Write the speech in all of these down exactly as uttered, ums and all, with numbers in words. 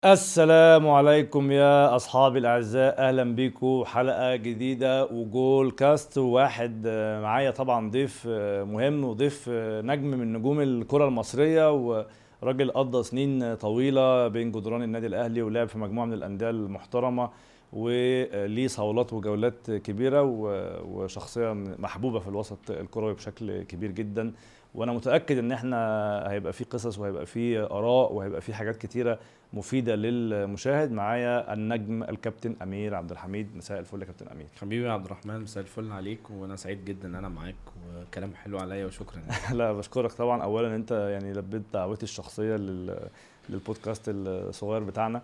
السلام عليكم يا أصحابي الأعزاء، أهلا بيكم حلقة جديدة وجول كاست. واحد آه، معايا طبعا ضيف آه، مهم وضيف آه، نجم من نجوم الكرة المصرية، وراجل قضى سنين طويلة بين جدران النادي الأهلي ولعب في مجموعة من الأندية المحترمة، وليه صولات وجولات كبيرة و- وشخصية محبوبة في الوسط الكروي بشكل كبير جدا. وانا متاكد ان احنا هيبقى في قصص وهيبقى في اراء وهيبقى في حاجات كتيره مفيده للمشاهد. معايا النجم الكابتن امير عبد الحميد. مساء الفل يا كابتن امير. حبيبي يا عبد الرحمن، مساء الفل عليك، وانا سعيد جدا ان انا معاك وكلام حلو عليا وشكرا يعني. لا بشكرك طبعا. اولا انت يعني لبيت دعوتي الشخصيه لل للبودكاست الصغير بتاعنا.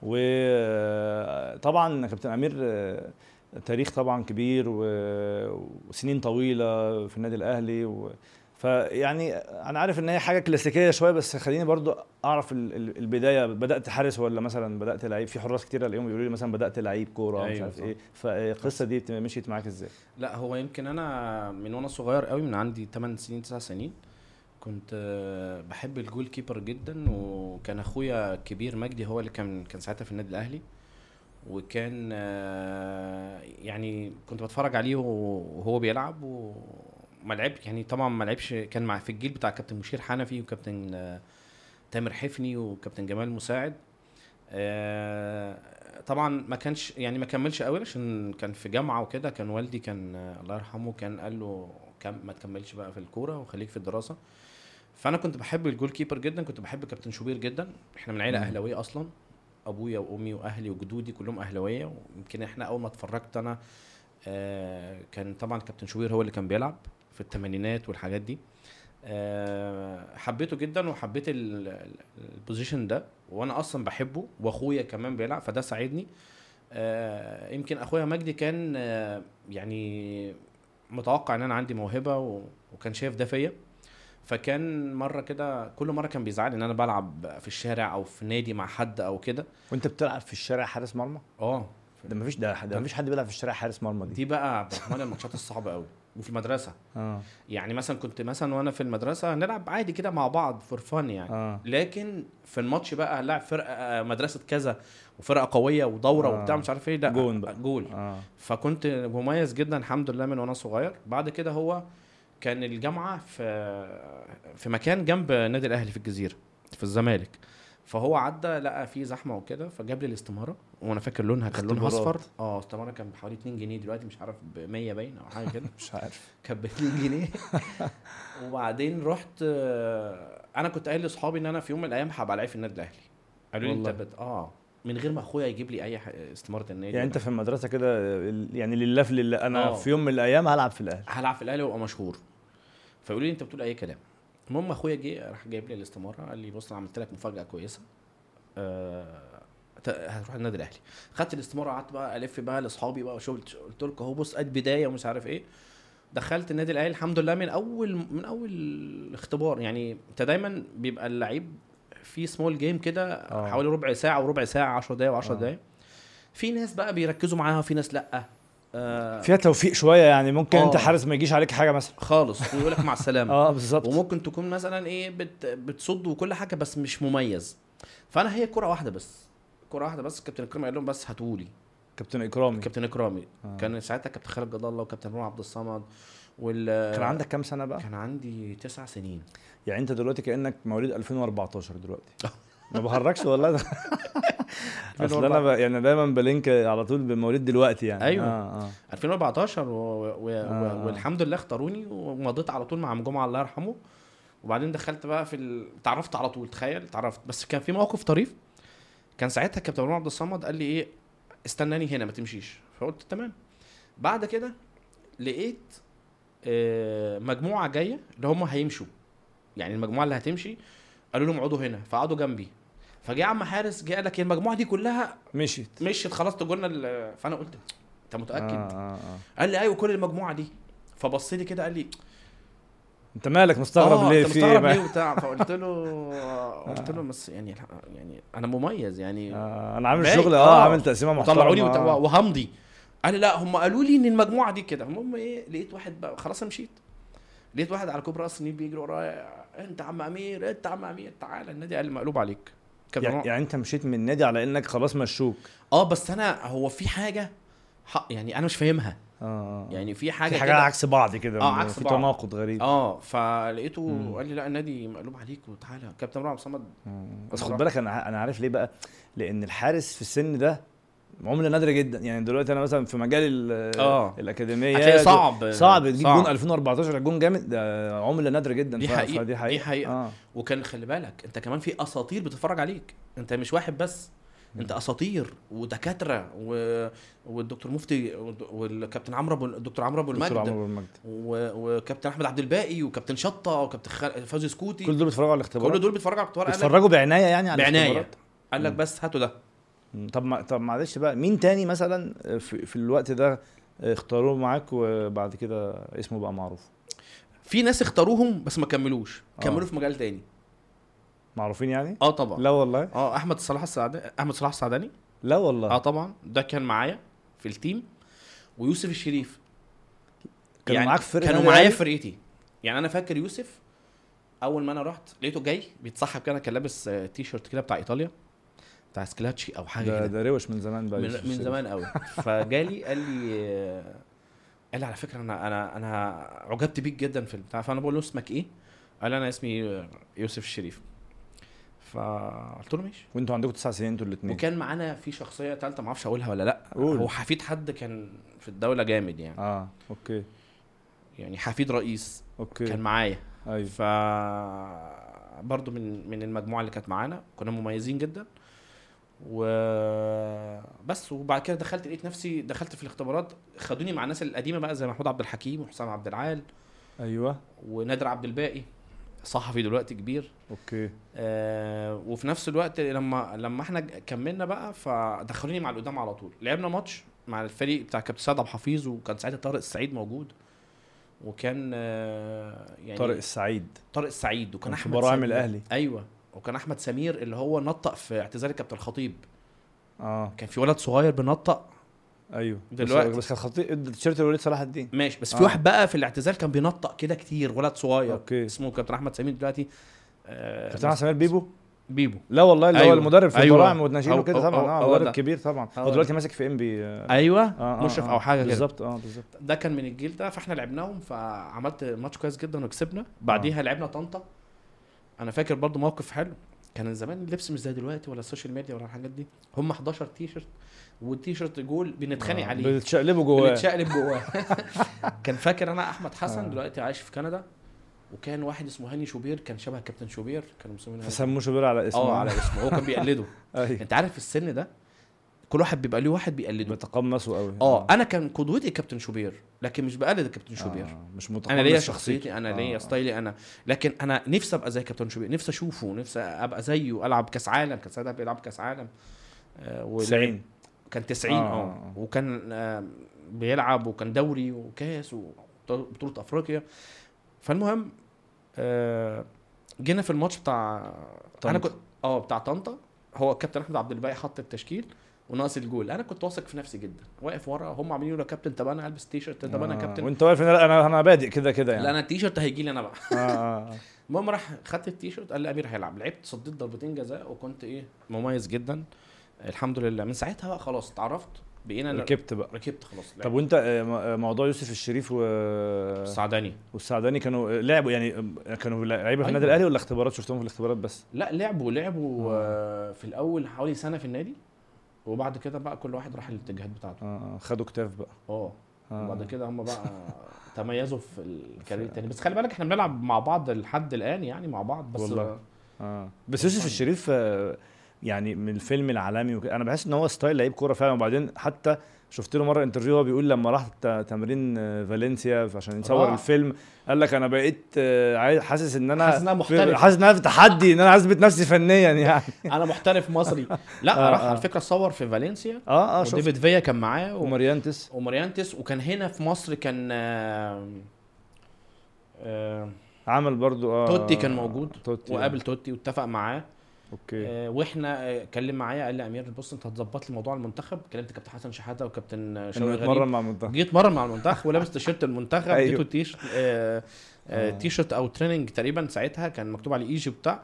وطبعا كابتن امير آه، تاريخ طبعا كبير و- وسنين طويله في النادي الاهلي و... فيعني انا عارف ان هي حاجه كلاسيكيه شويه، بس خليني برضو اعرف ال- ال- البدايه. بدات حارس ولا مثلا بدات لعيب؟ في حراس كتير اليوم بيقولوا لي مثلا بدات لعيب كوره مش ايوه عارف صح. ايه. فالقصه دي بت- مشيت معاك ازاي؟ لا هو يمكن انا من وانا صغير قوي، من عندي ثمانية سنين تسع سنين كنت آه، بحب الجول كيبر جدا. وكان اخويا الكبير مجدي هو اللي كان كان ساعتها في النادي الاهلي. وكان آه، يعني كنت بتفرج عليه وهو بيلعب وما لعب، يعني طبعا ما لعبش. كان مع في الجيل بتاع كابتن مشير حنفي وكابتن آه، تامر حفني وكابتن جمال مساعد. آه، طبعا ما كانش يعني ما كملش قوي عشان كان في جامعه وكده. كان والدي كان آه، الله يرحمه كان قال له كم ما تكملش بقى في الكوره وخليك في الدراسه. فانا كنت بحب الجول كيبر جدا، كنت بحب كابتن شوبير جدا. احنا من عيله مم. اهلاويه اصلا، ابويا وامي واهلي وجدودي كلهم اهلاويه. ويمكن احنا اول ما اتفرجت انا آه، كان طبعا كابتن شوبير هو اللي كان بيلعب في الثمانينات والحاجات دي. آه، حبيته جدا وحبيت ال- ال- البوزيشن ده، وانا اصلا بحبه واخويا كمان بيلعب فده ساعدني. آه، يمكن اخويا مجدي كان آه، يعني متوقع ان انا عندي موهبه و- وكان شايف ده فيا. فكان مره كده، كل مره كان بيزعل ان انا بلعب في الشارع او في نادي مع حد او كده. وانت بتلعب في الشارع حارس مرمى؟ اه ده مفيش ده, ده مفيش حد بيلعب في الشارع حارس مرمى دي. دي بقى عبد الرحمن الماتشات الصعبه قوي. وفي المدرسه اه يعني مثلا كنت مثلا وانا في المدرسه نلعب عادي كده مع بعض فور فن يعني. اه لكن في الماتش بقى هنلعب فرقه آه، مدرسه كذا وفرقه قويه ودوره وبتاع اه مش عارف ايه، لا جون بقى. جول. اه فكنت مميز جدا الحمد لله من وانا صغير. بعد كده هو كان الجامعه في في مكان جنب نادي الاهلي في الجزيره في الزمالك. فهو عدى لقى فيه زحمه وكده فجاب لي الاستماره، وانا فاكر لونها كان لونها اختبارات. اصفر. اه استماره كان بحوالي اتنين جنيه، دلوقتي مش عارف ب مية باين او حاجه كده. مش عارف. كانت ب اتنين جنيه. وبعدين رحت آه، انا كنت قايل لاصحابي ان انا في يوم من الايام هبقى لعيب في النادي الاهلي. قالوا لي انت والله بت... اه من غير ما اخويا يجيب لي اي ح- استماره النادي يعني ولا انت في حاجه. المدرسه كده ال- يعني لله في لله انا اه في يوم من الايام هلعب في الاهلي. هلعب في الاهلي وابقى مشهور. فيقولوا لي انت بتقول اي كلام. المهم اخويا جه راح جايب لي الاستماره، قال لي بص انا عملت لك مفاجاه كويسه. آه... ت- هتروح النادي الاهلي. خدت الاستماره وقعدت بقى الف بقى لاصحابي بقى وشفت، قلت لكم اهو بص ادي بدايه ومش عارف ايه. دخلت النادي الاهلي الحمد لله من اول من اول اختبار. يعني انت دايما بيبقى اللعيب في سمول جيم كده اه حوالي ربع ساعه وربع ساعه عشر دقايق و10 اه دقايق. في ناس بقى بيركزوا معاها وفي ناس لا. اه, فيها توفيق شويه، يعني ممكن انت آه حارس ما يجيش عليك حاجه مثلا. خالص ويقول لك مع السلامه. اه بالظبط. وممكن تكون مثلا ايه بت بتصد وكل حاجه بس مش مميز. فانا هي كره واحده بس، كره واحده بس. كابتن اكرامي قال لهم بس هاتولي. كابتن اكرامي. كابتن اكرامي آه. كان ساعتها كابتن خالد جد الله وكابتن روح عبد الصمد وال كان عندك كام سنه بقى؟ كان عندي تسع سنين. يعني انت دلوقتي كانك مواليد ألفين وأربعتاشر دلوقتي. ما بهرجش والله ده. اصل انا ب... يعني دايما بلينك على طول بمواليد دلوقتي يعني. ايوه اه اه ألفين وأربعتاشر و... و... اه, و... آه. والحمد لله اختاروني ومضيت على طول مع عم جمعه الله يرحمه. وبعدين دخلت بقى في ال... تعرفت على طول، تخيل تعرفت. بس كان في موقف طريف. كان ساعتها كابتن عمر عبد الصمد قال لي ايه استناني هنا ما تمشيش. فقلت تمام. بعد كده لقيت آه، مجموعه جايه اللي هم هيمشوا، يعني المجموعه اللي هتمشي قالوا لهم اقعدوا هنا فقعدوا جنبي. فجاء عم حارس جه قال لك المجموعه دي كلها مشيت. مشيت خلاص تقولنا ال... فانا قلت انت متاكد؟ آه آه آه. قال لي ايوه كل المجموعه دي. فبص لي كده قال لي انت مالك مستغرب اه ليه؟ انت في ايه مستغرب ليه بقى؟ وبتاع. فقلت له قلت له بس يعني يعني انا مميز يعني آه انا عامل باين. شغل اه عامل تقسيمه وطلعوا لي محترمه وت- آه. وهمضي. قال لي لا هم قالوا لي ان المجموعه دي كده. المهم ايه لقيت واحد بقى خلاص أنا مشيت. لقيت واحد على كوبري راس النيل بيجري ورايا، انت عم امير انت عم امير تعالى النادي. قال لي مقلوب عليك. كابتن يعني, عمر يعني انت مشيت من النادي على انك خلاص مشوك؟ اه بس انا هو في حاجه حق يعني انا مش فاهمها. اه يعني في حاجه في حاجه كده عكس بعض كده، اه عكس في بعض. تناقض غريب. اه فلقيته مم. قال لي لا النادي مقلوب عليك وتعالى. كابتن عمر عبد الصمد بس لما خد راح- بالك انا انا عارف ليه بقى، لان الحارس في السن ده عمله نادره جدا. يعني دلوقتي انا مثلا في مجال ال- اه الاكاديميه هتلاقي صعب صعب تجيب صعب. جون ألفين وأربعتاشر جون جامد، ده عمله نادره جدا. دي ف- حقيقة فدي حقيقه دي حقيقة اه. وكان خلي بالك انت كمان في اساطير بتتفرج عليك، انت مش واحد بس، انت اساطير ودكاتره و... والدكتور مفتي والكابتن عمرو ابو الدكتور عمرو ابو دكتور المجد عمرو المجد، و... وكابتن احمد عبد الباقي وكابتن شطه وكابتن خ... فوزي سكوتي. كل دول بيتفرجوا على الاختبارات؟ كل دول بيتفرجوا على الاختبار. بيتفرجوا بعنايه يعني على بعنايه الاختبارات؟ قال لك مم. بس هاتوا ده. مم. طب ما طب معلش بقى، مين تاني مثلا في, في الوقت ده اختاروه معاك وبعد كده اسمه بقى معروف؟ في ناس اختاروهم بس ما كملوش، آه. كملوا في مجال تاني. معروفين يعني؟ اه طبعا. لا والله. اه احمد صلاح السعداني احمد صلاح السعداني لا والله. اه طبعا ده كان معايا في التيم. ويوسف الشريف كانوا يعني معاك في فرقة كانوا نادي معايا الأهلي؟ في فرقتي. يعني انا فاكر يوسف اول ما انا رحت لقيته جاي بيتصحب كده، كان لابس آه، تي شيرت كده بتاع ايطاليا بتاع سكلاتشي او حاجه ده كده ده روش من زمان بقى من, يوسف من الشريف. زمان قوي. فجالي قال لي آه، قال لي على فكره انا انا انا عجبت بيك جدا في البتاع. فانا بقول له اسمك ايه؟ قال لي انا اسمي آه، يوسف الشريف. فقلت له ماشي. وانتوا عندكم تسع سنين انتوا الاثنين؟ وكان معانا في شخصيه ثالثه ما اعرفش اقولها ولا لا. قول. هو حفيد حد كان في الدوله جامد يعني. اه اوكي يعني حفيد رئيس اوكي كان معايا. ايوه. ف برضو من من المجموعه اللي كانت معانا كنا مميزين جدا وبس. وبعد كده دخلت لقيت نفسي دخلت في الاختبارات، خدوني مع الناس القديمه بقى زي محمود عبد الحكيم وحسام عبد العال ايوه ونادر عبد الباقي صحفي دلوقتي كبير. اوكي. آه وفي نفس الوقت لما لما احنا كملنا بقى فدخلوني مع القدام على طول. لعبنا ماتش مع الفريق بتاع كابتن سيد عبد الحفيظ وكان ساعتها طارق السعيد موجود وكان آه يعني طارق السعيد طارق السعيد وكان في احمد براعم سمير. الاهلي. ايوه وكان احمد سمير اللي هو نطق في اعتزال الكابتن الخطيب. اه كان في ولد صغير بنطق ايوه دلوقتي. بس, بس كان خطيب التيشيرت الوليد صلاح الدين. ماشي بس آه. في واحد بقى في الاعتزال كان بينطق كده كتير، ولد صغير اوكي. اسمه كابتن احمد سمير دلوقتي. آه كابتن احمد سمير بيبو؟ بيبو. لا والله اللي أيوة. هو المدرب في أيوة. البراعم والناشئين أو- وكده أو- طبعا. أو- اه أو مدرب ده. كبير طبعا. هو هو ده. دلوقتي ماسك في ام بي. آه ايوه آه مشرف آه او حاجه كده بالظبط. اه بالظبط. ده كان من الجيل ده. فاحنا لعبناهم فعملت ماتش كويس جدا وكسبنا. بعديها لعبنا طنطا. انا فاكر برضو موقف حلو. كان زمان اللبس مش زي دلوقتي ولا السوشيال ميديا ولا الحاجات دي. هم حداشر تي شيرت والتي شيرت جول بنتخانق آه. عليه بتشقلبوا جواه. بنتشقلب جواه. كان فاكر انا احمد حسن آه. دلوقتي عايش في كندا. وكان واحد اسمه هاني شوبير كان شبه كابتن شوبير كانوا مسمينه هاني. فسموه شوبير على اسمه. اه على اسمه هو كان بيقلده. ايوه انت عارف في السن ده كل واحد بيبقى ليه واحد بيقلده. بيتقمصوا قوي. اه انا كان قدوتي كابتن شوبير لكن مش بقلد كابتن شوبير. آه. مش متقمص انا ليا شخصيته. شخصيتي انا ليا آه. ستايلي انا. لكن انا نفسي ابقى زي كابتن شوبير، نفسي اشوفه، نفسي ابقى زيه، العب كاس عالم. كان ساعتها بيلعب كاس عالم آه تسعين. كان تسعين اه, آه. آه. وكان آه بيلعب وكان دوري وكاس وبطولة افريقيا. فالمهم آه جينا في الماتش بتاع طنطا. انا كنت اه بتاع طنطا. هو الكابتن احمد عبد الباقي حط التشكيل وناقص الجول. انا كنت واثق في نفسي جدا واقف ورا. هم عاملين يقولوا يا كابتن طب انا البس تي شيرت طب انا آه. كابتن. وانت واقف هنا. انا انا بادئ كده كده يعني. لا انا التي شيرت هيجي لي انا بقى. اه اه المهم راح خدت التي شيرت قال لي امير هيلعب. لعبت صديت ضربتين جزاء وكنت ايه مميز جدا الحمد لله. من ساعتها بقى خلاص اتعرفت بقينا ركبت بقى. ركبت خلاص. طب وانت آه، م- آه، موضوع يوسف الشريف و السعداني والسعداني كانوا آه، لعبوا يعني آه، كانوا لعيبه في أيوة. النادي الاهلي ولا اختبارات شفتهم في الاختبارات بس؟ لا لعبوا لعبوا آه. في الاول حوالي سنه في النادي وبعد كده بقى كل واحد راح الاتجاهات بتاعته. اه آه، خدوا كتاف بقى. اه آه. وبعد كده هم بقى تميزوا في الكارير التاني. بس خلي بالك احنا بنلعب مع بعض لحد الان يعني مع بعض بس والله. اه بس يوسف الشريف آه، يعني من الفيلم العالمي وكده انا بحس ان هو ستايل لعيب كوره فعلا. وبعدين حتى شفت له مره انترفيو هو بيقول لما راح ت- تمرين آه، فالنسيا عشان يصور آه. الفيلم قال لك انا بقيت آه، عايز- حاسس ان انا حاسس إن أنا محترف. حاسس ان انا في تحدي ان انا عايز اثبت نفسي فنيا يعني. انا محترف مصري. لا آه، راح آه. على فكره صور في فالنسيا اه اه شفت. وديفيد فيا كان معاه و... وماريانتس. وماريانتس. وكان هنا في مصر كان آه... آه... عمل برضو اه توتي كان موجود توتي وقابل توتي واتفق معاه. اوكي. آه واحنا آه كلم معايا قال لي يا امير بص انت هتظبط لي موضوع المنتخب. كلمت كابتن حسن شحاته وكابتن انه شوقي يتمرن غريب. مع المنتخب. جيت مره مع المنتخب ولابس تيشيرت المنتخب. أيوه. اديته تيشيرت آه آه آه. تيشيرت او تريننج تقريبا ساعتها كان مكتوب عليه ايجي بتاع.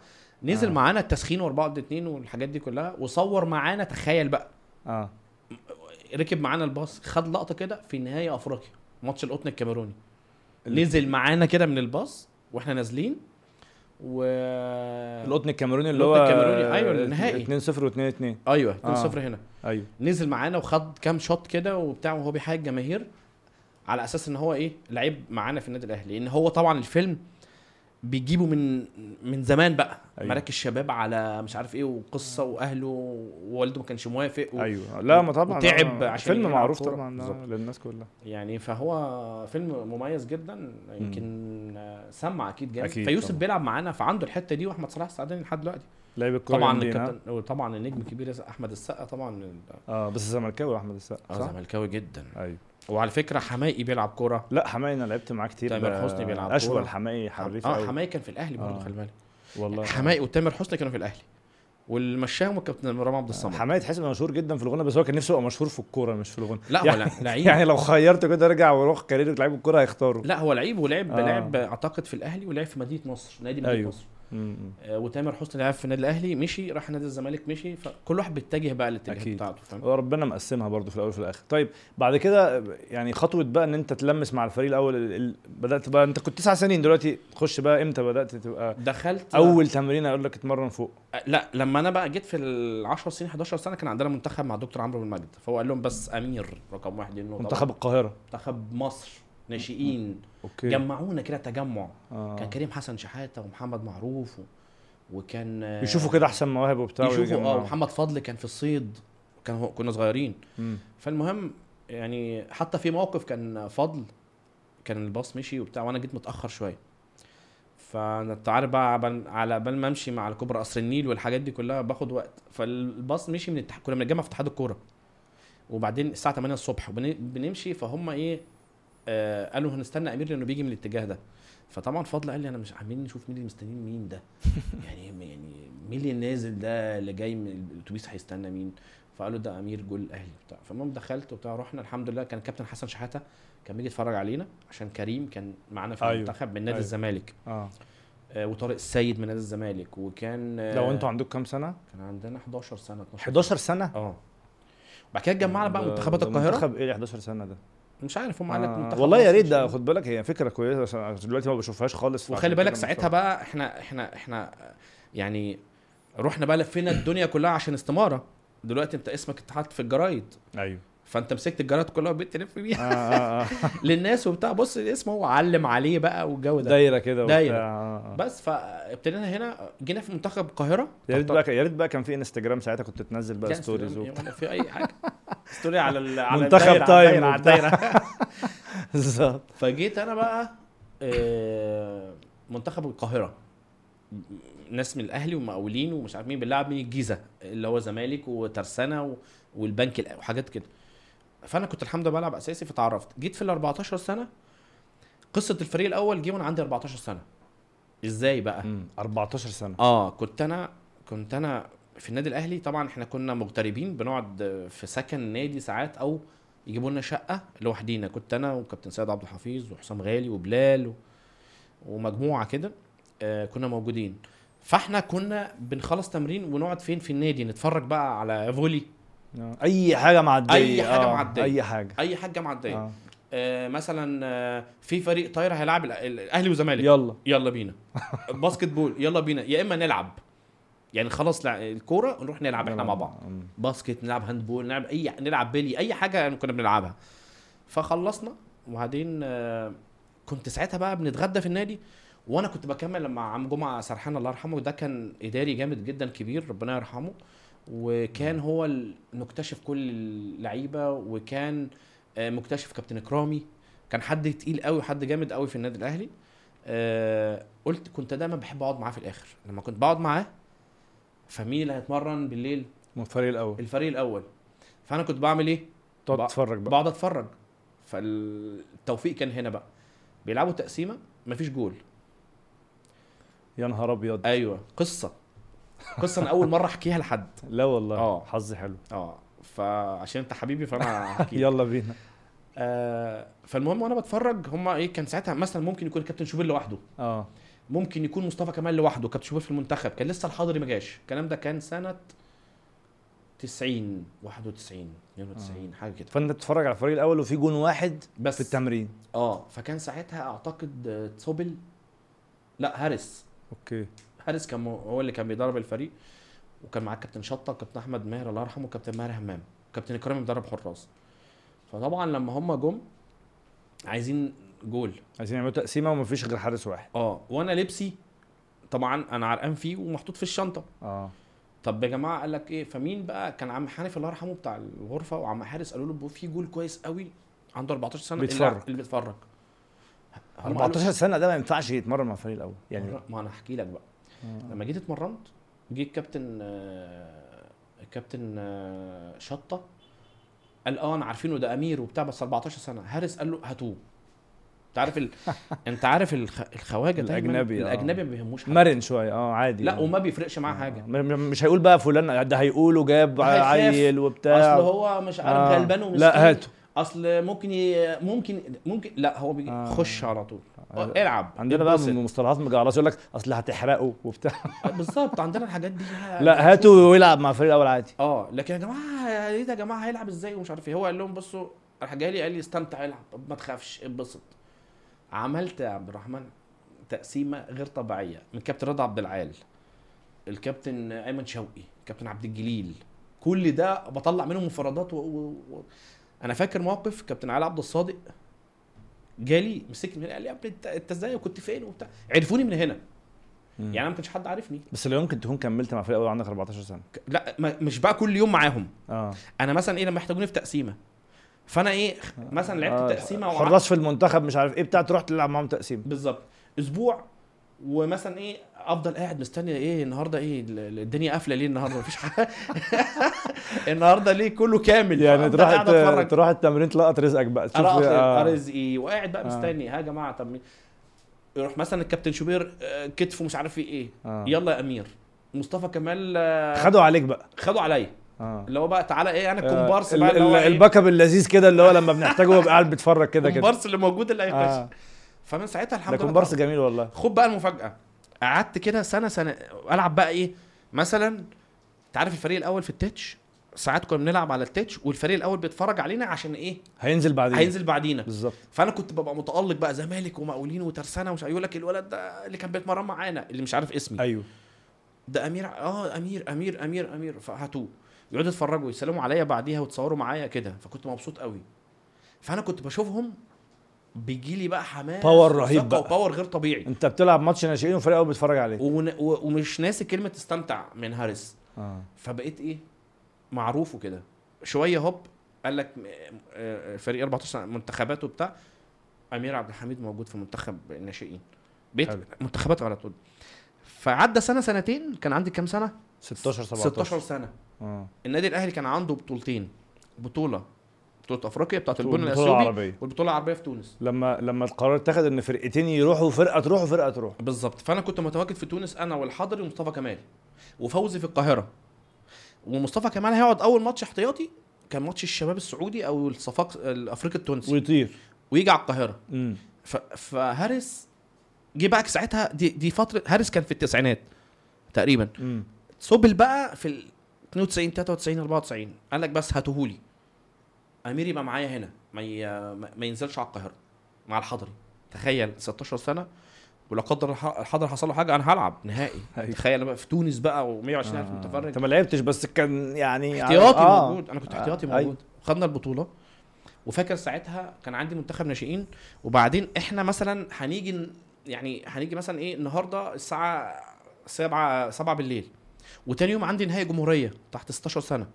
نزل آه. معانا التسخين واربعة ضد اتنين والحاجات دي كلها، وصور معانا. تخيل بقى اه ركب معانا الباص، خد لقطه كده في نهايه افريقيا ماتش القطن الكاميروني، ال- نزل معانا كده من الباص واحنا نازلين. و القطن الكاميروني اللي هو القطن الكاميروني، أيوة، النهائي. اتنين صفر و2 اتنين. ايوه اتنين صفر آه. هنا. ايوه نزل معانا وخد كام شوت كده وبتاع، وهو بيحيي الجماهير على اساس ان هو ايه لعيب معانا في النادي الاهلي. لان هو طبعا الفيلم بيجيبه من من زمان بقى. أيوة. مراكز شباب على مش عارف ايه، وقصه، واهله ووالده ما كانش موافق و... ايوه لا ما طبعا وتعب آه. عشان فيلم يلعب معروف كورة. طبعا آه. بالظبط. للناس كلها يعني فهو فيلم مميز جدا، يمكن آه، سمع اكيد جامد. أكيد فيوسف طبعا. بيلعب معانا فعنده الحته دي، واحمد صلاح السعداني لحد دلوقتي لعيب الكوره طبعا جامدين، ها؟ الكابتن، وطبعا النجم الكبير احمد السقا طبعا. اه بس زملكاوي احمد السقا اه صح؟ زملكاوي جدا. ايوه. وعلى فكره حمائي بيلعب كوره. لا حماي انا لعبت معاه كتير. تامر ده حسني بيلعب اشول كورة. حماي حريف اه قوي. حمائي كان في الاهلي برضه، آه. خلي بالك. والله حمائي وتامر حسني كانوا في الاهلي، والمشاهم والكابتن رامي عبد الصمد. حماي تحس انه مشهور جدا في الغنى، بس هو كان نفسه يبقى مشهور في الكوره مش في الغنى. لا هو يعني لا لعيب. يعني لو خيرته كده رجع وروح كارير لعيب الكوره هيختاره. لا هو لعيب، ولعب آه. لعب اعتقد في الاهلي، ولعب في مدينه نصر، نادي مدينه أيوه. نصر. م- آه وتامر حسني لعب في النادي الاهلي، مشي راح نادي الزمالك، مشي. فكل واحد بيتجه بقى للاتجاه أكيد. بتاعته، فاهم. وربنا مقسمها برضو في الاول وفي الاخر. طيب بعد كده يعني خطوه بقى ان انت تلمس مع الفريق الاول ال... ال... بدات بقى انت كنت تسع سنين دلوقتي تخش بقى امتى بدات تبقى دخلت اول تمرين اقول لك اتمرن فوق؟ آه، لا لما انا بقى جيت في العشر سنين حداشر سنه كان عندنا منتخب مع دكتور عمرو بن مجد، فهو قال لهم بس امير رقم واحد انه منتخب القاهره. منتخب مصر ناشئين. اوكي. جمعونا كده تجمع. آه. كان كريم حسن شحاته ومحمد معروف و... وكان آه، يشوفوا كده احسن مواهب وبتاع يشوفوا اه ويجمعوا. محمد فضل كان في الصيد، كان هو كنا صغيرين. مم. فالمهم يعني حتى في موقف كان فضل، كان الباص مشي وبتاع وانا جيت متاخر شويه، فانت عارف بقى عبال- على بال ما امشي مع الكوبرا قصر النيل والحاجات دي كلها باخد وقت. فالباص مشي من التح... كنا بنتجمع في اتحاد الكوره، وبعدين الساعه تمانية الصبح وبنمشي. فهم ايه آه قالوا هنستنى امير لانه بيجي من الاتجاه ده. فطبعا فضل قال لي انا مش عاملين نشوف مين اللي مستنيين مين ده يعني يعني مين اللي نازل ده اللي جاي من الاتوبيس هيستنى مين. فقالوا ده امير جول الاهلي بتاع. فالمهم دخلت وبتاع، رحنا الحمد لله. كان كابتن حسن شحاته كان بيجي يتفرج علينا عشان كريم كان معانا في أيوه. المنتخب من نادي أيوه. الزمالك، اه آه وطارق السيد من نادي الزمالك. وكان آه لو انتوا عندكم كام سنه؟ كان عندنا حداشر سنه اتناشر حداشر سنه. اه بعد كده اتجمعنا بقى ده- منتخبات ده القاهره. منتخب ايه حداشر سنه ده؟ مش عارف هم قال لك آه. منتخب والله يا مصر ريت مش ده، عارف. خد بالك هي فكره كويسه عشان دلوقتي ما بشوفهاش خالص. وخلي فعشان بالك كده ساعتها مستغرب. بقى احنا احنا احنا يعني رحنا بقى لفينا الدنيا كلها عشان استماره. دلوقتي انت اسمك اتحط في الجرايد، ايوه فانت مسكت الجرايد كلها وبقيت تلف بيها آه آه آه. للناس وبتاع. بص الاسم هو علم عليه بقى والجو ده. دايره كده دايرة. وبتاع. آه آه. بس فابتدينا هنا جينا في منتخب القاهره. يا ريت بقى يا ريت بقى كان في انستجرام ساعتها كنت تنزل بقى كان ستوريز استلام- وبتاع. في اي حاجه ستوري على ال- على منتخب الدايرة، على تايم الدايرة، على وبتاع. الدايرة. بالظبط. فجيت انا بقى آه، منتخب القاهره، ناس من الاهلي ومقاولين ومش عارف مين بنلعب مين الجيزه اللي هو زمالك وترسانه و- والبنك الأهلي وحاجات كده. فانا كنت الحمد لله بلعب اساسي فتعرفت. جيت في ال اربعتاشر سنه قصه الفريق الاول جه وانا عندي اربعتاشر سنه. ازاي بقى؟ امم اربعتاشر سنه. اه كنت انا كنت انا في النادي الاهلي. طبعا احنا كنا مغتربين بنقعد في سكن نادي ساعات او يجيبوا لنا شقه لوحدينا. كنت انا وكابتن سيد عبد الحفيظ وحسام غالي وبلال و... ومجموعه كده آه كنا موجودين. فاحنا كنا بنخلص تمرين ونقعد فين في النادي نتفرج بقى على فولي، آه. اي حاجه معديه. أي حاجة آه. معدية. اي حاجه. اي حاجه معديه. آه. آه مثلا آه في فريق طايره هيلعب الأ- الاهلي وزمالك، يلا يلا بينا. باسكت بول يلا بينا، يا اما نلعب يعني خلاص لا الكوره نروح نلعب احنا مع بعض، مم. باسكت نلعب هاند بول نلعب اي نلعب بيلي اي حاجه كنا بنلعبها. فخلصنا وبعدين آه، كنت ساعتها بقى بنتغدى في النادي، وانا كنت بكمل مع عم جمعه سرحان الله يرحمه. ده كان اداري جامد جدا كبير ربنا يرحمه، وكان هو ال- مكتشف كل اللعيبه، وكان آه، مكتشف كابتن اكرامي. كان حد تقيل قوي وحد جامد قوي في النادي الاهلي. آه، قلت كنت دايما بحب اقعد معاه في الاخر. لما كنت بقعد معاه فمين اللي هيتمرن بالليل؟ من الفريق الاول الفريق الاول. فانا كنت بعمل ايه؟ تقعد بق- تتفرج بقى. بقعد اتفرج. فالتوفيق كان هنا بقى، بيلعبوا تقسيمه مفيش جول. يا نهار ابيض. ايوه قصه قصه انا اول مره احكيها لحد. لا والله آه. حظي حلو. اه فعشان انت حبيبي فانا هحكي. يلا بينا. آه فالمهم وانا بتفرج هم ايه، كان ساعتها مثلا ممكن يكون الكابتن شوبير لوحده، اه ممكن يكون مصطفى كمال لوحده كابتن شوبير في المنتخب، كان لسه الحضري ما جاش. الكلام ده كان سنه تسعين واحد وتسعين اتنين وتسعين آه. حاجه كده. فانت بتتفرج على الفريق الاول وفي جون واحد بس في التمرين. اه فكان ساعتها اعتقد تسوبل، لا هارس. اوكي. هارس كان هو اللي كان بيدرب الفريق، وكان معاه كابتن شطه وكابتن احمد ماهر الله يرحمه وكابتن ماهر همام وكابتن اكرامي بيدرب حراس. فطبعا لما هم جم عايزين جول، عايزين يعملوا تقسيمه ومفيش غير حارس واحد. اه وانا لبسي طبعا انا عرقان فيه ومحطوط في الشنطه. اه طب يا جماعه قال لك ايه؟ فمين بقى كان عم حنفي الله يرحمه بتاع الغرفه وعم حارس قالوا له في جول كويس قوي عنده اربعتاشر سنه بيتفرج. اللي بيتفرج اربعتاشر سنه ده ما ينفعش يتمرن مع الفريق الاول يعني. ما انا احكي لك بقى. آه. لما جيت اتمرنت جه الكابتن آه الكابتن آه شطه قال اه انا عارفينه ده امير وبتاع بس اربعتاشر سنه. هارس قال له هاتوه. انت عارف ال... انت عارف الخ... الخواجه الاجنبي الاجنبي ما بيهموش حاجه، مرن شويه اه عادي. لا وما بيفرقش معاه حاجه. آه. مش هيقول بقى فلان ده هيقوله جاب عيل وبتاع، اصل هو مش عارف آه. غلبان ومسكين، لا هاته اصل ممكن ي... ممكن ممكن لا هو بيجي آه. خش على طول آه. العب. عندنا بقى مصطلحات مجعلصه يقول لك اصل هتحرقه وبتاع بالظبط عندنا الحاجات دي. لا هاته ويلعب مع الفريق الاول عادي. اه لكن يا جماعه ايه ده يا جماعه هيلعب ازاي ومش عارف ايه. هو قال لهم بصوا راح جاي لي قال لي استمتع العب ما تخافش اتبسط. عملت يا عبد الرحمن تقسيمه غير طبيعيه من كابتن رضا عبد العال، الكابتن ايمن شوقي، كابتن عبد الجليل، كل ده بطلع منهم مفردات و... و... و... انا فاكر موقف كابتن علي عبد الصادق جالي مسكني من هنا قال لي يا ابني انت ازاي وكنت فين وبتاع. عرفوني من هنا. مم. يعني انا ما كانش حد عارفني. بس لو يمكن تكون كملت مع فريق اول عندك اربعتاشر سنه. لا ما مش بقى كل يوم معاهم. اه انا مثلا ايه لما يحتاجوني في تقسيمه فانا ايه مثلا لعبت آه. تقسيمه حراس في المنتخب مش عارف ايه بتاع تروح تلعب معاهم تقسيمه بالظبط اسبوع، ومثلا ايه افضل قاعد مستني ايه النهارده ايه الدنيا قافله ليه النهارده مفيش حاجه النهارده ليه كله كامل يعني تروح تروح التمرين تلقط رزقك بقى تشوف آه. رزقي وقاعد بقى مستني ها آه. يا جماعه. طب يروح مثلا الكابتن شوبير كتفه مش عارف ايه آه. يلا يا امير مصطفى كمال آه خدوا عليك بقى خدوا عليا آه. اللي هو بقى تعالى ايه انا الكومبارس آه. بقى اللي هو إيه؟ الباك اب اللذيذ كده اللي هو لما بنحتاجه يبقى قاعد بيتفرج كده كده الكومبارس اللي موجود اللي هيخش آه. فمن ساعتها الحمد لله ده كومبارس جميل والله. خد بقى المفاجاه قعدت كده سنه سنه العب بقى ايه مثلا انت عارف الفريق الاول في التتش ساعات كنا بنلعب على التتش والفريق الاول بيتفرج علينا عشان ايه هينزل بعدين هينزل بعدينا بالظبط. فانا كنت ببقى متالق بقى زمالك ومقاولين وترسانه ومش هيقول لك الولد ده اللي كان بيتمرن معانا اللي مش عارف اسمي ايوه ده امير اه امير امير امير امير فهاتوه يقعدوا يتفرجوا يسلموا عليا بعديها وتصوروا معايا كده فكنت مبسوط قوي. فانا كنت بشوفهم بيجي لي بقى حماس باور رهيب بقى باور غير طبيعي. انت بتلعب ماتش ناشئين وفريق اول بيتفرج عليك ون... و... ومش ناسي كلمه استمتع من هارس اه فبقيت ايه معروف وكده شويه هوب قال لك فريق اربعتاشر سنه منتخبات وبتاع امير عبد الحميد موجود في منتخب الناشئين بيت حلو. منتخبات على طول. فعدى سنه سنتين كان عندي كام سنه ستاشر سبعتاشر ستاشر سنه اه النادي الاهلي كان عنده بطولتين بطوله بطوله افريقيا بتاعه البن الاثيوبي والبطوله العربيه في تونس. لما لما القرار اتخذ ان فرقتين يروحوا فرقه تروح وفرقه تروح بالظبط. فانا كنت متواجد في تونس انا والحضري ومصطفى كمال وفوزي في القاهره ومصطفى كمال هيقعد اول ماتش احتياطي كان ماتش الشباب السعودي او الصفاق الافريقي التونسي ويطير ويجي على القاهره. امم فهارس جه بقى ساعتها دي دي فتره هارس كان في التسعينات تقريبا امم سوبل بقى في ال اتنين وتسعين تلاتة وتسعين اربعة وتسعين قال لك بس هاتوهولي امير يبقى معايا هنا ما ي... ما ينزلش على القاهره مع الحضري. تخيل ستاشر سنه ولا قدر الحضر حصل له حاجه انا هلعب نهائي. تخيل بقى في تونس بقى ومية وعشرين الف متفرج. انت ما لعبتش بس كان يعني احتياطي آه. موجود. انا كنت احتياطي آه. موجود. خدنا البطوله وفاكر ساعتها كان عندي منتخب ناشئين وبعدين احنا مثلا هنيجي يعني هنيجي مثلا ايه النهارده الساعه سبعة سبعة بالليل وتاني يوم عندي نهائي جمهوريه تحت ستاشر سنه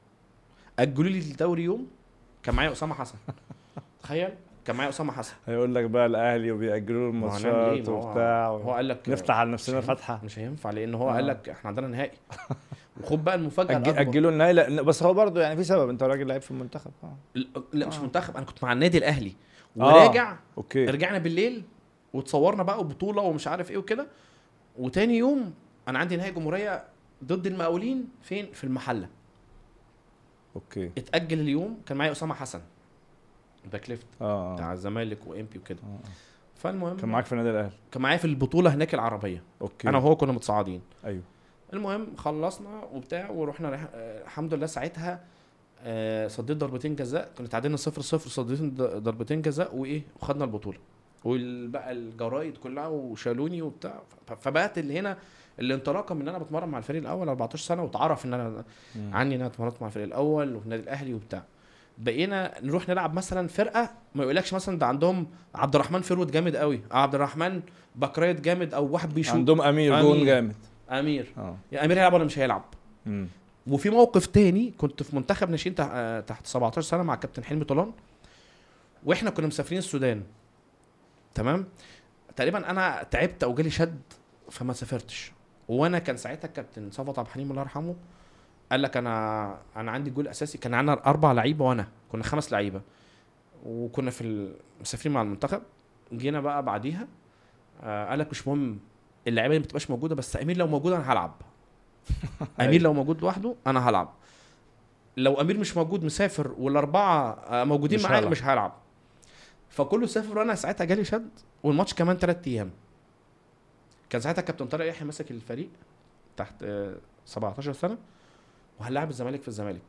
اجلوا لي الدوري يوم كان معايا اسامه حسن. تخيل كان معايا اسامه حسن. هيقول لك بقى الاهلي وبيأجلوا الماتشات وبتاع هو قال لك نفتح على نفسنا فتحه مش هينفع لان هو قال لك احنا عندنا نهائي وخد بقى المفاجاه أج... اجلوا النهائي. لا بس هو برضه يعني في سبب انت راجل لعيب في المنتخب اه لا مش آه. منتخب انا كنت مع النادي الاهلي وراجع آه. اوكي رجعنا بالليل وتصورنا بقى وبطوله ومش عارف ايه وكده وتاني يوم انا عندي نهائي جمهوريه ضد المقاولين فين في المحله. اوكي اتاجل اليوم كان معايا اسامه حسن باك ليفت اه بتاع الزمالك وامبي وكده آه. فالمهم كان معاك في النادي الاهلي؟ كان معايا في البطوله هناك العربيه. اوكي. انا وهو كنا متصاعدين. ايوه. المهم خلصنا وبتاع ورحنا رح... آه، الحمد لله ساعتها آه، صديت ضربتين جزاء، كنا تعادلنا صفر صفر، صديت ض- ضربتين جزاء وايه وخدنا البطوله. وبقى الجرايد كلها وشالوني وبتاع. ف- فبقت اللي هنا الانطلاقه من ان انا بتمرن مع الفريق الاول أربعتاشر سنه، واتعرف ان انا مم. عني ان انا اتمرنت مع الفريق الاول وفي النادي الاهلي وبتاع. بقينا نروح نلعب مثلا فرقه ما يقولكش مثلا ده عندهم عبد الرحمن فيرود جامد قوي، عبد الرحمن باكرايت جامد، او واحد بيشوط عندهم امير أمير. جون جامد. امير اه. يا امير هيلعب ولا مش هيلعب. مم. وفي موقف تاني كنت في منتخب ناشئين تح- آه، تحت سبعتاشر سنه مع كابتن حلمي طولان، واحنا كنا مسافرين السودان. تمام. تقريبا انا تعبت او جالي شد فما سافرتش. وانا كان ساعتها الكابتن صفوت عبد الحليم الله يرحمه قال لك انا انا عندي جول اساسي. كان عندنا اربع لعيبه وانا كنا خمس لعيبه، وكنا في ال- مسافرين مع المنتخب. جينا بقى بعديها آه، قال لك مش مهم اللعيبه دي ما بتبقاش موجوده، بس امير لو موجود انا هلعب. امير لو موجود لوحده انا هلعب، لو امير مش موجود مسافر والاربعه آه، موجودين مش معايا هلعب. مش هلعب. فكله سافر وانا ساعتها جالي شد، والماتش كمان ثلاث ايام. كان ساعتها كابتن طارق يحيى ماسك الفريق تحت آه، سبعتاشر سنه، وهنلاعب الزمالك في الزمالك.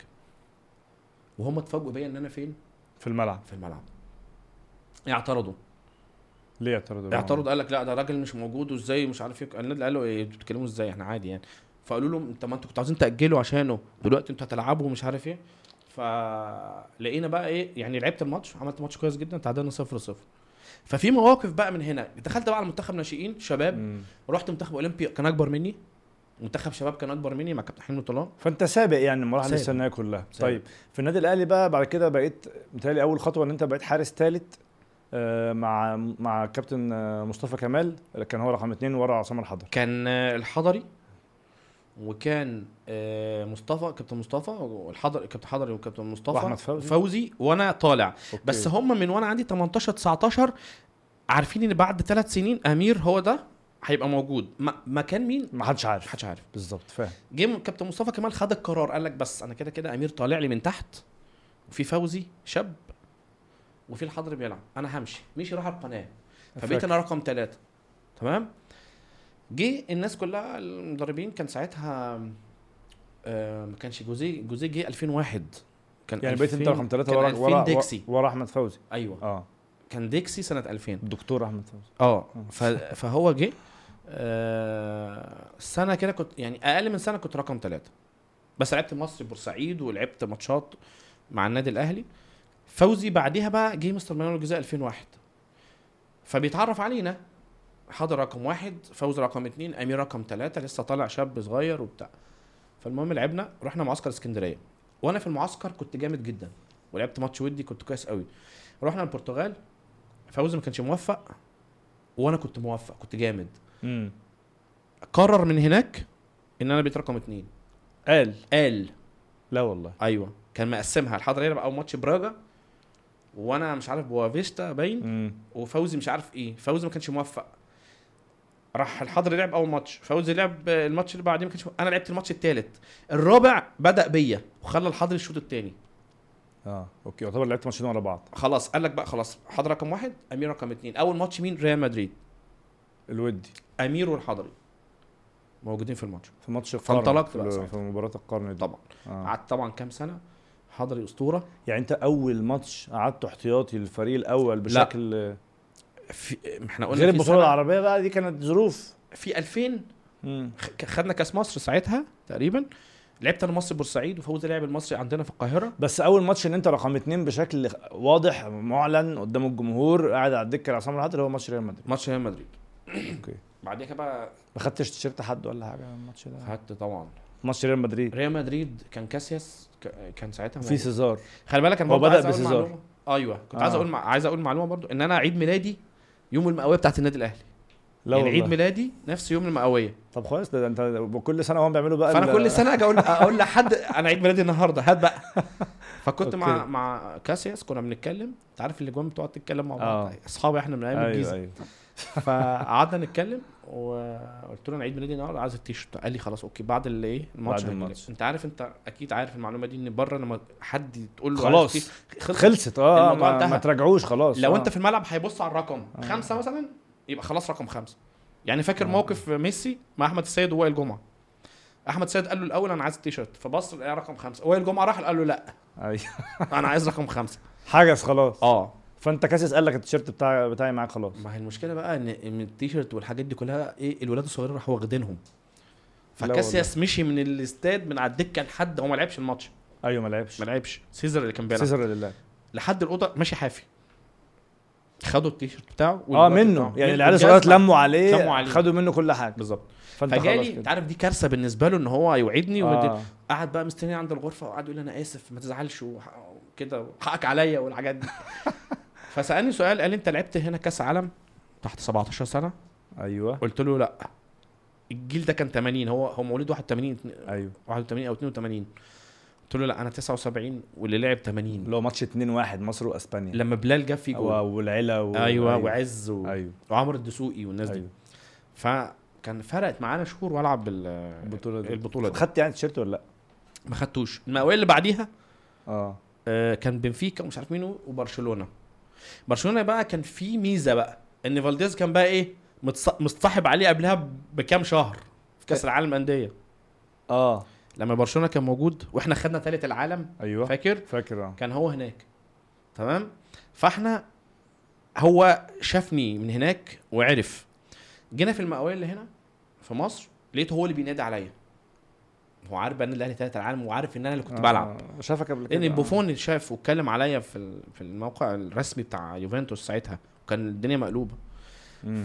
وهم اتفاجئوا بيا ان انا فين؟ في الملعب. في الملعب. اعترضوا ليه اعترضوا؟ اعترض قال لك لا ده راجل مش موجود وازاي مش عارف ايه. النادي قال له ايه انتوا بتتكلموا ازاي احنا عادي يعني. فقالوا لهم انت ما انتوا كنتوا عايزين تاجلوا عشانه، دلوقتي انتوا هتلعبوا ومش عارف ايه. فلقينا بقى ايه يعني لعبت الماتش، عملت ماتش كويس جدا، تعادلنا صفر صفر. ففي مواقف بقى من هنا. دخلت بقى على منتخب ناشئين شباب. مم. رحت منتخب اولمبي كان اكبر مني، منتخب شباب كان اكبر مني مع كابتن حلمي طولان. فانت سابق يعني المراحل سابق. السنيه كلها. سابق. طيب في النادي الاهلي بقى بعد كده بقيت متهيألي اول خطوه ان انت بقيت حارس ثالث مع مع كابتن آه، مصطفى كمال اللي كان هو رقم اثنين ورا عصام الحضري. كان آه، الحضري، وكان آه، مصطفى كابتن مصطفى، والحضري كابتن حضري وكابتن مصطفى وأحمد فوزي. فوزي وانا طالع. أوكي. بس هم من وانا عندي تمنتاشر تسعتاشر عارفين ان بعد ثلاث سنين امير هو ده هيبقى موجود. ما مكان مين ما حدش عارف. محدش عارف. بالظبط فاهم. جه كابتن مصطفى كمال خد القرار، قال لك بس انا كده كده امير طالع لي من تحت، وفي فوزي شاب، وفي الحضري بيلعب، انا همشي. مشي راح القناه، فبقيت انا رقم ثلاثة. تمام. جه الناس كلها المدربين كان ساعتها آه ما كانش جوزيه جوزيه جه ألفين وواحد. كان يعني بقيت انت ألفين رقم ثلاثة كان ورا ألفين ورا ديكسي. ورا احمد فوزي. ايوه اه كان ديكسي سنه ألفين. الدكتور احمد فوزي. اه ف- فهو جه آه سنه كده كنت يعني اقل من سنه كنت رقم ثلاثة. بس لعبت مصر بورسعيد ولعبت ماتشات مع النادي الاهلي. فوزي بعديها بقى جه مستر مانويل الجزائر ألفين وواحد، فبيتعرف علينا. حاضر رقم واحد، فوزي رقم اتنين، امير رقم ثلاثة، لسه طالع شاب صغير وبتاع. فالمهم لعبنا، رحنا معسكر اسكندريه، وانا في المعسكر كنت جامد جدا، ولعبت ماتش ودي كنت كويس قوي. رحنا البرتغال، فوزي ما كانش موفق وانا كنت موفق، كنت جامد. امم قرر من هناك ان انا بقيت رقم اتنين. قال قال لا والله. ايوه كان مقسمها. الحضري يلعب اول ماتش براجا، وانا مش عارف بوافيستا باين، امم وفوزي مش عارف ايه. فوزي ما كانش موفق، راح الحضري لعب اول ماتش، فوزي لعب الماتش اللي بعديه ما كانش. انا لعبت الماتش الثالث، الرابع بدا بيا وخلى الحضري الشوط الثاني. اه اوكي يعتبر لعبت ماتشين ورا بعض. خلاص قال لك بقى خلاص حضري رقم واحد، امير رقم اتنين. اول ماتش مين؟ ريال مدريد. الودي امير والحضري موجودين في الماتش. في ماتش القرن. فانطلقت بقى في, ساعتها. في مباراه القرن دي. طبعا آه. قعدت طبعا كام سنه حضري اسطوره. يعني انت اول ماتش قعدت احتياطي للفريق الاول بشكل في احنا قلنا غير في البطوله سنة- العربيه بقى دي كانت ظروف. في ألفين امم خ- خدنا كاس مصر ساعتها تقريبا. لعبت انا مصر بورسعيد، وفوزي لعب المصري عندنا في القاهره. بس اول ماتش ان انت رقم اتنين بشكل واضح معلن قدام الجمهور قاعد على الدكه عصام الحضري هو ماتش ريال مدريد. ماتش ريال مدريد. اوكي. بعديها بقى ما خدتش تيشيرت حد ولا حاجه الماتش ده؟ خدت طبعا. ماتش ريال مدريد ريال مدريد كان كاسياس ك- كان ساعتها في موجود. سيزار. خلي بالك انا هو برضه بدأ عايز أقول بسيزار. معلومة. ايوه كنت آه. عايز اقول مع... عايز اقول معلومه برضو ان انا عيد ميلادي يوم المئويه بتاعت النادي الاهلي. لا يعني عيد والله. ميلادي نفس يوم المئويه. طب كويس، ده انت كل سنه هم بيعملوا بقى فانا ال- كل سنه اجي اقول اقول لحد انا عيد ميلادي النهارده هات بقى. فكنت أوكي. مع مع كاسياس كنا بنتكلم، انت عارف اللي جوان بتقعد تتكلم مع بعض آه. اصحابي احنا من ايام ايوه الجيزه. ايوه فقعدنا نتكلم وقلت له انا عيد ميلادي النهارده عايز التيشيرت. قال لي خلاص اوكي بعد اللي ايه الماتش بعد هجيلك. الماتش. انت عارف انت اكيد عارف المعلومه دي ان بره لما حد تقول له خلاص. عايز تي- خلص. خلصت اه الموضوع ما, انتهى. ما تراجعوش خلاص. لو آه. انت في الملعب هيبص على الرقم آه. خمسة مثلا يبقى خلاص رقم خمسة. يعني فاكر آه. موقف ميسي مع احمد السيد ووائل جمعه. احمد السيد قال له الاول انا عايز التيشيرت فبص لقى رقم خمسة. وائل جمعه راح قال له لا ايوه انا عايز رقم خمسة. حجز خلاص. اه فانت كاسس قال لك التيشيرت بتاعي بتاعي معاك خلاص. ما هي المشكله بقى ان ان التيشيرت والحاجات دي كلها ايه الولاد الصغيرين راحوا واخدينهم. لا فكاسياس مشي من الاستاد من على الدكه لحد هو ما لعبش الماتش. ايوه ما لعبش. ما لعبش سيزر اللي كان بيلعب سيزر لله. لحد الاوضه ماشي حافي. خدوا التيشيرت بتاعه اه والوقت منه بتاعه. يعني من- العيال والجزمة. الصغيره لموا عليه, لموا عليه. خدوا منه كل حاجه بالظبط. فانت خلاص فجالي كده. انت عارف دي كارثه بالنسبه له ان هو يوعدني ومدي... آه. قعد بقى مستني عند الغرفه وقعد يقول انا اسف ما تزعلش وكده حقك عليا والحاجات دي. فسالني سؤال قال لي انت لعبت هنا كاس عالم تحت سبعتاشر سنه؟ ايوه قلت له لا. الجيل ده كان ثمانين هو هو مواليد واحد وثمانين ايوه واحد وثمانين او اثنين وثمانين. قلت له لا انا تسعة وسبعين واللي لعب ثمانين لو ماتش اتنين واحد مصر واسبانيا لما بلال جاب فيه جول. والعيله و... ايوه وعز و... ايوه وعمرو الدسوقي والناس دي. ايوه فكان فرقت معانا شهور والعب بال... البطوله دي البطوله دي. خدت يعني التيشيرت ولا لا؟ ما خدتوش. المقاولين اللي بعديها اه آه كان بنفيكا ومش عارف مين وبرشلونه. برشلونه بقى كان في ميزه بقى ان فالديز كان بقى ايه متص... متصاحب عليه قبلها بكام شهر في كاس العالم الانديه. اه لما برشلونه كان موجود واحنا خدنا ثالث العالم ايوه فاكر فاكر اه كان هو هناك. تمام. فاحنا هو شافني من هناك وعرف. جينا في المقاولين اللي هنا في مصر لقيته هو اللي بينادي عليا. هو عارف ان الاهلي ثالث العالم وعارف ان انا اللي كنت آه. بلعب. شافك قبل كده لان آه. بوفون شاف واتكلم عليا في ال- في الموقع الرسمي بتاع يوفنتوس ساعتها وكان الدنيا مقلوبه. مم.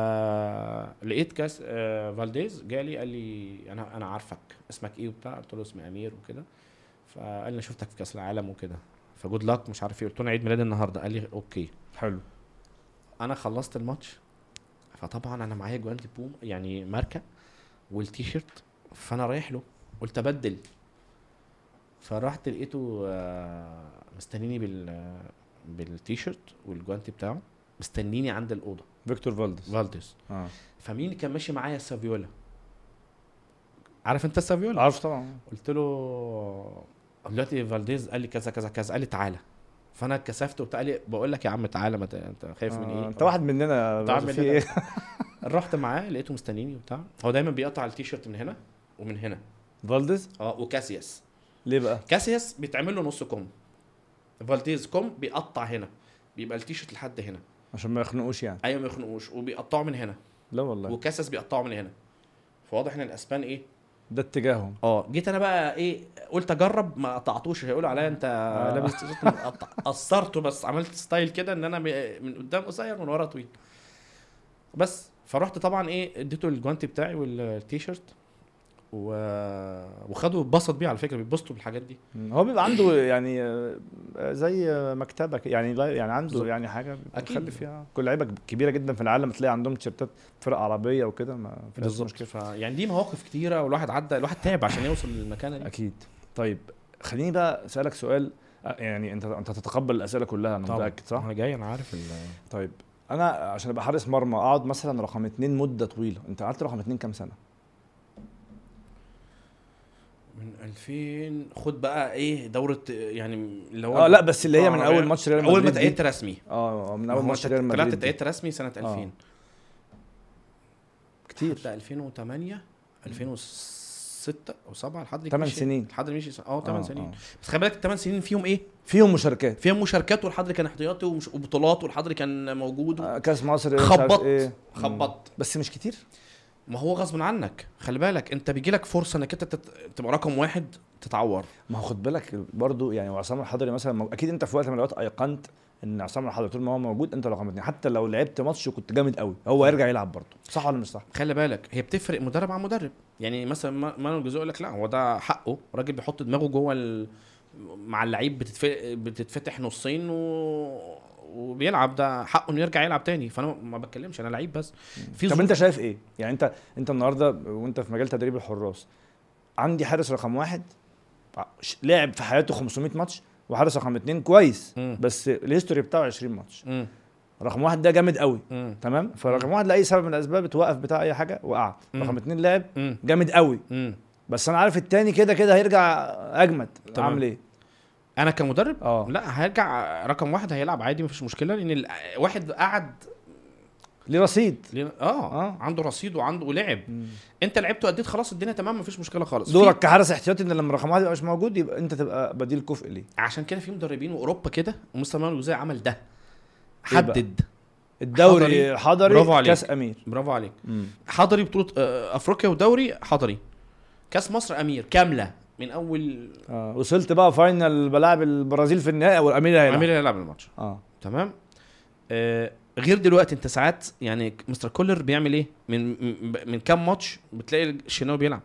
فلقيت كاس آه فالديز جالي قال لي انا انا عارفك اسمك ايه وبتاع. قلت له اسمي امير وكده. فقال لي انا شفتك في كاس العالم وكده فجود لاك مش عارف ايه. قلت له عيد ميلادي النهارده. قال لي اوكي. حلو. انا خلصت الماتش فطبعا انا معايا جوانتي بوم يعني ماركه والتيشيرت. فانا رايح له قلت ابدل. فرحت لقيته آه مستنيني بال بالتيشيرت والجوانتي بتاعه مستنيني عند الاوضه. فيكتور فالديز فالديز. اه فمين كان ماشي معايا؟ سافيولا. عارف انت سافيولا؟ عارف طبعا. قلت له دلوقتي فالديز قال لي كذا كذا كذا. قال لي تعالى. فانا اتكسفت وبتاع لي بقول لك يا عم تعالى ما ت- انت خايف من آه. ايه؟ انت واحد مننا انت واحد في مننا. ايه؟ رحت معاه لقيته مستنيني وبتاع. هو دايما بيقطع التيشيرت من هنا ومن هنا. فالديز اه وكاسياس. ليه بقى؟ كاسياس بيتعمل له نص كم. فالديز كم بيقطع هنا بيبقى التيشيرت لحد هنا. عشان ما يخنقوش يعني. ايوه ما يخنقوش وبيقطعه من هنا. لا والله وكاسياس بيقطعه من هنا. فواضح ان الاسبان ايه ده اتجاههم. اه. جيت انا بقى ايه قلت اجرب ما قطعتوش هيقولوا عليا انت آه. لابس تيشيرت مقطع. قصرته بس عملت ستايل كده ان انا م- من قدام قصير من ورا طويل بس. فرحت طبعا ايه اديته الجوانتي بتاعي والتيشيرت و... وخدوا اتبسط بيه على فكره بيتبسطوا بالحاجات دي. مم. هو بيبقى عنده يعني آه، زي آه، مكتبه كده، يعني لا- يعني عنده بالظبط. يعني حاجه أكيد. بيخلي فيها كل لعيبه كبيره جدا في العالم تلاقي عندهم تيشيرتات فرق عربيه وكده ما في ناس بالظبط. مشكله. فيعني دي مواقف كتيره والواحد عدى الواحد تعب عشان يوصل للمكانه دي. اكيد. طيب خليني بقى اسالك سؤال آه، يعني انت انت تتقبل الاسئله كلها انا طبعاً. متاكد صح؟ انا جاي انا عارف ال... طيب انا عشان ابقى حارس مرمى اقعد مثلا رقم اتنين مده طويله، انت قعدت رقم اتنين كام سنه؟ من ألفين خد بقى ايه دوره يعني اللي هو اه لا بس اللي هي من العربية. اول ماتش ريال اول ما مدريد دي. اتعيدت رسمي. اه من ما اول هو ماتش ريال طلعت مدريد دي. اتعيدت رسمي سنه ألفين. كتير. حتى ألفين وثمانية ألفين وستة او سبعة لحد تمن سنين. لحد مشي سنة. اه ثمان آه، سنين. آه. بس خلي بالك الثمان سنين فيهم ايه؟ فيهم مشاركات فيهم مشاركات والحضري كان احتياطي ومش... وبطولات والحضري كان موجود و... آه، كاس مصر مش عارف خبط ايه. خبط. بس مش كتير. ما هو غصب عنك خلي بالك انت بيجي لك فرصه انك انت تت... تبقى رقم واحد تتعور. ما هو خد بالك برضو يعني عصام الحضري مثلا مو... اكيد انت في وقت من الاوقات ايقنت ان عصام الحضري طول ما هو موجود انت رقم اتنين، حتى لو لعبت ماتش وكنت جامد قوي هو يرجع يلعب برضو، صح ولا مش صح؟ خلي بالك هي بتفرق مدرب عن مدرب. يعني مثلا ما- مانويل جوزيه يقول لك لا هو ده حقه راجل بيحط دماغه جوه ال... مع اللعيب بتتف... بتتفتح نصين و... وبيلعب ده حقه انه يرجع يلعب تاني. فانا ما بتكلمش، انا لعيب بس. في طب انت شايف ايه يعني؟ انت انت النهارده وانت في مجال تدريب الحراس، عندي حارس رقم واحد لعب في حياته خمسمية ماتش، وحارس رقم اتنين كويس م. بس الهيستوري بتاعه عشرين ماتش. م. رقم واحد ده جامد قوي م. تمام، فرقم واحد لاي سبب من الاسباب اتوقف بتاع اي حاجه وقعد. رقم اتنين لعب م. جامد قوي م. بس انا عارف التاني كده كده هيرجع اجمد. عامل ايه انا كمدرب؟ اه لا هيرجع رقم واحد، هيلعب عادي مفيش مشكله، لان واحد قعد ليه رصيد. ليه؟ آه. اه عنده رصيد وعنده ولعب. مم. انت لعبت واديت خلاص الدنيا تمام مفيش مشكله خالص. دورك كحارس احتياطي ان لما رقم واحد يبقى مش موجود يبقى انت تبقى بديل كفء ليه. عشان كده في مدربين واوروبا كده، ومستر مانويل جوزيه عمل ده، حدد الدوري حضري كاس امير. برافو عليك. مم. حضري بطوله افريقيا ودوري حضري، كاس مصر امير كامله من اول. اه وصلت بقى فاينل بلاعب البرازيل في النهائي والامير هيلعب الامير هيلعب الماتش. اه تمام. آه غير دلوقتي انت ساعات يعني مستر كولر بيعمل ايه من من كام ماتش بتلاقي الشناوي بيلعب.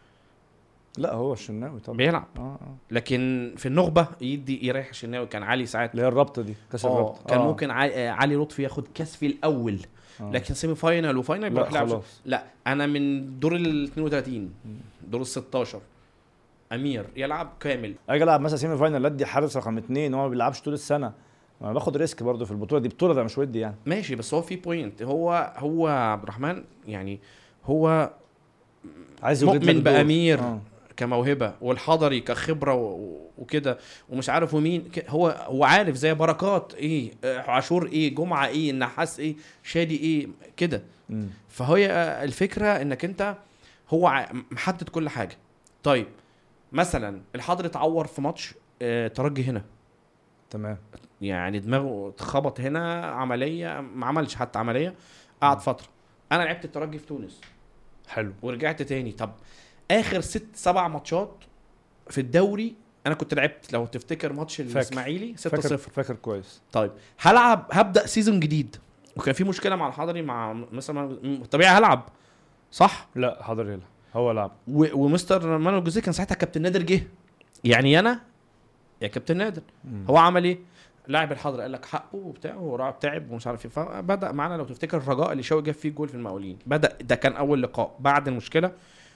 لا هو الشناوي طبعا بيلعب اه اه لكن في النخبه يدي يريح الشناوي. كان علي ساعات اللي هي الرابطه دي كاس الرابطه كان آه. ممكن علي لطفي ياخد كاس في الاول آه. لكن سيمي فاينل وفاينل بيروح يلعب. لا انا من دور ال اتنين وتلاتين دور ال ستاشر امير يلعب كامل. اجي العب مثلا سيمي فاينل ادي حارس رقم اتنين هو ما بيلعبش طول السنه، انا باخد ريسك برضو في البطوله دي. بطوله ده مش ودي يعني. ماشي بس هو في بوينت. هو هو عبد الرحمن يعني هو عايز مؤمن بامير آه. كموهبه، والحضري كخبره وكده ومش عارف ومين. هو هو عارف زي بركات ايه، عاشور ايه، جمعه ايه، النحاس ايه، شادي ايه كده. فهي الفكره انك انت هو محدد كل حاجه. طيب مثلا الحضري اتعور في ماتش اه ترجي هنا تمام، يعني دماغه اتخبط هنا، عمليه ما عملش حتى عمليه، قعد فتره. انا لعبت الترجي في تونس حلو ورجعت تاني. طب اخر ست سبع ماتشات في الدوري انا كنت لعبت لو تفتكر ماتش الاسماعيلي ستة صفر. فاكر, فاكر كويس. طيب هلعب هبدا سيزون جديد وكان في مشكله مع الحضري مع مثلا طبيعي هلعب صح؟ لا حضري لا هو لعب ومستر مانويل جوزيه كان ساعتها كابتن نادر جه. يعني انا يا كابتن نادر مم. هو عمل ايه؟ لاعب الحضري قال لك حقه وبتاع وراح تعب ومش عارف ايه. فبدا معانا لو تفتكر الرجاء اللي شوقي جاب فيه جول في المقاولين، بدا ده كان اول لقاء بعد المشكله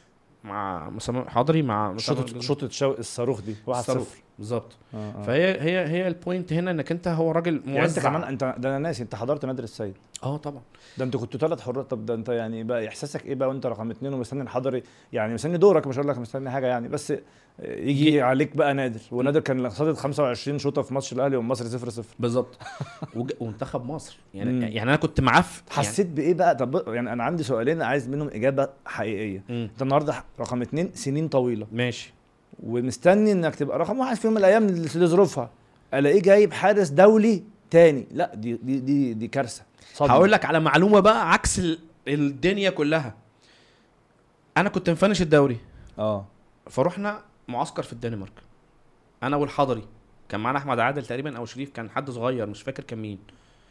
مع مسامح حضري مع شوطه شوطه شوقي الصاروخ دي واحد صفر بالظبط. آه آه. فهي هي هي البوينت هنا انك انت هو راجل موزع. يعني انت كمان انت ده انا ناسي انت حضرت نادر السيد. اه طبعا ده انت كنت ثلاث حرات. طب ده انت يعني بقى احساسك ايه بقى وانت رقم اتنين ومستني الحضري؟ يعني مستني دورك، مش هقول لك مستني حاجه يعني، بس يجي جي. عليك بقى نادر، ونادر كان صادت خمسة وعشرين شوطه في ماتش الاهلي والمصري صفر صفر بالظبط. ومنتخب مصر يعني مم. يعني انا كنت معاه حسيت يعني بايه بقى؟ طب يعني انا عندي سؤالين عايز منهم اجابه حقيقيه. مم. انت النهارده رقم اتنين سنين طويله ماشي، ومستني انك تبقى رقم واحد في يوم من الايام لظروفها، الاقيه جايب حارس دولي تاني. لا دي دي دي, دي كارثه. هقول لك على معلومه بقى عكس الدنيا كلها. انا كنت مفنش الدوري اه فروحنا معسكر في الدنمارك انا والحضري، كان معانا احمد عادل تقريبا او شريف، كان حد صغير مش فاكر كان مين.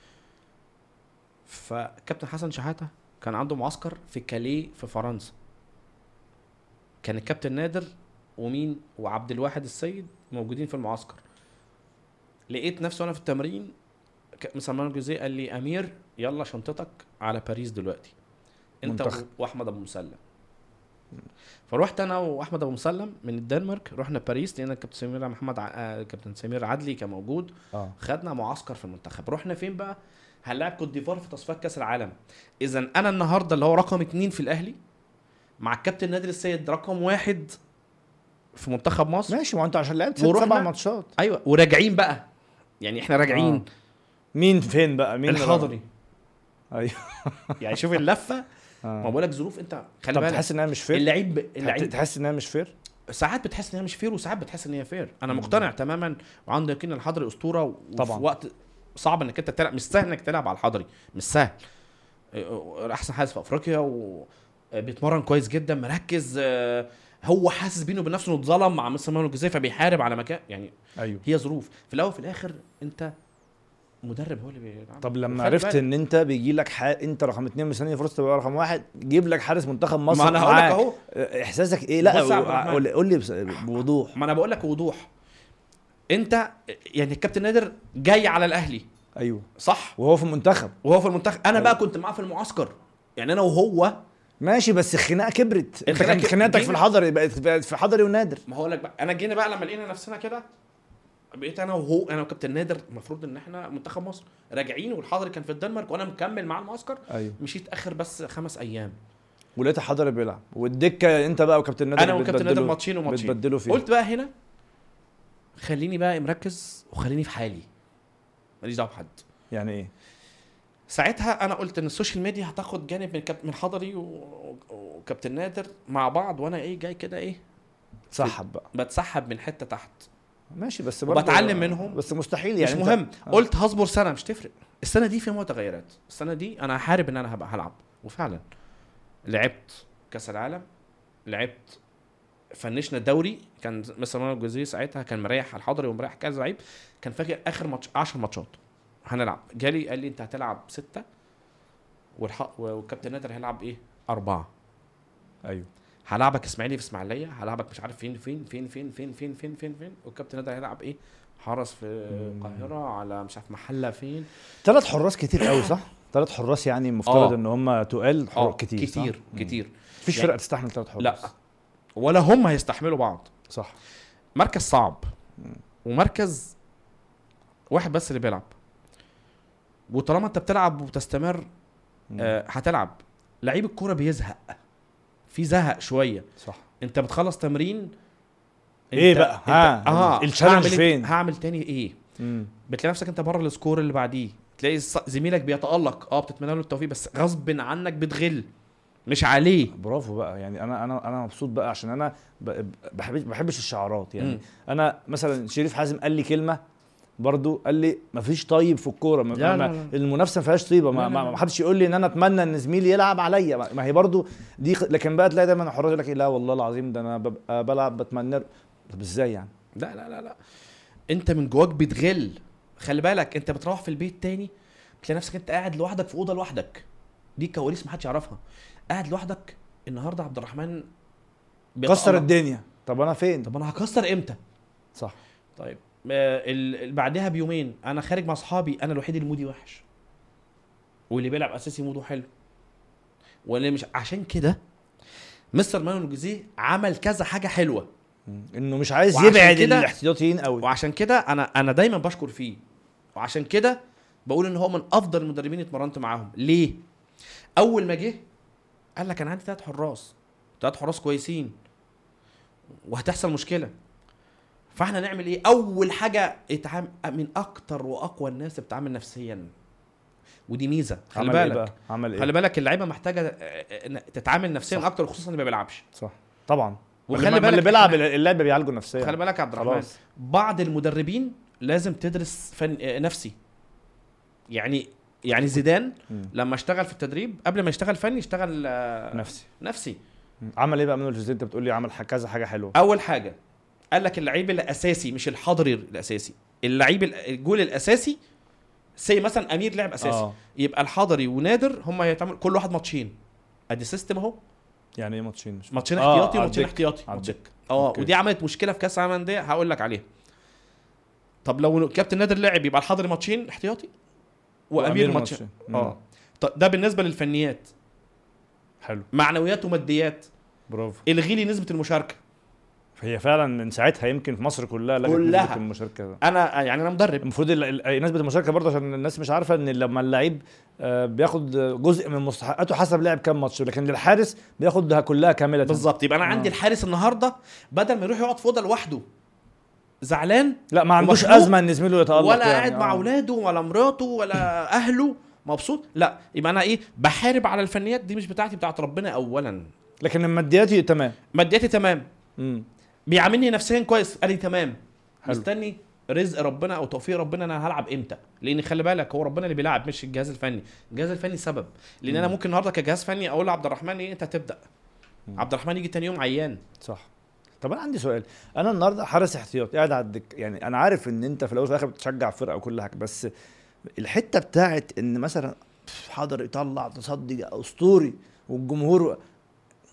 فكابتن حسن شحاته كان عنده معسكر في كاليه في فرنسا، كان الكابتن نادر ومين وعبد الواحد السيد موجودين في المعسكر. لقيت نفسي وانا في التمرين مستر مانويل جوزيه قال لي امير يلا شنطتك على باريس دلوقتي انت منتخب. واحمد ابو مسلم. فروحت انا واحمد ابو مسلم من الدنمارك، رحنا باريس لان الكابتن سمير محمد ع... كابتن سمير عدلي كان موجود. آه. خدنا معسكر في المنتخب. رحنا فين بقى؟ هنلعب كوت ديفوار في تصفيات كاس العالم. اذا انا النهارده اللي هو رقم اتنين في الاهلي مع الكابتن نادر السيد رقم واحد في منتخب مصر. ماشي، ما انت عشان لعبت ست سبع ماتشات. ايوه وراجعين بقى، يعني احنا راجعين. آه. مين فين بقى؟ مين الحضري؟ ايوه يعني شوف اللفه. آه. ما بقولك ظروف انت خلي بالك. بتحس انها مش فير؟ اللعيب اللعيب تحس انها مش فير؟ ساعات بتحس انها مش فير وساعات بتحس ان هي فير. انا مقتنع مم. تماما وعندي يقين الحضري اسطوره، وفي وقت صعب انك انت تلعب، مش سهل انك تلعب على الحضري، مش سهل. احسن حارس في افريقيا وبيتمرن كويس جدا مركز. هو حاسس بينه وبين نفسه انه اتظلم مع مستر مانويل جوزيه فبيحارب على مكان يعني. أيوه. هي ظروف في الاول وفي الاخر. انت مدرب هو اللي بيلعب. طب لما عرفت بالك ان انت بيجي لك ح... انت رقم اتنين مستني فرصه تبقى رقم واحد، جيب لك حارس منتخب مصر. ما انا هقول لك اهو احساسك ايه؟ لا قول لي بوضوح. ما انا بقول لك بوضوح. انت يعني الكابتن نادر جاي على الاهلي ايوه صح، وهو في المنتخب وهو في المنتخب. انا بقى كنت معاه في المعسكر، يعني انا وهو. ماشي، بس الخناقه كبرت. انت الخناقة كانت كب- خناقتك جينا- في الحضري بقت بقت في حضري ونادر. ما هقول لك بقى، انا جينا بقى لما لقينا نفسنا كده، بقيت انا وهو، انا وكابتن نادر، المفروض ان احنا منتخب مصر راجعين، والحضري كان في الدنمارك وانا مكمل مع المعسكر. ايوه مشيت اخر بس خمس ايام، ولقيت حضري بيلعب والدكه انت بقى وكابتن نادر انا وكابتن نادر بتبدلوا- ماتشين وماتشين. بتبدلوا فيه. قلت بقى هنا خليني بقى مركز وخليني في حالي، ماليش دعوه بحد. يعني ايه؟ ساعتها انا قلت ان السوشيال ميديا هتاخد جانب من كاب... من حضري و... وكابتن نادر مع بعض، وانا ايه جاي كده ايه سحب بقى. بتسحب من حته تحت، ماشي بس برضه وبتعلم منهم. بس مستحيل يعني مش انت- مهم. آه. قلت هصبر سنه مش تفرق، السنه دي فيها متغيرات، السنه دي انا هحارب ان انا هبقى هلعب. وفعلا لعبت كاس العالم، لعبت فنشنا الدوري. كان مستر مانويل الجوزيه ساعتها كان مريح الحضري ومريح كذا لعيب، كان فاكر اخر ماتش عشر ماتشات هنلعب، جالي قال لي انت هتلعب ستة والحق والكابتن نادر هيلعب ايه أربعة. ايوه هلعبك اسماعيلي في اسماعيليه، هلعبك مش عارف فين فين فين فين فين فين فين فين فين والكابتن نادر هيلعب ايه حرس في القاهره على مش عارف محله فين. ثلاث حراس كتير قوي صح؟ ثلاث حراس يعني المفترض آه. ان هم تقال اه كتير كتير صح؟ كتير مفيش يعني فرقه تستحمل ثلاث حراس. لا، ولا هم هيستحملوا بعض. صح. مركز صعب، ومركز واحد بس اللي بيلعب، وطالما انت بتلعب وتستمر آه هتلعب. لعيب الكوره بيزهق، في زهق شويه. صح. انت بتخلص تمرين ايه انت- بقى؟ انت- ها اه التشالنج هعمل فين؟ هعمل تاني ايه؟ مم. بتلاقي نفسك انت بره السكور اللي بعديه، تلاقي الص- زميلك بيتألق، اه بتتمنى له التوفيق، بس غصب عنك بتغل مش عليه. برافو بقى. يعني انا انا انا مبسوط بقى عشان انا ب- بحب بحبش الشعارات يعني. مم. انا مثلا شريف حازم قال لي كلمه برضو، قال لي مفيش طيب في الكوره، ما لا ما لا لا. المنافسه ما فيهاش طيبه، ما, لا لا ما, لا. ما حدش يقول لي ان انا اتمنى ان زميلي يلعب عليا، ما ما هي برضو دي. لكن بقى تلاقي دايما حراس يقول لك إيه، لا والله العظيم ده انا ببقى بلعب بتمنى له. طب ازاي يعني؟ لا لا لا لا، انت من جواك بتغل. خلي بالك انت بتروح في البيت تاني تلاقي نفسك انت قاعد لوحدك في اوضه لوحدك، دي كواليس محدش يعرفها. قاعد لوحدك النهارده عبد الرحمن بيتألق. كسر الدنيا، طب انا فين؟ طب انا هكسر امتى؟ صح. طيب آه، ال- ال- بعدها بيومين انا خارج مع اصحابي، انا الوحيد اللي مودي وحش، واللي بيلعب اساسي موده حلو، واللي مش. عشان كده مستر مانويل الجوزيه عمل كذا حاجه حلوه، مم. انه مش عايز وعشان يبعد كده- الاحتياطيين قوي. وعشان كده انا انا دايما بشكر فيه، وعشان كده بقول ان هو من افضل المدربين اللي اتمرنت معاهم. ليه؟ اول ما جه قال لك انا عندي ثلاث حراس، ثلاث حراس كويسين وهتحصل مشكله، فاحنا نعمل ايه؟ اول حاجه اتعامل من اكتر واقوى الناس بتتعامل نفسيا، ودي ميزه. خلي عمل ايه بالك بقى؟ عمل ايه؟ خلي بالك اللعيبه محتاجه آه، آه، تتعامل نفسيا صح. اكتر، خصوصا اللي ما بيلعبش. صح طبعا. وخلي وخلي بالك اللي بيلعب إحنا- اللعب بيعالجه نفسيا. خلي بالك يا عبد الرحمن، خلاص. بعض المدربين لازم تدرس فن آه، نفسي. يعني يعني زيدان مم. لما اشتغل في التدريب قبل ما يشتغل فني اشتغل آه، نفسي. نفسي. مم. عمل ايه بقى منه الجزء؟ انت بتقول لي عمل ح- كذا حاجه حلوه. اول حاجه قال لك اللعيب الاساسي مش الحضري الاساسي، اللعيب ال- الجول الاساسي سي مثلا امير لعب اساسي آه. يبقى الحضري ونادر هم هيتعمل كل واحد ماتشين، ادي سيستم اهو، يعني ايه ماتشين؟ مش ماتشين آه، احتياطي على وماتشين الدكة. احتياطي على ماتشين. الدكة. اه أوكي. ودي عملت مشكله في كاس العالم للانديه هقول لك عليها. طب لو كابتن نادر لعب يبقى الحضري ماتشين احتياطي وامير ماتشين. مم. اه طب ده بالنسبه للفنيات، حلو. معنويات وماديات. برافو. الغي لي نسبه المشاركه. هي فعلا من ساعتها يمكن في مصر كلها لقت كلها. نسبة المشاركه ده. انا يعني انا مدرب المفروض ال- ال- نسبه المشاركه برضه عشان الناس مش عارفه ان لما اللعيب آه، بياخد جزء من مستحقاته حسب لعب كام ماتش، لكن للحارس بياخدها كلها كامله. بالظبط. يبقى انا عندي آه. الحارس النهارده بدل ما يروح يقعد في اوضه لوحده زعلان لا ما عندوش ومخنوق، ازمه ان زميله يتالق ولا يعني. قاعد مع آه. اولاده ولا مراته ولا اهله مبسوط، لا يبقى انا ايه بحارب على الفنيات دي، مش بتاعتي، بتاعت ربنا اولا. لكن الماديات تمام. مادياتي تمام، امم بيعاملني نفسيا كويس، قال لي تمام. حلو. مستني رزق ربنا او توفيق ربنا انا هلعب امتى، لان خلي بالك هو ربنا اللي بيلعب مش الجهاز الفني. الجهاز الفني سبب، لان انا ممكن النهارده كجهاز فني اقول لعبد الرحمن ايه انت هتبدا، عبد الرحمن يجي تاني يوم عيان. صح. طب انا عندي سؤال، انا النهارده حارس احتياطي قاعد على الدك، يعني انا عارف ان انت في الاول وفي الاخر بتشجع فرقه وكل حاجه، بس الحته بتاعت ان مثلا حاضر يطلع تصدي اسطوري والجمهور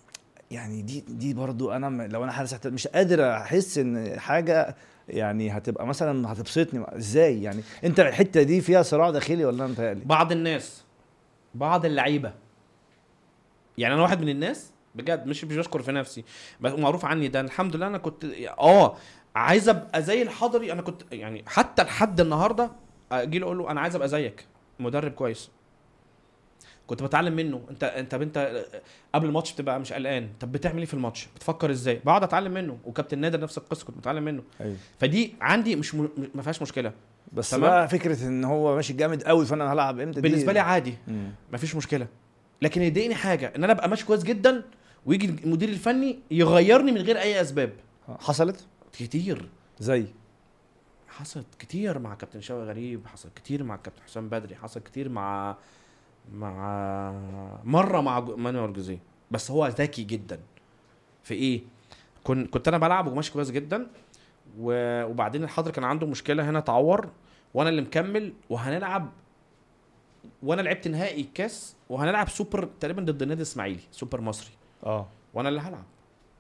يعني دي دي برضو انا م- لو انا حارس احتياطي مش قادر احس ان حاجه يعني هتبقى مثلا هتبسطني ازاي. يعني انت الحته دي فيها صراع داخلي ولا انا متهيألي؟ بعض الناس، بعض اللعيبه، يعني انا واحد من الناس بجد، مش مش بشكر في نفسي بس معروف عني ده، الحمد لله انا كنت اه عايز ابقى زي الحضري. انا كنت يعني حتى لحد النهارده اجي له اقول له انا عايز ابقى زيك، مدرب كويس. كنت بتعلم منه. انت انت انت قبل الماتش بتبقى مش قلقان، طب بتعمل ايه في الماتش، بتفكر ازاي، بقعد اتعلم منه. وكابتن نادر نفس القصه كنت بتعلم منه. ايوه. فدي عندي مش م... ما فيهاش مشكله. بس تمام. بقى فكره ان هو ماشي جامد قوي فانا هلعب امتى دي بالنسبه لي عادي، مم. ما فيش مشكله. لكن يضايقني حاجه ان انا ابقى ماشي كويس جدا ويجي المدير الفني يغيرني من غير اي اسباب. حصلت كتير، زي حصلت كتير مع كابتن شوقي غريب، حصل كتير مع كابتن حسام بدري، حصل كتير مع مع مره مع جو- مانويل جوزيه. بس هو ذكي جدا في ايه. كنت كنت انا بلعب وماشي كويس جدا و- وبعدين الحضر كان عنده مشكله هنا، تعور وانا اللي مكمل، وهنلعب وانا لعبت نهائي الكاس وهنلعب سوبر تقريبا ضد النادي الاسماعيلي، سوبر مصري، اه وانا اللي هلعب.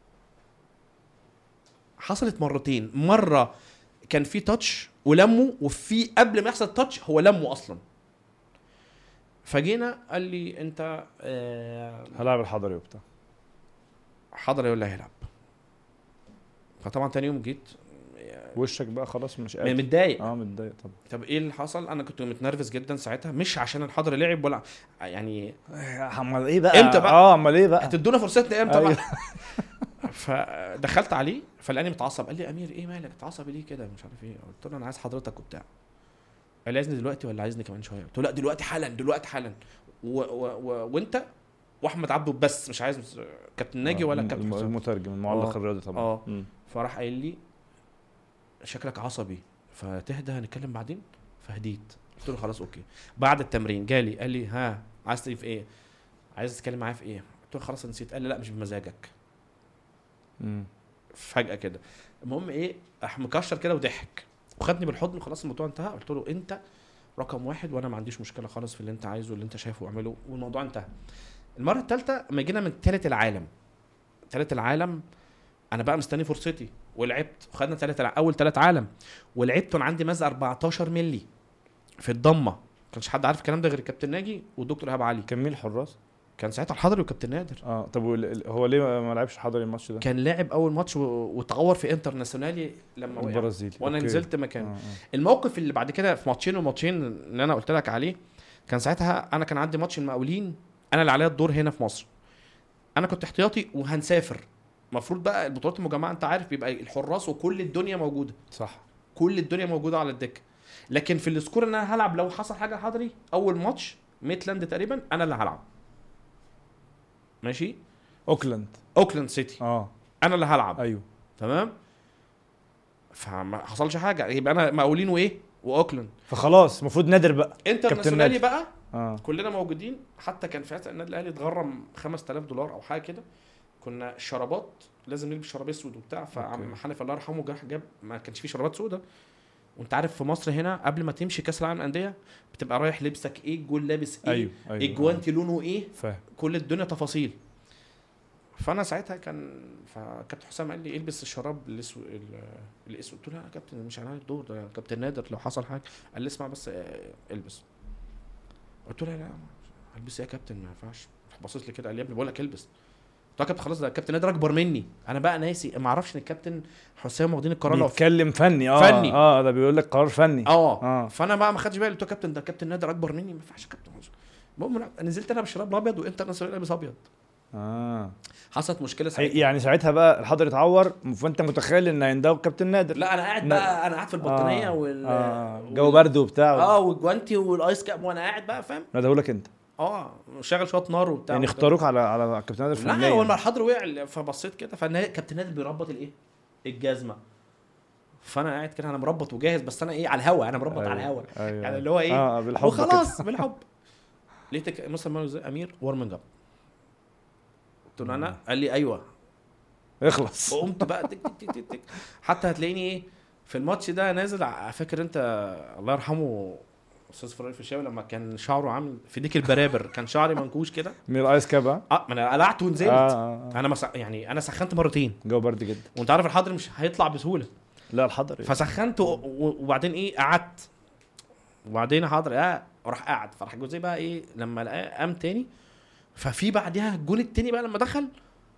حصلت مرتين، مره كان في تاتش ولمه، وفي قبل ما يحصل تاتش هو لمه اصلا. فجينا قال لي انت آه هلعب الحضري وبتاع، حاضر يقول لي هيلعب. فطبعا تاني يوم جيت وشك بقى خلاص مش قادر. متضايق. اه متضايق طبعا. طب ايه اللي حصل؟ انا كنت متنرفز جدا ساعتها، مش عشان الحضر لعب ولا يعني امال ايه بقى امتى بقى؟ اه امال ايه بقى هتدونا فرصتنا امتى أيوه. بقى؟ فدخلت عليه فلقاني متعصب، قال لي امير ايه مالك متعصب ليه كده مش عارف ايه. قلت له انا عايز حضرتك وبتاع. قال لي عايزني دلوقتي ولا عايزني كمان شويه؟ قلت له لا دلوقتي حالا، دلوقتي حالا. و و و وانت واحمد عبده بس، مش عايز كابتن ناجي ولا الم- كابتن الم- حسام. المترجم المعلق آه. الرياضي طبعا. اه مم. فراح قايل لي شكلك عصبي فتهدى هنتكلم بعدين. فهديت، قلت له خلاص اوكي. بعد التمرين جالي قال لي ها عايز تيجي في ايه، عايز تتكلم معايا في ايه؟ قلت له خلاص نسيت. قال لي لا مش بمزاجك. مم. فجأة كده المهم ايه، راح مكشر كده وضحك وخدني بالحضن وخلاص الموضوع انتهى. قلت له انت رقم واحد وانا ما عنديش مشكله خالص في اللي انت عايزه واللي انت شايفه اعمله، والموضوع انتهى. المره الثالثه لما جينا من ثالث العالم، ثالث العالم انا بقى مستني فرصتي ولعبت وخدنا ثالث اول ثالث عالم ولعبت وانا عندي مزق أربعتاشر مللي في الضمه. ما كانش حد عارف الكلام ده غير الكابتن ناجي والدكتور ايهاب علي. كان مين الحراس؟ كان ساعتها الحضري وكابتن نادر. اه طب وال- هو ليه ما لعبش حضري الماتش ده؟ كان لاعب اول ماتش و- وتعور في انترناسيونالي لما وقع البرازيلي وانا أوكي. نزلت مكانه. آه آه. الموقف اللي بعد كده في ماتشين وماتشين اللي انا قلت لك عليه، كان ساعتها انا كان عندي ماتش المقاولين، انا اللي عليا الدور هنا في مصر. انا كنت احتياطي وهنسافر، المفروض بقى البطولات المجمعه انت عارف بيبقى الحراس وكل الدنيا موجوده، صح كل الدنيا موجوده على الدكه. لكن في السكور ان انا هلعب لو حصل حاجه حضري اول ماتش ميتلاند تقريبا انا اللي هلعب ماشي، اوكلاند اوكلاند سيتي اه انا اللي هلعب ايوه تمام. فما حصلش حاجه، يبقى انا مقاولين وايه واوكلاند. فخلاص المفروض نادر بقى انترناسيونالي نادر. بقى اه كلنا موجودين. حتى كان في النادي الاهلي اتغرم خمسة آلاف دولار او حاجه كده. كنا الشرابات لازم نلبس شراب اسود وبتاع، فعم حنفي الله يرحمه جه جاب ما كانش فيه شرابات سودا. وانت عارف في مصر هنا قبل ما تمشي كاس العالم للانديه بتبقى رايح لبسك ايه، الجول لابس ايه، ايوه ايوه الجوانتي لونه ايه، فاهم. كل الدنيا تفاصيل. فانا ساعتها كان فكابتن حسام قال لي البس الشراب الاسود الاسود. قلت له يا كابتن مش عليا الدور ده، كابتن نادر لو حصل حاجه. قال لي اسمع بس البس. قلت له لا البس ايه يا كابتن ما ينفعش. باصص لي كده قال لي يا ابني بقول لك البس. قلت له كابتن خلاص ده الكابتن نادر اكبر مني، انا بقى ناسي ما اعرفش ان الكابتن حسام واخدين القرار لو بيتكلم فني اه فني. اه ده بيقول لك قرار فني اه اه فانا بقى ما خدتش بالي. قلت له كابتن ده كابتن نادر اكبر مني ما ينفعش كابتن. المهم نزلت انا بالشراب الابيض وانت نازل لابس ابيض. اه حصلت مشكله ساعتها. يعني ساعتها بقى الحضري اتعور فانت متخيل ان هينداو كابتن نادر. لا انا قاعد بقى انا قاعد في البطانيه آه وال آه جو برد وبتاع اه والجوانتي والايس كاب وانا قاعد بقى فاهم. ندهوا لك انت اه شغل شويه نار وبتاع يعني اختاروك على على كابتن نادر فنيا. لا هو لما الحضر وقع فبصيت كده فكابتن نادر بيربط الايه الجزمه. فانا قاعد كده انا مربط وجاهز بس انا ايه على الهوا انا مربط أيوة. على الهوا أيوة. يعني اللي هو ايه اه بالحب وخلاص بالحب. لقيتك مثلا زي امير وارمنج اب. قلت له انا قال لي ايوه اخلص. وقمت بقى تك تك تك تك. حتى هتلاقيني ايه في الماتش ده نازل فاكر انت الله يرحمه استاذ فرائد الفيشاوي لما كان شعره عامل في ديك البرابر كان شعري منكوش كده من الايس كاب. اه ما انا قلعت ونزلت. آه آه. انا مس... يعني انا سخنت مرتين، جو برد جدا، وانت عارف الحضر مش هيطلع بسهوله. لا الحضر فسخنت و... و... وبعدين ايه قعدت، وبعدين حاضر اه وراح قاعد. فراح جوزي بقى ايه لما لقاه قام تاني، ففي بعدها الجون التاني بقى لما دخل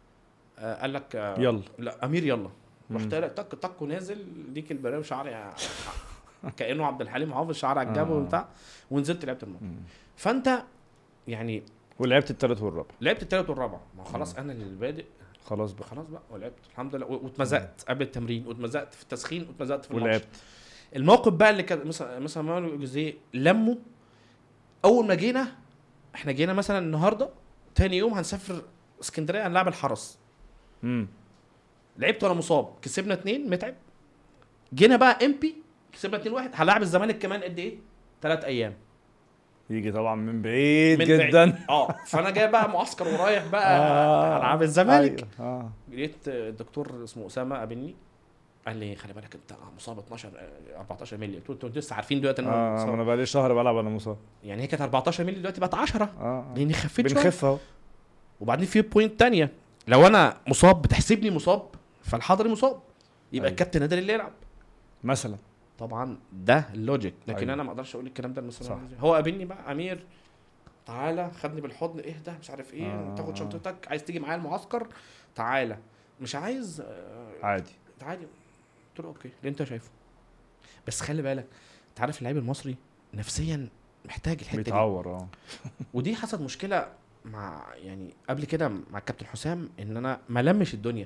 آه قال لك آه يلا لا امير يلا. رحت قال تك تك ونازل ديك البرام شعري كانه عبد الحليم حافظ شعر على الجبهه وبتاع، ونزلت لعبت الماتش. فانت يعني ولعبت الثالث والرابع. لعبت الثالث والرابع، ما خلاص انا اللي بادئ خلاص بقى خلاص بقى ولعبت الحمد لله، واتمزقت قبل التمرين، واتمزقت في التسخين، واتمزقت في الماتش. ولعبت. الموقف بقى اللي كان مثلا مثلا مانويل جوزيه لمه اول ما جينا، احنا جينا مثلا النهارده تاني يوم هنسافر اسكندريه هنلعب الحرس. امم لعبت وانا مصاب، كسبنا اتنين متعب. جينا بقى امبي كسبنا اتنين واحد، هنلعب الزمالك كمان قد ايه؟ ثلاث ايام. يجي طبعا من بعيد من جدا. بعيد. اه فانا جاي بقى معسكر ورايح بقى آه. العاب الزمالك. أيوة. اه لقيت الدكتور اسمه اسامه قابلني قال لي خلي بالك انت مصاب اتناشر اربعتاشر مللي. قلت له انتوا لسه عارفين دلوقتي ان اه انا انا بقى لي شهر بلعب على مصاب. يعني هي كانت اربعتاشر مللي دلوقتي بقت عشرة. اه لاني خفيت شويه. بنخف اهو. وبعدين في بوينت تانية، لو انا مصاب بتحسبني مصاب فالحضري مصاب، يبقى أيوة. الكابتن نادر اللي يلعب مثلا. طبعا ده اللوجيك، لكن أيوة. انا ما اقدرش اقول الكلام ده صح. مثلا. هو قابلني بقى امير تعالى، خدني بالحضن، اهدى مش عارف ايه آه. تاخد شنطتك، عايز تيجي معايا المعسكر تعالى، مش عايز آه، عادي. عادي. قلت له اوكي اللي انت شايفه. بس خلي بالك انت عارف اللاعب المصري نفسيا محتاج الحته دي، بيتعور اه. ودي حصلت مشكله مع يعني قبل كده مع الكابتن حسام، ان انا ما لمش الدنيا.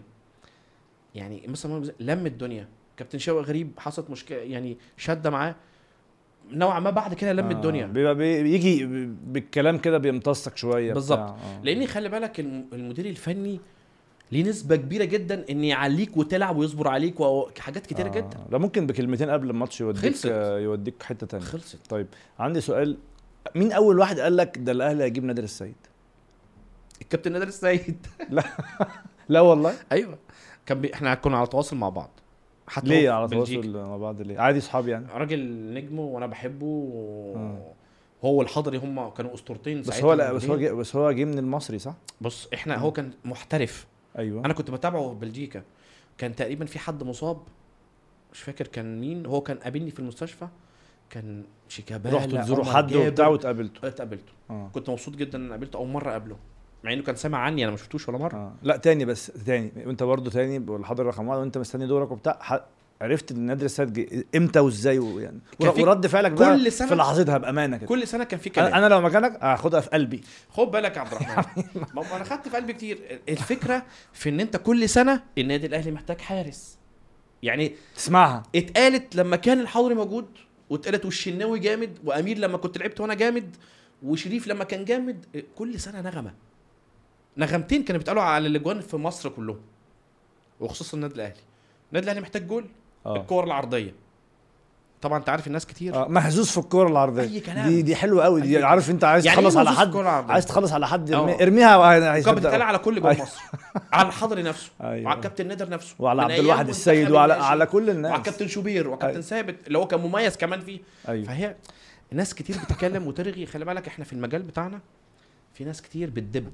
يعني مثلا لم الدنيا كابتن شوقي غريب حصلت مشكله يعني شده معاه نوعا ما، بعد كده لم آه. الدنيا بيبقى بيجي بالكلام كده بيمتصك شويه بالظبط. آه. لاني خلي بالك المدير الفني ليه نسبه كبيره جدا ان يعليك وتلعب ويصبر عليك وحاجات كتيره آه. جدا. ده ممكن بكلمتين قبل الماتش يوديك خلصت. يوديك حته تانية. خلصت. طيب عندي سؤال، مين اول واحد قال لك ده الاهلي هيجيب نادر السيد؟ الكابتن نادر السيد. لا لا والله. ايوه كان بي... احنا كنا على تواصل مع بعض. حتى ليه على تواصل مع بعض ليه؟ عادي صحاب يعني. راجل نجم وانا بحبه و... هو الحضري هم كانوا اسطورتين بس هو لا بس هو جي... بس هو جه من المصري صح؟ بص احنا هو كان محترف. ايوه انا كنت بتابعه في بلجيكا، كان تقريبا في حد مصاب مش فاكر كان مين، هو كان قابلني في المستشفى، كان شيكابالا، رحت تزوروا حد وبتاع واتقابلته؟ اتقابلته آه. كنت مبسوط جدا ان قابلته اول مره قابله، مع انه كان سامع عني انا ما شفتوش ولا مره. آه. لا تاني بس تاني وانت برضو تاني والحضر رقم واحد وانت مستني دورك وبتاع ح... عرفت ان نادر السيد امتى وازاي ويعني ورد فعلك بقى كل سنة في لحظتها بامانه كده؟ كل سنه كان في كلام. انا لو مكانك هاخدها في قلبي. خد بالك يا عبد الرحمن ما انا خدت في قلبي كتير. الفكره في ان انت كل سنه النادي الاهلي محتاج حارس، يعني تسمعها اتقالت لما كان الحضري موجود، واتقالت والشناوي جامد، وامير لما كنت لعبت وانا جامد، وشريف لما كان جامد. كل سنه نغمه نغمتين كانوا بيتقالوا على الاجوان في مصر كلهم، وخصوصا النادي الاهلي. النادي الاهلي محتاج جول. آه. الكور العرضيه طبعا انت عارف الناس كتير آه. محزوز في الكور العرضيه. اي كلام. دي دي حلوه قوي دي. عارف انت عايز يعني تخلص على حد، عايز تخلص على حد ارمي... ارميها. كانت بتتقال على كل جول مصر، على الحضري نفسه أيوة. وعلى الكابتن نادر نفسه وعلى عبد الواحد السيد وعلى على كل الناس، وعلى الكابتن شوبير وكابتن أيوة. ثابت اللي هو كان مميز كمان فيه. أيوة. فهي ناس كتير بتتكلم وترغي. خلي بالك احنا في المجال بتاعنا في ناس كتير بتدب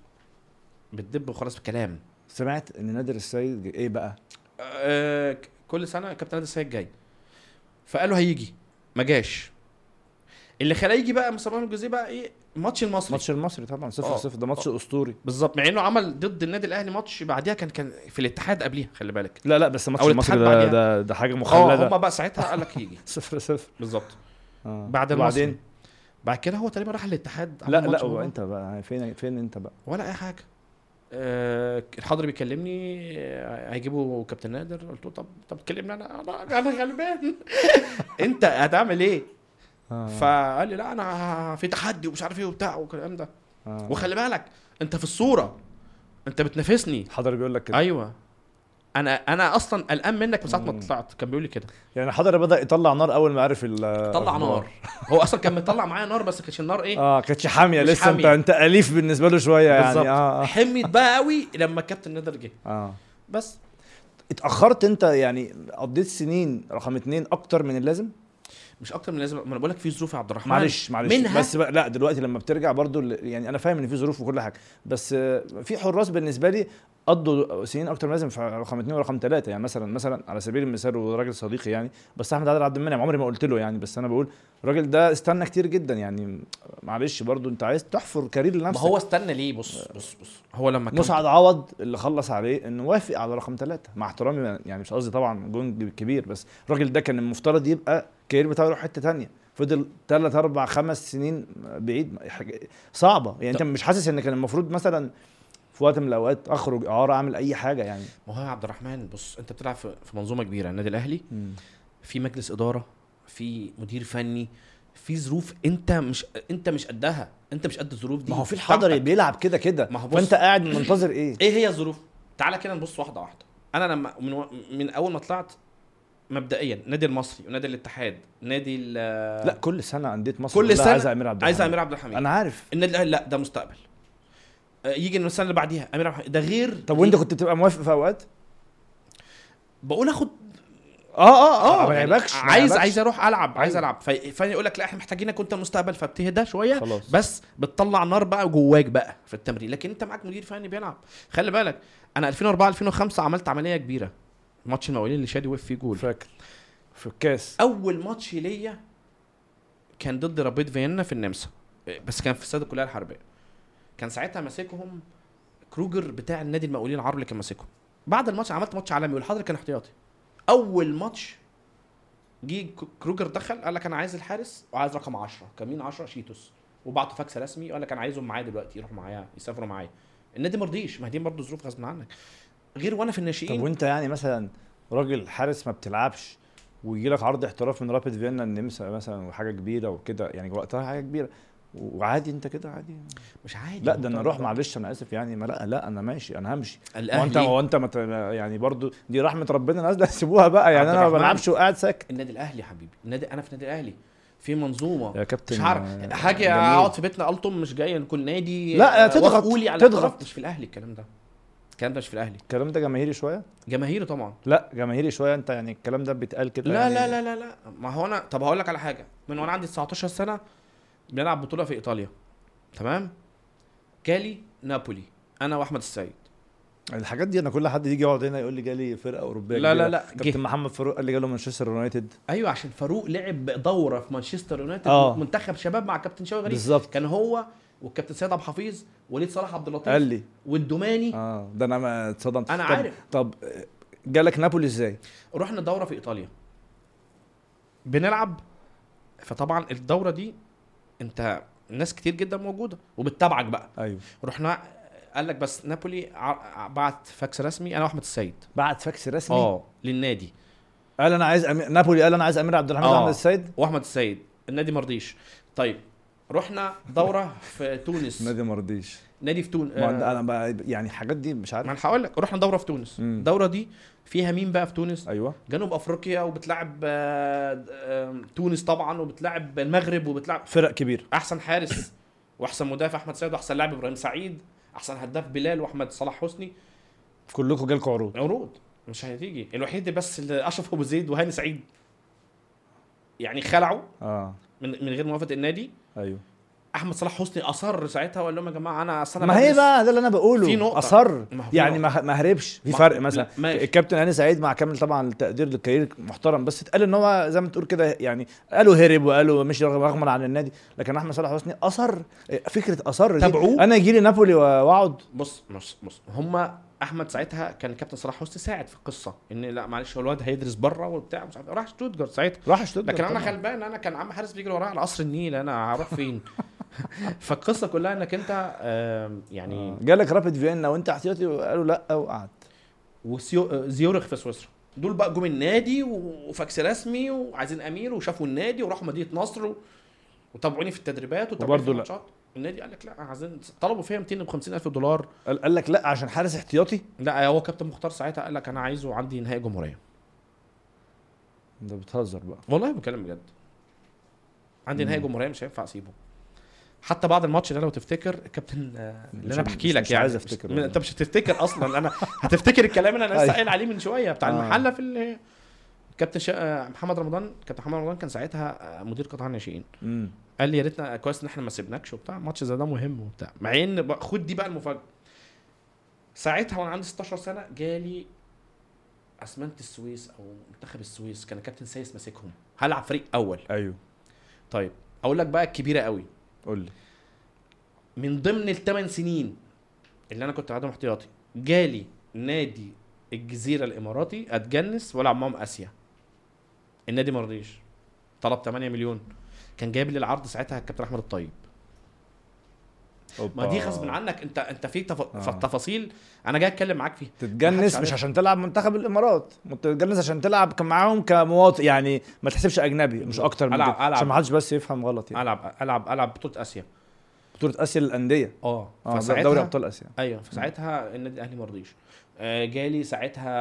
بتدب وخلاص بكلام. سمعت ان نادر السيد ايه بقى؟ آه كل سنه كابتن نادر السيد جاي، فقالوا هيجي ما جاش. اللي خلاه يجي بقى مصطفى الجوزيه بقى ايه؟ ماتش المصري. ماتش المصري طبعا صفر صفر ده ماتش اسطوري بالظبط، مع انه عمل ضد النادي الاهلي ماتش بعديها كان كان في الاتحاد قبليها. خلي بالك لا لا بس ماتش المصري ده, ده ده حاجه مخلده. اه هم بقى ساعتها قال لك يجي صفر صفر بالظبط. آه. بعد المصري بعد كده هو تقريبا راح الاتحاد. لا لا هو انت بقى فين فين انت بقى ولا اي حاجه. أه الحضري بيكلمني هيجيبوا كابتن نادر. قلت له طب طب تكلمني انا انا غلبان انت هتعمل ايه؟ آه. فقال لي لا انا في تحدي ومش عارف ايه وبتاع والكلام ده. آه. وخلي بالك انت في الصوره انت بتنافسني. الحضري بيقول لك كده. ايوه انا انا اصلا قلقان منك من ساعه ما طلعت. كان بيقول لي كده يعني الحضري بدا يطلع نار اول ما عرف طلع نار. هو اصلا كان مطلع معايا نار بس كانش النار ايه اه كانتش حاميه لسه. انت انت اليف بالنسبه له شويه يعني. اه حميت بقى قوي لما الكابتن نادر جه. اه بس اتاخرت انت يعني قضيت سنين رقم اتنين اكتر من اللازم. مش اكتر من لازم. ما انا بقول لك في ظروف يا عبد الرحمن معلش معلش منها. بس بقى لا دلوقتي لما بترجع برضو يعني انا فاهم ان في ظروف وكل حاجه، بس في حراس بالنسبه لي قضوا سنين اكتر من لازم في رقم اثنين ورقم ثلاثه. يعني مثلا مثلا على سبيل المثال وراجل صديقي يعني، بس احمد عادل عبد المنعم عمري ما قلت له يعني، بس انا بقول الراجل ده استنى كتير جدا يعني. معلش برضو انت عايز تحفر كارير ما لنفسك. هو استنى ليه؟ بص بص بص هو لما كان مسعد عوض اللي خلص عليه انه وافق على رقم ثلاثة، مع احترامي يعني مش قصدي طبعا جون كبير، بس الراجل ده كان المفترض يبقى الكارير بتاعه يروح حته ثانيه، فضل ثلاث اربع خمس سنين بعيد. صعبه يعني. انت مش حاسس ان كان المفروض مثلا في وقت من الاوقات اخرج اعاره اعمل اي حاجه يعني؟ ما هو يا عبد الرحمن بص، انت بتلعب في في منظومه كبيره، النادي الاهلي مم. في مجلس اداره، في مدير فني، في ظروف انت مش انت مش قدها، انت مش قد الظروف دي. ما هو في الحضري بيلعب كده كده، فانت قاعد منتظر ايه؟ ايه هي الظروف؟ تعالى كده نبص واحده واحده. انا لما من, و... من اول ما طلعت مبدئيا نادي المصري ونادي الاتحاد نادي ال... لا كل سنه انديه مصر كل سنه عايز امير عبد عايز امير عبد الحميد. انا عارف النادي الاهلي لا ده مستقبل، يجي السنه اللي بعديها امير عبد الحميد ده غير. طب وانت كنت بتبقى موافق في اوقات؟ بقول اخد اه اه اه ما يعني يعجبكش عايز عايز اروح العب عايز أيوة. العب فانا يقول لك لا احنا محتاجينك وانت المستقبل، فبتهدى شويه خلاص. بس بتطلع نار بقى جواك بقى في التمرين، لكن انت معاك مدير فني بيلعب. خلي بالك انا ألفين وأربعة ألفين وخمسة عملت عمليه كبيره، ماتش المقاولين اللي شادي وقف فيه جول فاكر في الكاس. اول ماتش ليا كان ضد رابيد فيينا في النمسا، بس كان في استاد الكليه الحربيه. كان ساعتها ماسكهم كروجر بتاع النادي المقاولين العرب اللي كان ماسكهم. بعد الماتش عملت ماتش عالمي والحضر كان احتياطي. اول ماتش جه كروجر دخل قال لك انا عايز الحارس وعايز رقم عشرة، كان مين عشرة؟ شيتوس، وبعته فاكس رسمي وقال لك انا عايزهم معايا دلوقتي يروحوا معايا يسافروا معايا. النادي ما رضيش، ما دي برضه ظروف غصب عنك. غير وانا في الناشئين. طب وانت يعني مثلا راجل حارس ما بتلعبش ويجي لك عرض احتراف من رابيد فيينا النمسا مثلا وحاجه كبيره وكده، يعني وقتها حاجه كبيره وعادي انت كده عادي؟ مش عادي. لا ده انا اروح معلش انا اسف يعني ما لا لا انا ماشي انا همشي. وانت وانت مت... يعني برضو دي رحمه ربنا نازله سيبوها بقى يعني. انا ما بلعبش وقاعد ساكت. النادي الاهلي يا حبيبي، النادي انا في النادي الاهلي في منظومه يا كابتن. مش عارف حاجه اقعد في بيتنا الطم مش جاي كل نادي لا تضغط قولي على تضغط. مش في الاهلي الكلام ده، الكلام ده مش في الاهلي. الكلام ده جماهيري شويه. جماهيري طبعا. لا جماهيري شويه انت يعني الكلام ده بيتقال كده لا يعني. لا لا لا لا ما هو انا طب هقول لك على حاجه. من وانا عندي تسعتاشر سنه بنلعب بطوله في ايطاليا، تمام؟ جالي نابولي انا واحمد السيد. الحاجات دي انا كل حد يجي يقعد هنا يقول لي جالي فرقه اوروبيه. لا لا لا كابتن محمد فاروق قال لي جاله مانشستر يونايتد. ايوه عشان فاروق لعب دوره في مانشستر يونايتد آه. منتخب شباب مع كابتن شوقي غريب بالظبط. كان هو والكابتن سيد عبد الحفيظ وليد صلاح عبد اللطيف قال لي والدوماني. اه ده انا ما اتصدمت. انا طب عارف. طب جالك نابولي ازاي؟ رحنا دوره في ايطاليا بنلعب، فطبعا الدوره دي انت ناس كتير جدا موجوده وبتتابعك بقى. ايوه. رحنا قال لك بس نابولي بعت فاكس رسمي انا واحمد السيد. بعت فاكس رسمي اه للنادي قال انا عايز أمي... نابولي قال انا عايز امير عبد الحميد آه. احمد السيد واحمد السيد. النادي مرضيش. طيب رحنا دوره في تونس. النادي مرضيش. نادي في تونس. آه. انا بقى يعني حاجات دي مش عارف. ما انا هقول لك. رحنا دوره في تونس. مم. الدوره دي فيها مين بقى في تونس؟ ايوه جنوب افريقيا وبتلعب آه آه تونس طبعا وبتلعب المغرب وبتلعب فرق كبير. احسن حارس واحسن مدافع احمد سيد واحسن لاعب ابراهيم سعيد، احسن هداف بلال واحمد صلاح حسني. كلكم جالكم عروض. عروض مش هتيجي. الوحيد بس اللي اشرف ابو زيد وهاني سعيد يعني خلعوا اه من من غير موافقه النادي. ايوه. احمد صلاح حسني اصر ساعتها وقال لهم يا جماعه انا اصلا ما هي بقى ده اللي انا بقوله. في نقطة. اصر ما في يعني نقطة. ما هربش في ما- فرق مثلا. ماشي. الكابتن هاني سعيد مع كامل طبعا التقدير للكارير محترم، بس اتقال ان هو زي ما تقول كده يعني قالوا هرب وقالوا مش رغم عن النادي، لكن احمد صلاح حسني اصر. فكره اصر دي تابعوه. انا يجي لي نابولي واقعد. بص بص بص هم احمد ساعتها كان الكابتن صلاح حسني ساعد في القصه ان لا معلش هو الواد هيدرس بره وبتاع مش عارف راح شتوتجارت ساعتها. راح شتوتجارت. لكن انا طبعاً. غلبان انا كان عم حارس بيجري ورايا على قصر النيل انا هروح فين؟ فالقصه كلها انك انت آم، يعني آه. جالك رابيد فيينا وانت احتياطي وقالوا لا وقعدت. وزيورخ في سويسرا دول بقى جم النادي وفاكس رسمي وعايزين امير وشافوا النادي وراحوا مدينه نصر و- وتابعوني في التدريبات وتابعوني في وبرضه لا. الماتشات. النادي قال لك لا عايزين طلبوا فيها مئتين وخمسين الف دولار. قال قال لك لا عشان حارس احتياطي. لا هو كابتن مختار ساعتها قال لك انا عايزه عندي نهائي جمهوريه. انت بتهزر بقى. والله بكلم بجد عندي مم. نهائي جمهوريه مش هينفع اسيبه. حتى بعد الماتش ده لو تفتكر الكابتن آه، اللي مش- انا بحكي مش- لك مش يعني عايز أفتكر مش- والله. انت مش هتفتكر اصلا انا هتفتكر الكلام اللي انا لسه أيوة. قايل عليه من شويه بتاع آه. المحله في ال- كابتن شا... محمد رمضان كابتن محمد رمضان كان ساعتها مدير قطاع الناشئين. امم قال لي يا ريتنا كويس ان احنا ما سيبناكش وبتاع، ماتش زي ده مهم وبتاع. مع ان بقى- خد دي بقى المفاجاه، ساعتها وانا عندي ستاشر سنه جالي اسمنت السويس او منتخب السويس، كان كابتن سايس ماسكهم، هلعب فريق اول. ايوه طيب اقول لك بقى الكبيره قوي، قول لي. من ضمن الثمان سنين اللي انا كنت قاعد احتياطي جالي نادي الجزيره الاماراتي اتجنس والعب معاهم اسيا، النادي ما رضيش، طلب ثمانية مليون. كان جايب لي العرض ساعتها الكابتن احمد الطيب. ما دي غصب عنك، انت انت في تف... آه. التفاصيل انا جاي اتكلم معاك فيها. تتجنس مش عشان تلعب منتخب الامارات، تتجنس عشان تلعب كان معاهم كمواطن يعني، ما تحسبش اجنبي مش اكتر من ألعب كده، ألعب عشان ما حدش بس يفهم غلط يعني. العب العب العب بطوله اسيا، بطوله اسيا للانديه. اه اه فساعتها دوري ابطال اسيا. ايوه فساعتها النادي الاهلي ما رضيش. آه جالي ساعتها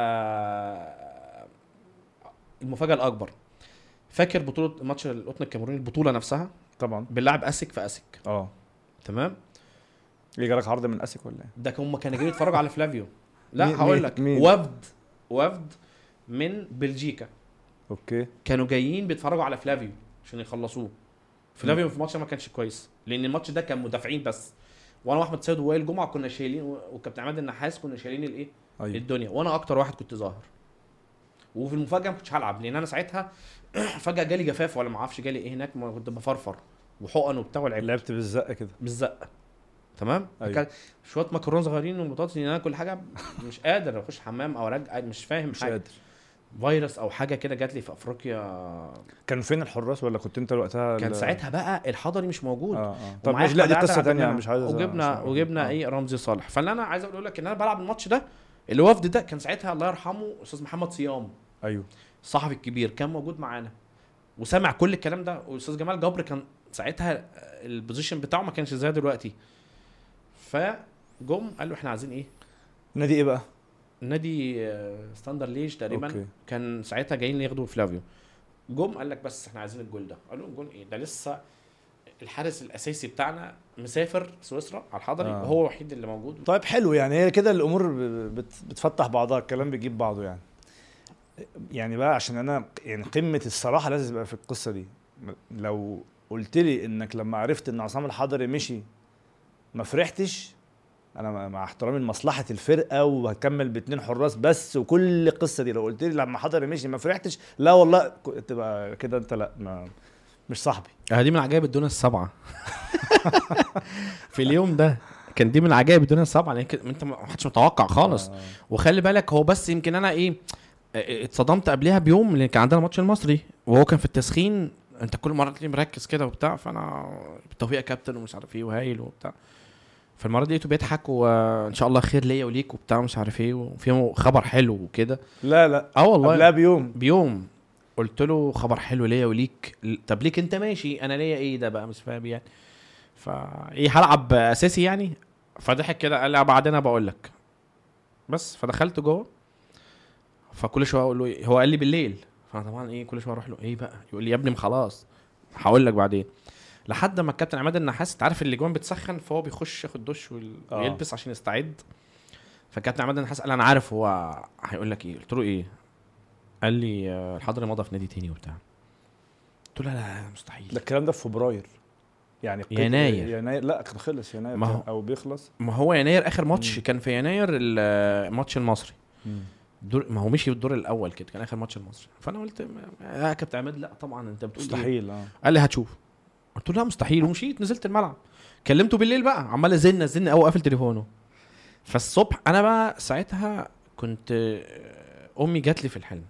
المفاجاه الاكبر، فاكر بطوله ماتش القطن الكاميروني البطوله نفسها طبعا بنلعب اسك في اسك، اه. تمام. ليه جالك عرض من اسك ولا ايه؟ ده هم كانوا جايين يتفرجوا على فلافيو. لا مين- هقول مين- لك، مين؟ وفد وفد من بلجيكا اوكي. كانوا جايين بيتفرجوا على فلافيو عشان يخلصوه. فلافيو في الماتش ما كانش كويس لان الماتش ده كان مدافعين بس، وانا واحمد سيد ووائل جمعه كنا شايلين، والكابتن عماد النحاس كنا شايلين الايه ايوه الدنيا، وانا اكتر واحد كنت ظاهر. وفي المفاجاه ما كنتش هلعب لان انا ساعتها فجاه جالي جفاف ولا ما اعرفش جالي ايه هناك، ما كنت بفرفر وحقن وبتاع ولعب لعبت بالزق كده. بالزق. تمام. أيوة. أيوة. شويه مكرونه صغيرين وبطاطس لان انا كل حاجه مش قادر اخش حمام او ارجع، مش فاهم مش حاجه، قادر. فيروس او حاجه كده جات لي في افريقيا. كان فين الحراس ولا كنت انت وقتها؟ كان ساعتها بقى الحضري مش موجود. اه اه طب ومعايا مش لا دي أحمد قصه عادل ثانيه عبد مش عايز وجبنا أسمع. وجبنا آه. ايه رمزي صالح. فاللي انا عايز اقول لك ان انا بلعب الماتش ده، الوفد ده كان ساعتها الله يرحمه استاذ محمد صيام ايوه الصحفي الكبير كان موجود معانا وسمع كل الكلام ده، واستاذ جمال جبر كان ساعتها البوزيشن بتاعه ما كانش زي دلوقتي. فجم قال له احنا عايزين ايه، نادي ايه بقى؟ نادي ستاندر ليج تقريبا. أوكي. كان ساعتها جايين ياخدوا فلافيو. جم قال لك بس احنا عايزين الجول ده. قالوا الجول ايه ده، لسه الحارس الاساسي بتاعنا مسافر سويسرا على الحضري آه. وهو الوحيد اللي موجود. طيب حلو يعني، هي كده الامور ب- بت- بتفتح بعضها، الكلام بيجيب بعضه يعني. يعني بقى عشان انا يعني قمه الصراحه لازم تبقى في القصه دي. لو قلت لي انك لما عرفت ان عصام الحضري مشي ما فرحتش، انا مع احترامي لمصلحه الفرقه وهكمل باتنين حراس بس وكل القصه دي، لو قلت لي لما حضري مشي ما فرحتش، لا والله ك- تبقى كده انت لا ما مش صاحبي. دي من عجائب الدنيا السبعه. في اليوم ده كان دي من عجائب الدنيا السبعه لان انت ما حدش متوقع خالص. آه. وخلي بالك هو بس يمكن انا ايه اتصدمت قبلها بيوم لان كان عندنا ماتش المصري وهو كان في التسخين، انت كل مره تلاقيه مركز كده وبتاع، فانا بالتوفيق يا كابتن ومش عارف ايه وهايل وبتاع. فالمره دي لقيته بيضحك وان شاء الله خير ليا وليك وبتاع مش عارف ايه وفي خبر حلو وكده. لا لا اه والله قبلها بيوم بيوم قلت له خبر حلو ليا وليك. طب ليك انت ماشي انا ليا ايه ده بقى مش فاهم يعني. فايه هلعب اساسي يعني. فضحك كده قال لي بعدين بقول لك بس. فدخلت جوه فكل شويه اقول له إيه؟ هو قال لي بالليل، فانا طبعا ايه كل شويه اروح له ايه بقى، يقول لي يا ابني خلاص هقول لك بعدين. لحد ما الكابتن عماد النحاس انت عارف اللي جوان بتسخن فهو بيخش ياخد دش ويل... آه. ويلبس عشان يستعد. فالكابتن عماد النحاس قال انا عارف هو هيقول لك ايه. قلت له ايه؟ قال لي آه، الحضري مضى في نادي تاني وبتاع. قلت له لا لا مستحيل. ده الكلام ده في فبراير يعني قيت- يناير. يناير لا كان خلص يناير ما هو- كان- او بيخلص. ما هو يناير اخر ماتش مم. كان في يناير الماتش المصري. الدور ما هو مشي الدور الاول كده كان اخر ماتش المصري. فانا قلت ما- يا كابتن عماد لا طبعا انت بتقول إيه؟ مستحيل اه. قال لي هتشوف. قلت له لا مستحيل ومشيت نزلت الملعب. كلمته بالليل بقى عمال ازن ازن او قافل تليفونه. فالصبح انا بقى ساعتها كنت امي جات لي في الحلم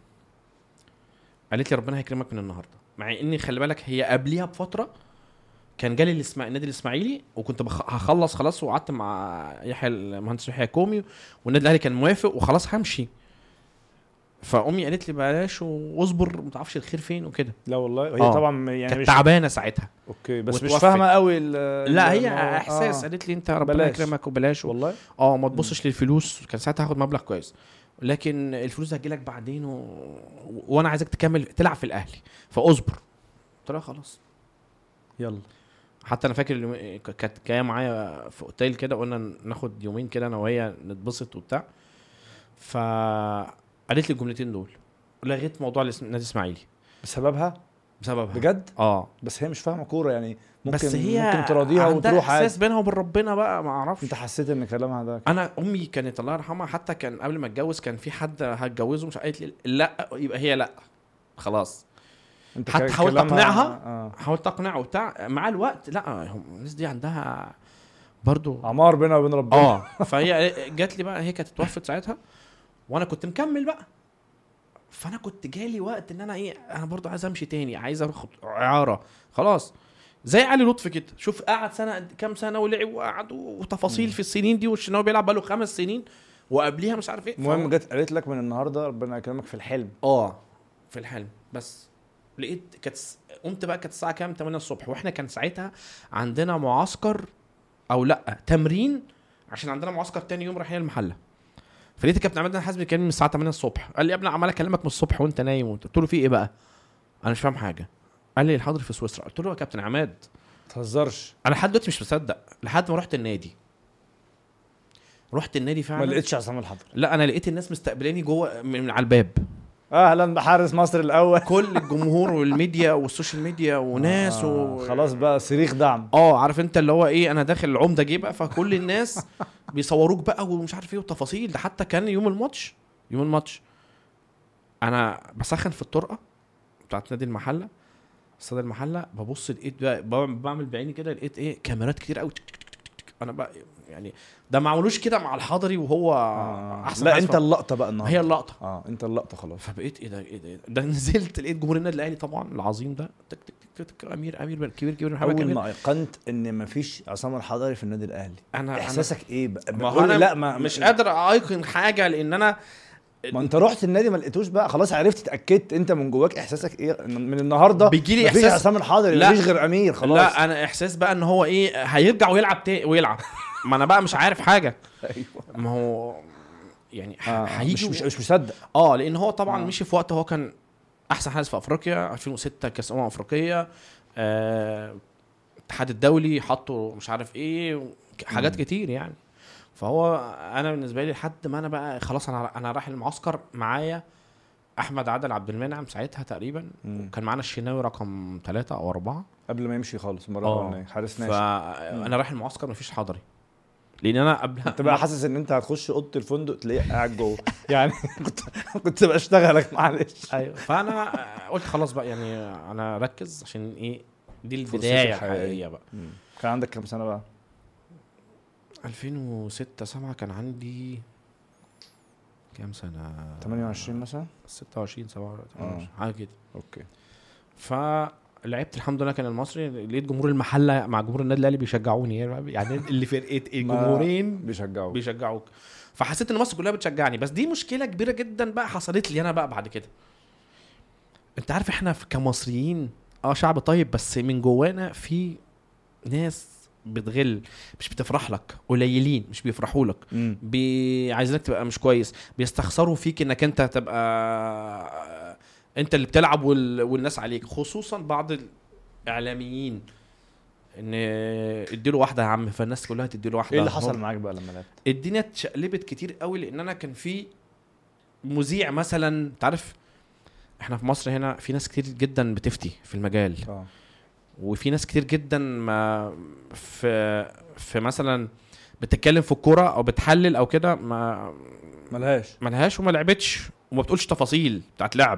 قالت لي ربنا هيكرمك من النهارده، مع اني خلي بالك هي قبليها بفتره كان جالي الاسماعيلي النادي الاسماعيلي وكنت بخ... هخلص خلاص وقعدت مع يحيى المهندس يحيى كومي والنادي الاهلي كان موافق وخلاص همشي. فامي قالت لي بلاش واصبر ما تعرفش الخير فين وكده. لا والله هي آه. طبعا يعني كانت مش تعبانه ساعتها. اوكي بس مش وتوفت. فاهمه قوي ال- لا هي الموضوع. احساس آه. قالت لي انت ربنا بلاش. يكرمك وبلاش و... والله اه ما تبصش للفلوس. كان ساعتها هاخد مبلغ كويس لكن الفلوس هتجيلك بعدين و... وانا عايزك تكمل تلعب في الاهلي فاصبر. قلت لها خلاص يلا. حتى انا فاكر اليوم... كانت جايه معايا في اوتيل كده قلنا ناخد يومين كده انا وهي نتبسط وبتاع. فقالت لي الجملتين دول لغيت موضوع الإس- نادي اسماعيلي بسببها بسببها بجد؟ اه بس هي مش فاهمه كوره يعني، ممكن بس هي ممكن تراضيها عندها وتروح عادي. احساس بينها وبين ربنا بقى، ما اعرفش. انت حسيت ان كلامها ده انا امي كانت الله يرحمها حتى كان قبل ما اتجوز كان في حد هتجوزه مش قالت لي لا يبقى هي لا خلاص. انت حتى ك- حاولت كلامها- أقنعها. آه. حاولت اقنعه وبتاع مع الوقت لا هم الناس دي عندها برضو عمار بينها وبين ربنا. اه فهي جات لي بقى، هي كانت اتوفت ساعتها وانا كنت مكمل بقى، فانا كنت جالي وقت ان انا ايه انا برضو عايز امشي تاني، عايز اخد اعاره خلاص. زي علي لطفي كده، شوف قعد سنه قد- كام سنه ولعب وقعد وتفاصيل في السنين دي، والشناوي بيلعب بقاله خمس سنين وقبليها مش عارف ايه. المهم فهو- جت قالت لك من النهارده ربنا يكرمك في الحلم. اه في الحلم بس لقيت كانت س- قمت بقى كانت الساعه كام تمانية الصبح، واحنا كان ساعتها عندنا معسكر او لا تمرين عشان عندنا معسكر تاني يوم رايحين المحله. فلقيت كابتن عماد الحزبي كان من الساعه تمانية الصبح، قال لي يا ابني عمال اكلمك من الصبح وانت نايم. قلت له في ايه بقى؟ انا مش فاهم حاجه. قال لي الحاضر في سويسرا. قلت له يا كابتن عماد ما تهزرش. انا لحد دلوقتي مش مصدق، لحد ما رحت النادي. رحت النادي ما فعلا لقيتش عصام الحضري. لا انا لقيت الناس مستقبلاني جوه من على الباب، اهلا بحارس مصر الاول. كل الجمهور والميديا والسوشيال ميديا وناس آه و... خلاص بقى صريخ دعم. اه عارف انت اللي هو ايه، انا داخل العمده جه بقى، فكل الناس بيصوروك بقى ومش عارف ايه وتفاصيل. ده حتى كان يوم الماتش يوم الماتش انا بسخن في الطرقه بتاعت نادي المحله، استاد المحله، ببص لقيت بقى بعمل بعيني كده، لقيت ايه كاميرات كتير قوي. انا بقى يعني ده ما عملوش كده مع الحضري وهو آه. احسن لا حارس انت في- اللقطه بقى النهارده. هي اللقطه. اه انت اللقطه خلاص. فبقيت ايه ده ايه ده, إيه ده, ده نزلت لقيت جمهور النادي الاهلي طبعا العظيم ده تك تك تك تك امير امير كبير كبير محمد اول كبير. ما ايقنت ان مفيش عصام الحضري في النادي الاهلي انا احساسك ايه بقى؟ ما هو بقول انا لا ما مش قادر ايقن حاجه لان انا ما انت رحت النادي ما لقيتوش بقى خلاص، عرفت اتاكدت انت من جواك احساسك ايه من النهارده؟ بيجيلي مفيش إحساس- عصام الحضري، لا. مفيش غير امير خلاص. لا انا احساس بقى ان هو ايه هيرجع ويلعب تاني ويلعب. ما انا بقى مش عارف حاجه. ايوه ما هو يعني آه. هيجي مش مش مش مصدق. اه لان هو طبعا آه. مشي في وقت هو كان احسن حارس في افريقيا ألفين وستة كاس امم افريقيه، آه، الاتحاد الدولي حطه مش عارف ايه حاجات مم. كتير يعني. فهو انا بالنسبه لي لحد ما انا بقى خلاص انا انا رايح المعسكر معايا احمد عادل عبد المنعم ساعتها تقريبا، مم. كان معانا الشناوي رقم ثلاثة او أربعة قبل ما يمشي خالص المره آه. الاولانيه حارس ناشئ. فانا رايح المعسكر مفيش حضري لان انا قبلها انت بقى حاسس ان انت هتخش اوضه الفندق تلاقيه قاعد جوه يعني كنت كنت بشتغلك معلش. ايوه. فانا قلت خلاص بقى يعني انا ركز عشان ايه دي فرصتي البدايه الحقيقية. الحقيقيه بقى. مم. كان عندك كام سنه بقى؟ ألفين وستة سبعة كان عندي كام سنه؟ ثمانية وعشرين مثلا. ستة وعشرين سبعة آه. وعشرين حاجه كده. اوكي. فلعبت الحمد لله كان المصري، لقيت جمهور المحله مع جمهور النادي الاهلي بيشجعوني يعني اللي فرقه الجمهورين بيشجعوك. بيشجعوك. فحسيت ان مصر كلها بتشجعني. بس دي مشكله كبيره جدا بقى حصلت لي انا بقى بعد كده. انت عارف احنا في- كمصريين اه شعب طيب بس من جوانا في ناس بتغل، مش بتفرح لك، قليلين مش بيفرحوا لك، مم. بي... عايزينك تبقى مش كويس، بيستخسروا فيك انك انت تبقى انت اللي بتلعب وال... والناس عليك، خصوصا بعض الاعلاميين ان اديله واحده يا عم فالناس كلها تديله واحده. ايه اللي حصل معاك بقى لما لعبت؟ الدنيا اتشقلبت كتير قوي لان انا كان في مذيع مثلا، تعرف احنا في مصر هنا في ناس كتير جدا بتفتي في المجال، اه وفي ناس كتير جدا ما في في مثلا بتتكلم في الكوره او بتحلل او كده ما ملهاش ملهاش وما لعبتش وما بتقولش تفاصيل بتاعت لعب.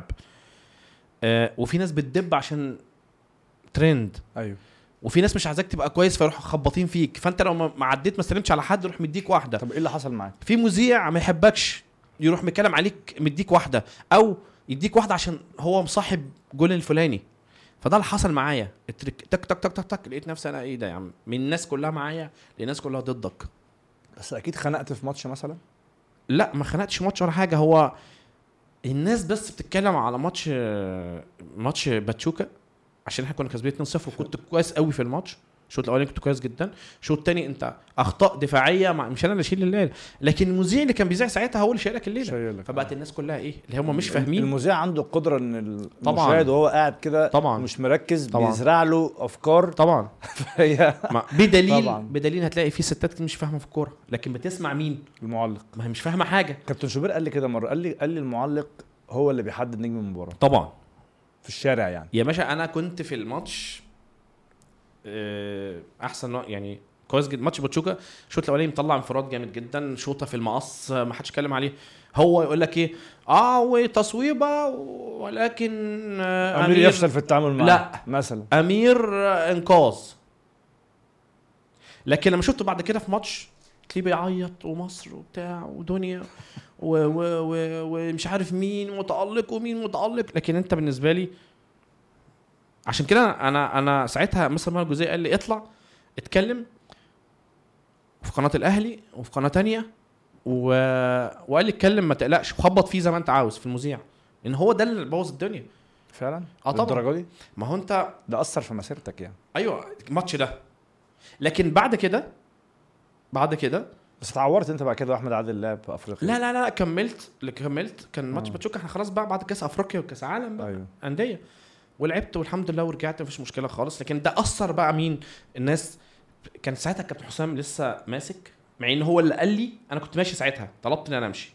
آه وفي ناس بتدب عشان ترند، ايوه. وفي ناس مش عايزاك تبقى كويس فيروح خبطين فيك، فانت لو ما ما عديت ما استلمتش على حد يروح مديك واحده. طب ايه اللي حصل معاك؟ في مذيع ما يحبكش يروح متكلم عليك مديك واحده، او يديك واحده عشان هو مصاحب جول الفلاني. فده اللي حصل معايا، الترك تك تك تك تك تك لقيت نفسي انا ايه ده يا عم، من الناس كلها معايا للناس كلها ضدك. بس اكيد خنقت في ماتش مثلا. لا ما خنقتش ماتش ولا حاجه، هو الناس بس بتتكلم على ماتش ماتش باتشوكا عشان احنا كنا كسبانين اتنين صفر وكنت كويس قوي في الماتش. الشوط الاولاني كنت كويس جدا، الشوط الثاني انت اخطاء دفاعيه مع مش انا اللي اشيل الليله، لكن المذيع اللي كان بيذيع ساعتها هو اللي شايلك الليله. شايلك. فبقت الناس كلها ايه اللي هم مش فاهمين. المذيع عنده القدره ان طبعاً. المشاهد وهو قاعد كده طبعا مش مركز طبعاً. بيزرع له افكار. طبعا هي ما بدليل طبعاً. بدليل هتلاقي في ستات كتير مش فاهمه في الكوره لكن بتسمع مين، المعلق. ما هي مش فاهمه حاجه. كابتن شوبير قال لي كده مره، قال لي قال لي المعلق هو اللي بيحدد نجم المباراه طبعا في الشارع يعني. يا باشا انا كنت في الماتش آه، احسن نوع- يعني كويس جدا. ماتش باتشوكا الشوط الاولاني مطلع انفراد جامد جدا، شوطه في المقص آه، ما حدش اتكلم عليه. هو يقول لك ايه اه وتصويبه ولكن آه، امير يفشل في التعامل معاه لا مثلا. امير آه، انقاذ. لكن لما شفته بعد كده في ماتش تلاقيه بيعيط ومصر وبتاع ودنيا و- و- و- ومش عارف مين متألق ومين متألق. لكن انت بالنسبه لي عشان كده انا انا ساعتها مثلا مال الجزائري قال لي اطلع اتكلم في قناه الاهلي وفي قناه تانية و... وقال لي اتكلم ما تقلقش وخبط فيه زي ما انت عاوز في المذيع، لان هو ده اللي بوظ الدنيا فعلا اه طبعا. الدرجه دي ما هو انت ده اثر في مسيرتك يعني. ايوه الماتش ده. لكن بعد كده بعد كده بس اتعورت انت بعد كده واحمد عادل لعب في افريقيا. لا لا لا كملت كملت كان ماتش آه. باتشوكا احنا خلاص بقى بعد كاس افريقيا وكاس عالم بقى ايوه انديه ولعبت والحمد لله ورجعت مفيش مشكله خالص. لكن ده اثر بقى مين الناس. كان ساعتها كابتن حسام لسه ماسك، مع ان هو اللي قال لي انا كنت ماشي ساعتها طلبت ان انا امشي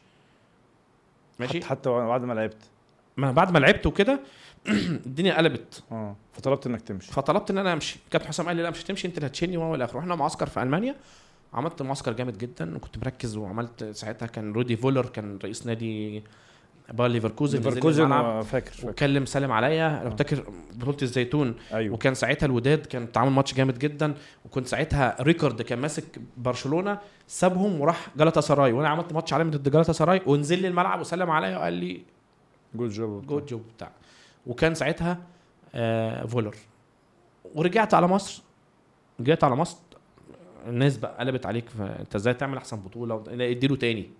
ماشي حتى, حتى بعد ما لعبت ما بعد ما لعبت وكده الدنيا قلبت اه فطلبت انك تمشي. فطلبت ان انا امشي. كابتن حسام قال لي لا مش هتمشي انت اللي هتشيلني وهو الاخر. رحنا معسكر في المانيا عملت معسكر جامد جدا وكنت مركز وعملت ساعتها كان رودي فولر كان رئيس نادي باير ليفركوزن ليفركوزن فاكر فاكر وكلم سلم عليا لو فاكر بطوله الزيتون. ايوه وكان ساعتها الوداد كان تعامل ماتش جامد جدا وكنت ساعتها ريكورد كان ماسك برشلونه سابهم وراح جالاتا سراي وانا عملت ماتش عالمي ضد جالاتا سراي ونزل لي الملعب وسلم عليا وقال لي جود جوب جود جوب بتاع. وكان ساعتها آه فولر. ورجعت على مصر جيت على مصر الناس بقى قلبت عليك انت ازاي تعمل احسن بطوله اديله تاني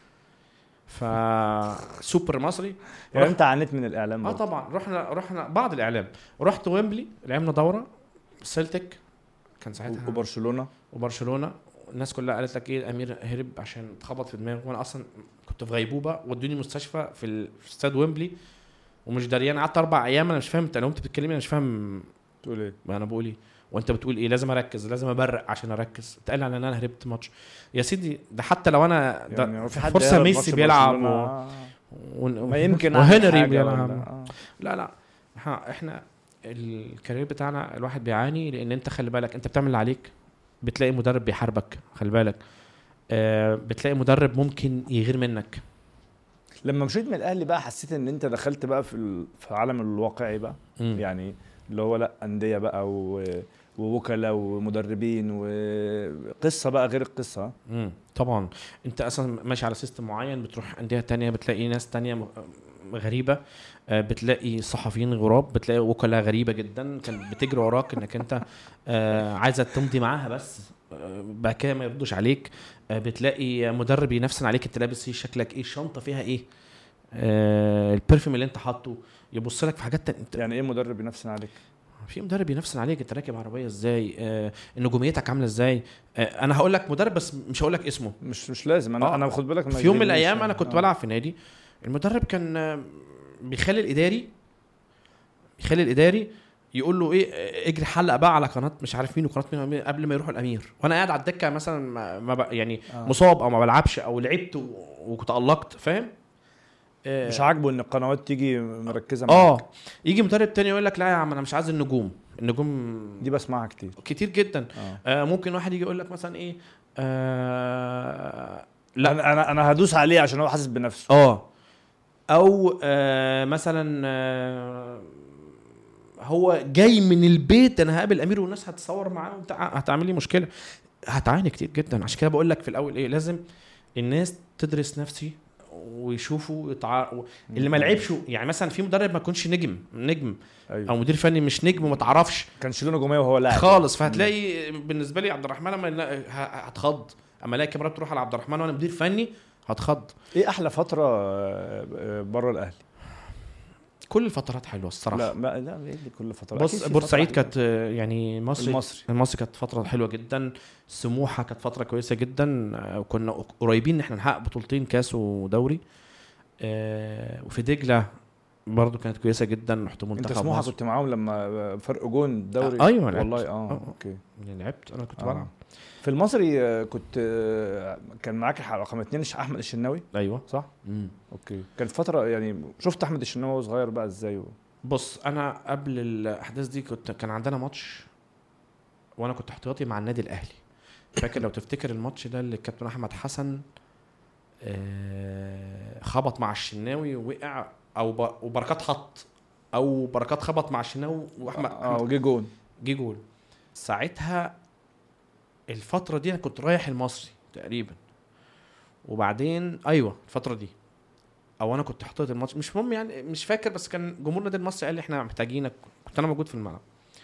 ف سوبر مصري يعني انت عانيت من الاعلام اه برضه. طبعا. رحنا رحنا بعض الاعلام رحت ويمبلي لعبنا دوره سيلتيك كان ساعتها وبرشلونه وبرشلونه. الناس كلها قالت لك ايه امير هرب عشان اتخبط في دماغه وانا اصلا كنت في غيبوبه ودوني مستشفى في ال- في استاد ويمبلي ومش دريان. قعدت اربع ايام انا مش فاهم انت لو انت بتتكلمي انا مش فاهم تقول ايه ما انا بقول ايه وانت بتقول ايه. لازم اركز لازم ابرق عشان اركز. اتقال على ان انا هربت ماتش يا سيدي. ده حتى لو انا ده يعني في حد فرصه يهرب ميسي ماتش بيلعب برشلونة؟ و... آه. و... ما يمكن وهنري بيلعب آه. لا لا احنا احنا الكارير بتاعنا الواحد بيعاني لان انت خلي بالك انت بتعمل اللي عليك بتلاقي مدرب بيحاربك خلي بالك آه بتلاقي مدرب ممكن يغير منك. لما مشيت من الاهلي بقى حسيت ان انت دخلت بقى في ال... في العالم الواقعي بقى م. يعني اللي هو لا انديه بقى و... ووكلاء ومدربين وقصه بقى غير القصه. امم طبعا انت اصلا ماشي على سيستم معين بتروح انديه تانية بتلاقي ناس تانية م- غريبه آه، بتلاقي صحفيين غراب بتلاقي وكلاء غريبه جدا كان بتجري وراك انك انت آه، عايزه تمضي معاها بس آه، بعد كده ما يردوش عليك آه، بتلاقي مدرب ينفسن عليك انت لابس ايه شكلك ايه الشنطه فيها ايه آه، البرفيوم اللي انت حاطه يبص لك في حاجات تانية. يعني ايه مدرب ينفسن عليك؟ في مدرب ينفسن عليك انت راكب عربيه ازاي آه، نجوميتك عامله ازاي آه، انا هقول لك مدرب بس مش هقول لك اسمه. مش مش لازم انا آه. انا خد بالك ما في يوم من يهمنيش الايام يعني. انا كنت آه. بلعب في نادي المدرب كان آه، بيخلي الاداري بيخلي الاداري يقول له ايه آه، اجري حلق بقى على قناه مش عارف مين وقناه مين قبل ما يروحوا الامير وانا قاعد على الدكه مثلا ما ما ب- يعني آه. مصاب او ما بلعبش او لعبت و- وتالقت فاهم آه، مش عاجبه ان القنوات تيجي مركزه معاك. اه يجي مدرب تاني يقول لك لا يا عم انا مش عايز النجوم النجوم دي بسمعها كتير. كتير جدا اه آه ممكن واحد يجي يقول لك مثلا ايه آه لا انا انا انا هدوس عليه عشان هو حاسس بنفسه. اه او آه مثلا آه هو جاي من البيت انا هقابل امير والناس هتصور معاه وبتاع هتعمل لي مشكله هتعاني كتير جدا. عشان كده بقول لك في الاول ايه لازم الناس تدرس نفسي ويشوفوا يتع... اللي ما لعبش يعني مثلا في مدرب ما يكونش نجم نجم ايوه او مدير فني مش نجم وما تعرفش كانش له نجوميه وهو لاعب خالص فهتلاقي بالنسبه لي عبد الرحمن لما ه- هتخض اما الاقي كاميرا بتروح على عبد الرحمن وانا مدير فني هتخض. ايه احلى فتره بره الاهلي؟ كل الفترات حلوه الصراحه. لا ما لا ايه اللي كل فتره بص أكيد في بورسعيد فترة كانت يعني مصري المصري. المصري كانت فتره حلوه جدا. سموحه كانت فتره كويسه جدا آه، وكنا قريبين ان احنا نحقق بطولتين كاس ودوري آه، وفي دجله برضو كانت كويسه جدا رحت انت منتخب سموحه مصر. كنت معاهم لما فرق جون دوري؟ آه، ايوه لعبت. والله اه آه. اوكي يعني لعبت انا كنت آه. بلعب في المصري آه، كنت آه، كان معاك رقم اتنين احمد الشناوي ايوه صح؟ امم اوكي. كانت فتره يعني شفت احمد الشناوي وهو صغير بقى ازاي و... بص انا قبل الاحداث دي كنت كان عندنا ماتش وانا كنت احتياطي مع النادي الاهلي. فاكر لو تفتكر الماتش ده اللي الكابتن احمد حسن آه، خبط مع الشناوي ووقع او ب- وبركات حط او بركات خبط مع الشناوي واحمد اه وجي جون. جه جول. ساعتها الفتره دي انا كنت رايح المصري تقريبا، وبعدين ايوه الفتره دي او انا كنت حطيت الماتش مش مهم يعني مش فاكر، بس كان جمهور النادي المصري قال لي احنا محتاجينك، كنت انا موجود في الملعب.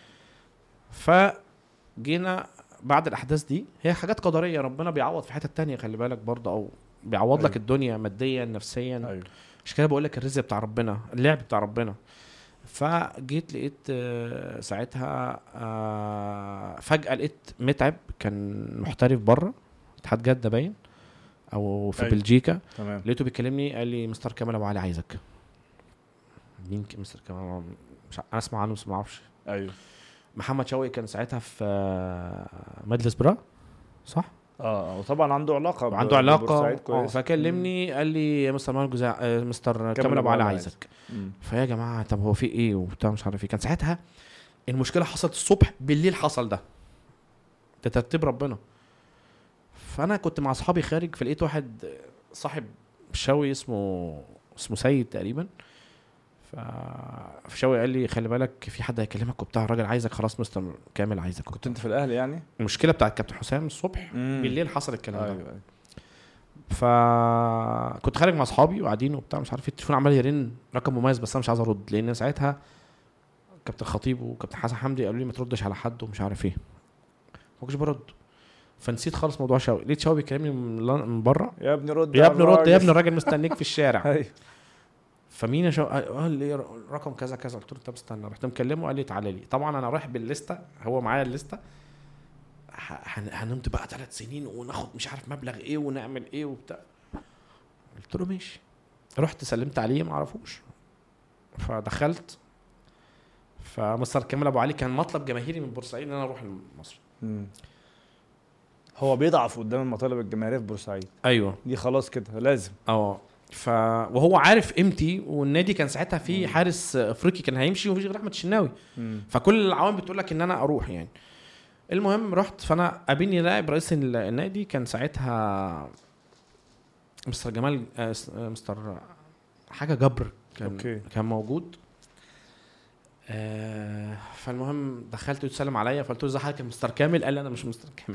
فجينا بعد الاحداث دي، هي حاجات قدريه ربنا بيعوض في حته تانية خلي بالك برضه، او بيعوض أيوة. لك الدنيا ماديا نفسيا. ايوه مش كده بقول لك الرزق بتاع ربنا، اللعب بتاع ربنا. فجيت لقيت آه، ساعتها آه، فجأة لقيت متعب كان محترف بره اتحاد جدة باين او في أيوة. بلجيكا. تمام. لقيته بيكلمني قال لي مستر كمال ابو علي عايزك. مين ك- مستر كمال؟ مش ع- انا اسمع عنه بس ما اعرفش. ايوه محمد شوقي كان ساعتها في آه، مجلس برا صح، اه وطبعا عنده علاقه ب- وعنده علاقه ببورسعيد اه. كويس. فكلمني قال لي يا مستر مال جزاع آه، مستر كمال ابو علي عايزك. مم. فيا جماعه طب هو في ايه وبتاع مش عارف ايه. كان ساعتها المشكله حصلت الصبح، بالليل حصل ده، ده ترتيب ربنا. فانا كنت مع اصحابي خارج، فلقيت واحد صاحب شوي اسمه اسمه سيد تقريبا. ف فشوي قال لي خلي بالك في حد هيكلمك وبتاع، الراجل عايزك خلاص مستر كامل عايزك. كنت انت في الاهلي يعني؟ المشكله بتاعت كابتن حسام الصبح مم. بالليل حصل الكلام ايوه ده. ايوه فكنت خارج مع اصحابي وقاعدين وبتاع مش عارف ايه، التليفون عمال يرن رقم مميز بس انا مش عايز ارد، لان ساعتها كابتن خطيب وكابتن حسن حمدي قالوا لي ما تردش على حد ومش عارف ايه، ما كنتش برد. فنسيت خالص موضوع شوقي. لقيت شوقي بيكلمني من لن- من بره، يا ابني رد يا على ابني رد يا ابني الراجل. الراجل مستنيك في الشارع. ايوه فمين يا شوقي؟ قال لي رقم كذا كذا. قلت له طب استنى، رحت مكلمه قال لي تعالى لي. طبعا انا رايح بالليسته، هو معايا الليسته، ه- هن- هنمت بقى ثلاث سنين وناخد مش عارف مبلغ ايه ونعمل ايه وبتاع. قلت له ماشي. رحت سلمت عليه ما اعرفوش، فدخلت. فمستر كامل ابو علي كان مطلب جماهيري من بورسعيد ان انا اروح مصر. مم. هو بيضعف قدام المطالب الجماهيريه في بورسعيد ايوه دي خلاص كده لازم. اه. ف وهو عارف قيمتي، والنادي كان ساعتها في حارس افريقي كان هيمشي ومفيش غير احمد الشناوي. مم. فكل العوامل بتقول لك ان انا اروح يعني. المهم رحت، فانا قابلني لاعب رئيس النادي كان ساعتها مستر جمال آه، مستر حاجه جبر كان أوكي. كان موجود. آه فالمهم دخلت يتسلم عليا، فقلت له ازي حضرتك يا مستر كامل؟ قال لي انا مش مستر كامل.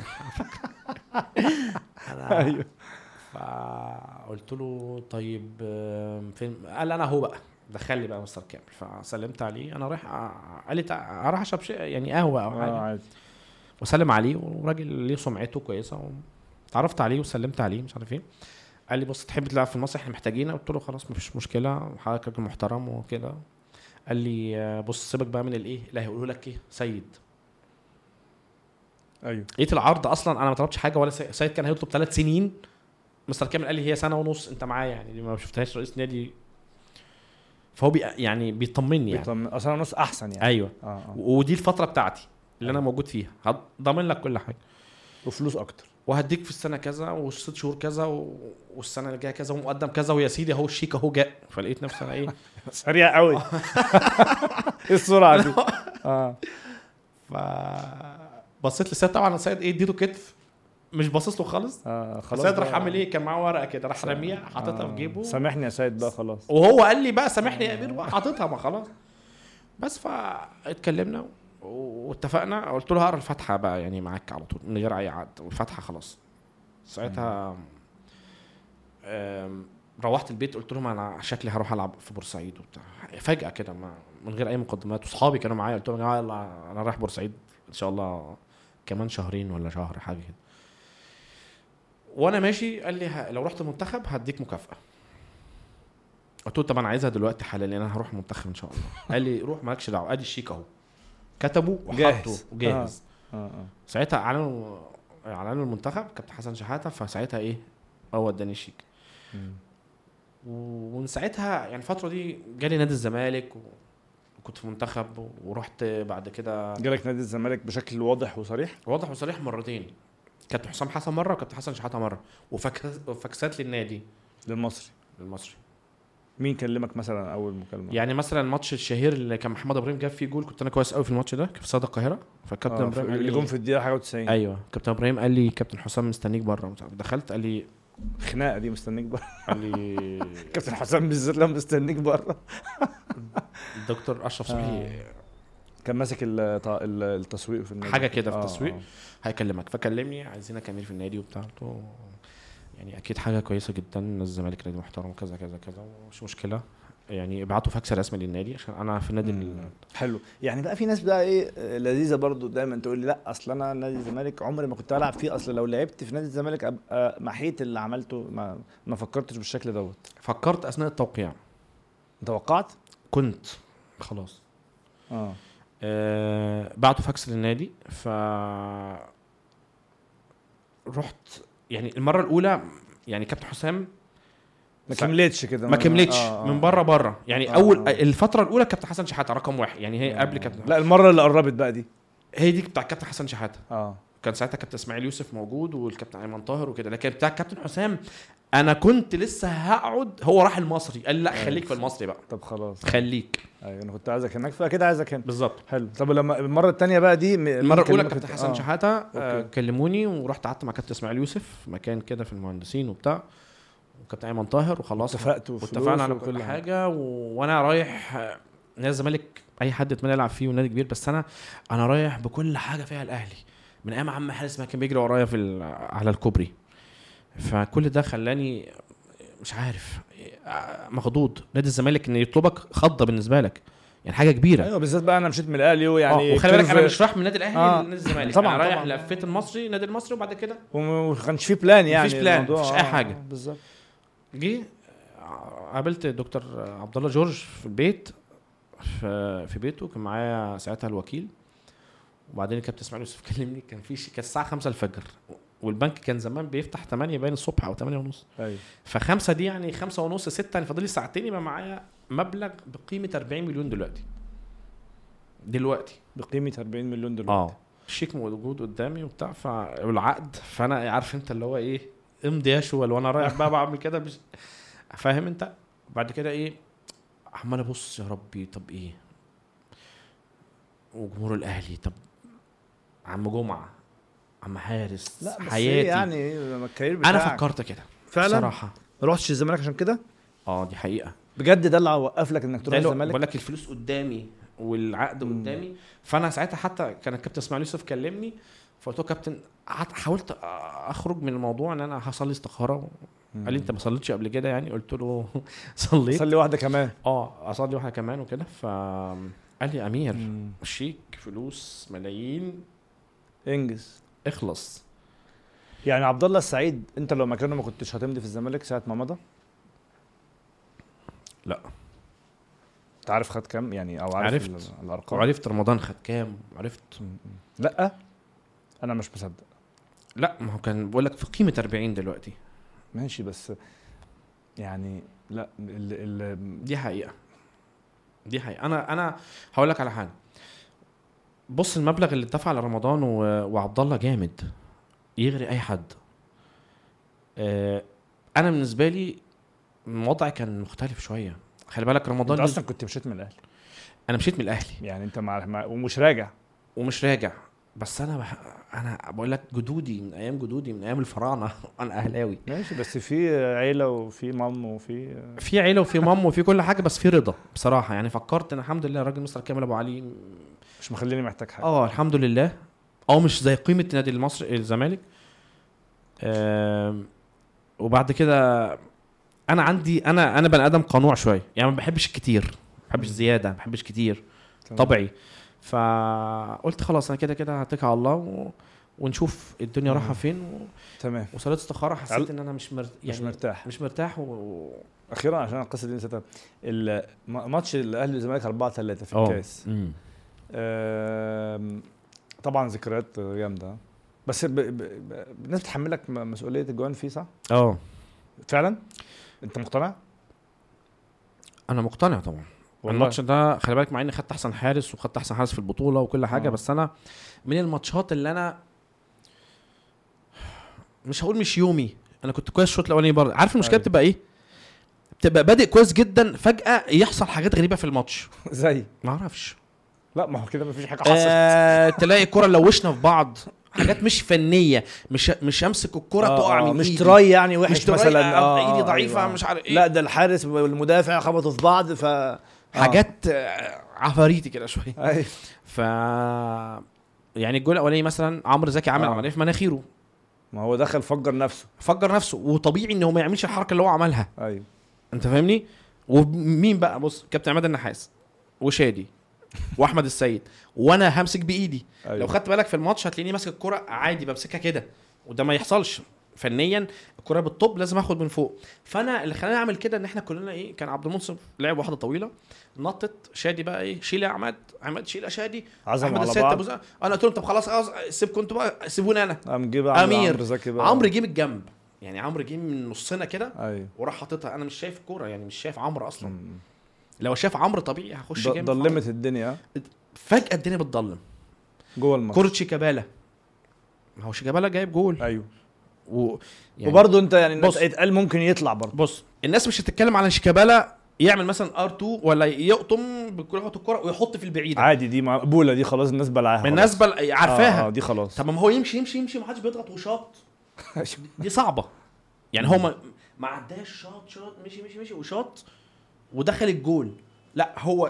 انا ايوه فقلت له طيب آه، فين؟ قال انا هو بقى دخل لي بقى مستر كامل. فسلمت عليه، انا رايح أ- قال لي تع- اروح اشرب شيء يعني قهوه او اه حاجه، عادي. وسلم عليه، وراجل ليه سمعته كويسه، وتعرفت عليه وسلمت عليه مش عارف ايه. قال لي بص تحب تلعب في مصر احنا محتاجينك. قلت له خلاص مفيش مشكله، حضرتك راجل محترم وكده. قال لي آه، بص سيبك بقى من الايه اللي هيقولوا لك ايه سيد. ايوه لقيت العرض اصلا انا ما طلبتش حاجه، ولا سي- سيد كان هيطلب ثلاث سنين. مستر كامل قال لي هي سنه ونص انت معايا يعني، دي ما شفتهاش رئيس نادي. فهو بي يعني بيطمني يعني. بيطمن اصلا نص احسن يعني. ايوه اه اه ودي الفتره بتاعتي اللي انا موجود فيها، ضامن لك كل حاجه، وفلوس اكتر. وهديك في السنه كذا والست شهور كذا و... والسنه اللي جايه كذا ومقدم كذا، ويا سيدي اهو الشيك اهو جاء. فلقيت نفسي انا ايه سريع قوي. ايه السرعه دي؟ اه ف بصيت للسيد طبعا. السيد ايه اديته كتف، مش باصص له خالص. اه خلاص. السيد راح بقى. عامل ايه، كان معاه ورقه كده راح رميها حاططها آه. في جيبه. سامحني يا سيد بقى خلاص. وهو قال لي بقى سامحني يا امير بقى، حاططها ما خلاص. بس فاتكلمنا واتفقنا. قلت له هقرا الفاتحه بقى يعني معاك على طول من غير اي عقد، والفاتحه خلاص. ساعتها آم، روحت البيت قلت لهم انا شكلي هروح العب في بورسعيد وبتاع. فجاه كده ما من غير اي مقدمات، واصحابي كانوا معايا. قلت لهم يا جماعه يلا انا رايح بورسعيد ان شاء الله كمان شهرين ولا شهر حاجه كده. وانا ماشي قال لي ه... لو رحت المنتخب هديك مكافاه. قلت له طب انا عايزها دلوقتي حالا لان انا هروح المنتخب ان شاء الله. قال لي روح مالكش دعوه، ادي الشيك اهو. كتبه وحطه جاهز. وجاهز. اه اه ساعتها اعلنوا اعلنوا المنتخب كابتن حسن شحاته. فساعتها ايه هو اداني الشيك. مم. ومن ساعتها يعني الفتره دي جالي نادي الزمالك و... وكنت في منتخب، ورحت بعد كده جالك نادي الزمالك بشكل واضح وصريح؟ واضح وصريح مرتين. كابتن حسام حسن مره وكابتن حسن شحاته مره، وفك... وفكسات للنادي للمصري. المصري. مين كلمك مثلا اول مكالمه؟ يعني مثلا الماتش الشهير اللي كان محمد ابراهيم جاب فيه جول، كنت انا كويس قوي في الماتش ده، كان في استاد القاهره، فالكابتن آه ابراهيم قال اللي لي جم في الدقيقه حاجه وتسعين. ايوه كابتن ابراهيم قال لي كابتن حسام مستنيك بره. دخلت قال لي خناقه دي مستنيك بره. قال لي كابتن حسام بالذات لما مستنيك بره. الدكتور اشرف صبحي كان ماسك الت- ال- التسويق في النادي حاجه كده في آه، التسويق آه. هيكلمك، فكلمني عايزينك امير في النادي وبتاع. قلت له يعني اكيد حاجه كويسه جدا، نادي الزمالك نادي محترم كذا كذا كذا مش مشكله، يعني ابعتوا فاكس رسمي للنادي عشان انا في النادي ال... حلو. يعني بقى في ناس بقى ايه آه، لذيذه برضو دايما تقول لي لا اصل انا نادي الزمالك عمري ما كنت العب فيه، اصل لو لعبت في نادي الزمالك ابقى محيت اللي عملته، ما ما فكرتش بالشكل دوت. فكرت اثناء التوقيع، توقعت كنت خلاص اه أه بعتوا فاكس للنادي. ف رحت يعني المره الاولى يعني كابتن حسام ما كملتش كده ما كملتش آه، آه، من بره بره يعني آه، اول آه. الفتره الاولى كابتن حسن شحاته رقم واحد، يعني هي آه. قبل كابتن لا المره اللي قربت بقى دي هي دي بتاع كابتن حسن شحاته، اه كان ساعتها كابتن اسماعيل يوسف موجود والكابتن ايمن طاهر وكده، لكن بتاع كابتن حسام انا كنت لسه هقعد، هو راح المصري قال لي لا خليك في المصري بقى، طب خلاص خليك. ايوه انا كنت عايزك هناك فاكيد عايزك هنا بالظبط. حلو. طب لما المره الثانيه بقى دي م- المره الاولى كلمك كابتن في- حسن آه. شحاته آه أوكي. كلموني ورحت قعدت مع كابتن اسماعيل يوسف في مكان كده في المهندسين وبتاع وكابتن ايمن طاهر وخلاص اتفقتوا واتفقنا على كل حاجه و... وانا رايح آه، نادي الزمالك اي حد يتمنى يلعب فيه ونادي كبير، بس انا انا رايح بكل حاجه فيها الاهلي من ايام عم حارس ما كان بيجري ورايا في ال... على الكوبري، فكل ده خلاني مش عارف آه، مخضوض. نادي الزمالك ان يطلبك خضه بالنسبه لك يعني حاجه كبيره. ايوه بالذات بقى انا مشيت من الاهلي ويعني يعني وخلي بالك كيرف- انا مش رايح من النادي الاهلي آه. لنادي الزمالك، طبعاً، انا رايح طبعاً. لفيت المصري نادي المصري وبعد كده وما كانش في بلان يعني مفيش بلان، الموضوع. مفيش أي حاجة. بالظبط. جه قابلت دكتور عبد الله جورج في البيت في في بيته، كان معايا ساعتها الوكيل، وبعدين الكابتن اسماعيل يوسف كلمني، كان في كان الساعه خمسة الفجر والبنك كان زمان بيفتح ثمانية باين الصبح او ثمانية ونص، ايوه فخمسة دي يعني خمسة ونص ستة يعني فاضل لي ساعتين يبقى معايا مبلغ بقيمه أربعين مليون دلوقتي دلوقتي بقيمه أربعين مليون دولار. اه الشيك موجود قدامي وبتاع ف والعقد، فانا عارف انت اللي هو ايه امضي يا شوال وانا رايح بقى بعمل كده مش فاهم انت. بعد كده ايه عمال ابص يا ربي طب ايه وجمهور الاهلي، طب عم جمعه عم حارس لا بس حياتي إيه يعني الكارير بتاعك. انا فكرت كده فعلا بصراحه. ما رحتش الزمالك عشان كده اه دي حقيقه بجد، ده اللي وقف لك انك ده تروح اللي الزمالك. بقول لك الفلوس قدامي والعقد مم. قدامي، فانا ساعتها حتى كان الكابتن اسماعيل يوسف كلمني فقلت له كابتن قعدت- حاولت اخرج من الموضوع ان انا هصلي استخاره، قال لي انت ما صليتش قبل كده يعني، قلت له صليت صلي واحده كمان. اه اصلي واحده كمان وكده، ف قال لي امير مم. شيك فلوس ملايين انجز. اخلص. يعني عبد الله السعيد انت لو مكانه ما كنتش هتمضي في الزمالك ساعه ما مضى؟ لا انت عارف خد كام يعني او عارف عرفت. ال- الارقام؟ وعرفت رمضان خد كام عرفت. مم. لا انا مش مصدق. لا ما هو كان بقول لك في قيمه أربعين دلوقتي. ماشي بس يعني لا ال ال دي حقيقه دي حقيقه انا انا هقول لك على حاجه. بص المبلغ اللي اتدفع لرمضان و... وعبد الله جامد يغري اي حد. آه انا بالنسبه لي الوضع كان مختلف شويه. خلي بالك رمضان انت اصلا كنت مشيت من الاهلي انا مشيت من الاهلي يعني انت مع, مع ومش راجع. ومش راجع، بس انا بح... انا بقول لك جدودي من ايام جدودي من ايام الفراعنه انا اهلاوي. ماشي بس في عيله وفي مام وفي في عيله وفي مام وفي كل حاجه، بس في رضا بصراحه يعني. فكرت ان الحمد لله الراجل مستر كامل ابو علي مش مخليني محتاج حاجه. اه الحمد لله. اه مش زي قيمه نادي المصري الزمالك. آم، وبعد كده انا عندي انا انا بني ادم قنوع شويه يعني، ما بحبش الكتير ما بحبش زياده ما بحبش كتير تمام. طبيعي. فقلت خلاص انا كده كده هتكل على الله و... ونشوف الدنيا رايحه فين و... تمام. وصلت استخاره حسيت عل- ان انا مش مر... يعني مش مرتاح. مش مرتاح و... اخيرا عشان القصه دي نسيتها. ال- م- ماتش الاهلي والزمالك أربعة ثلاثة في اه. الكاس. مم. آم، طبعا ذكريات جامده بس ب... ب... ب... الناس بتحملك م- مسؤوليه الجوان فيه صح اه فعلا. انت مقتنع؟ انا مقتنع طبعا. والله. الماتش ده خلي بالك مع اني خدت احسن حارس وخدت احسن حارس في البطوله وكل حاجه آه. بس انا من الماتشات اللي انا مش هقول مش يومي، انا كنت كويس الشوط الاولاني برضه. عارف المشكله أيوة. بتبقى ايه؟ بتبقى بادئ كويس جدا، فجاه يحصل حاجات غريبه في الماتش زي ما اعرفش. لا ما هو كده مفيش حاجه حصلت. آه تلاقي الكره لوشنا في بعض، حاجات مش فنيه، مش مش امسك الكره آه تقع آه من مش ايدي، تراي يعني وحش مش تراي، مثلا آه آه ايدي آه ضعيفه أيوة. مش عارف ايه. لا ده الحارس والمدافع خبطوا في بعض ف حاجات آه عفاريتي كده شويه. ايوه ف يعني الجول الاولاني مثلا عمرو زكي عمل آه. عمليه في مناخيره، ما هو دخل فجر نفسه. فجر نفسه، وطبيعي ان هو ما يعملش الحركه اللي هو عملها. ايوه انت فاهمني؟ ومين بقى؟ بص، كابتن عماد النحاس وشادي واحمد السيد، وانا همسك بايدي. أيوة. لو خدت بالك في الماتش هتلاقيني ماسك الكرة عادي بمسكها كده، وده ما يحصلش فنيا. الكرة بالطب لازم اخد من فوق. فانا اللي خلاني اعمل كده ان احنا كلنا ايه، كان عبد المنصف لعب واحده طويله، نطت شادي بقى ايه، شيل يا عماد، عماد شيل يا شادي، عزموا على السيد بعض. أبو زق. انا قلت لهم طب خلاص خلاص سيبكم انتوا بقى، سيبوني انا. قام جه بقى امير عمرو زكي بقى. عمرو جه من الجنب، يعني عمرو جه من نصنا كده ايوه وراح حاططها. انا مش شايف الكوره، يعني مش شايف عمرو اصلا. مم. لو شاف عمرو طبيعي هخش ض- جامد. ضلمت الدنيا فجاه الدنيا بتضلم جوه الماتش. كرة شيكابالا، ما هو شيكابالا جايب جول. ايوه و... يعني وبرضه انت يعني بص. اتقال ممكن يطلع برضه. بص الناس مش هتتكلم على شيكابالا يعمل مثلا ار اتنين ولا يقطم بالكره، يحط الكره ويحط في البعيده عادي دي مقبوله، دي خلاص الناس بلعاها. الناس بل... عارفاها. آه, اه دي خلاص. طب ما هو يمشي يمشي يمشي ما حدش بيضغط وشاط. دي صعبه يعني. هو ما, ما عداش، شاط شاط مشي مشي مشي وشاط ودخل الجول. لا هو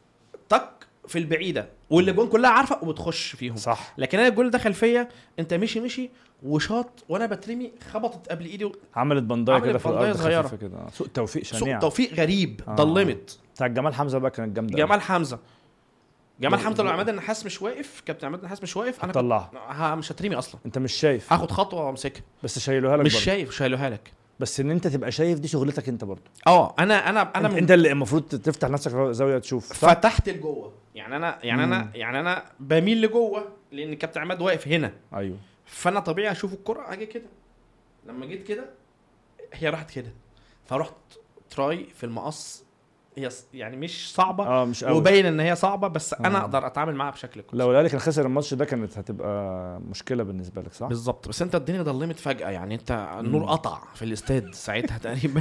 تك في البعيده واللي جون كلها عارفه وبتخش فيهم. صح. لكن انا الجول دخل فيا، انت مشي مشي وشاط وانا بترمي خبطت قبل ايدي و... عملت بندايه عملت كده في بنداية الارض صغيرة. خفيفه كده. سوء توفيق سوء شنيع. توفيق غريب. آه. ضلمت. بتاع جمال حمزه بقى كانت جامده. جمال حمزه جمال ب- حمزه لو ب- عماد النحاس مش واقف، كابتن عماد النحاس مش واقف، انا طلعها. كنت... ها مش هترمي اصلا، انت مش شايف هاخد خطوه وامسكها. بس شايلوها لك مش برضه. شايف، شايلوها لك. بس ان انت تبقى شايف دي شغلتك انت برضه. اه انا انا انا انت, من... انت اللي المفروض تفتح نفسك زاويه تشوف. صح؟ فتحت لجوه يعني. انا يعني مم. انا يعني انا بميل لجوه لان كابتن عماد واقف هنا. ايوه فانا طبيعي اشوف الكره اجي كده. لما جيت كده هي راحت كده، فرحت تراي في المقص. هي ص- يعني مش صعبه اه مش قوي. وباين ان هي صعبه، بس انا آه. اقدر اتعامل معاها بشكل كويس. لو الاهلي كان خسر الماتش ده كانت هتبقى مشكله بالنسبه لك. صح بالظبط. بس انت الدنيا ضلمت فجاه يعني، انت النور مم. قطع في الاستاد ساعتها تقريبا.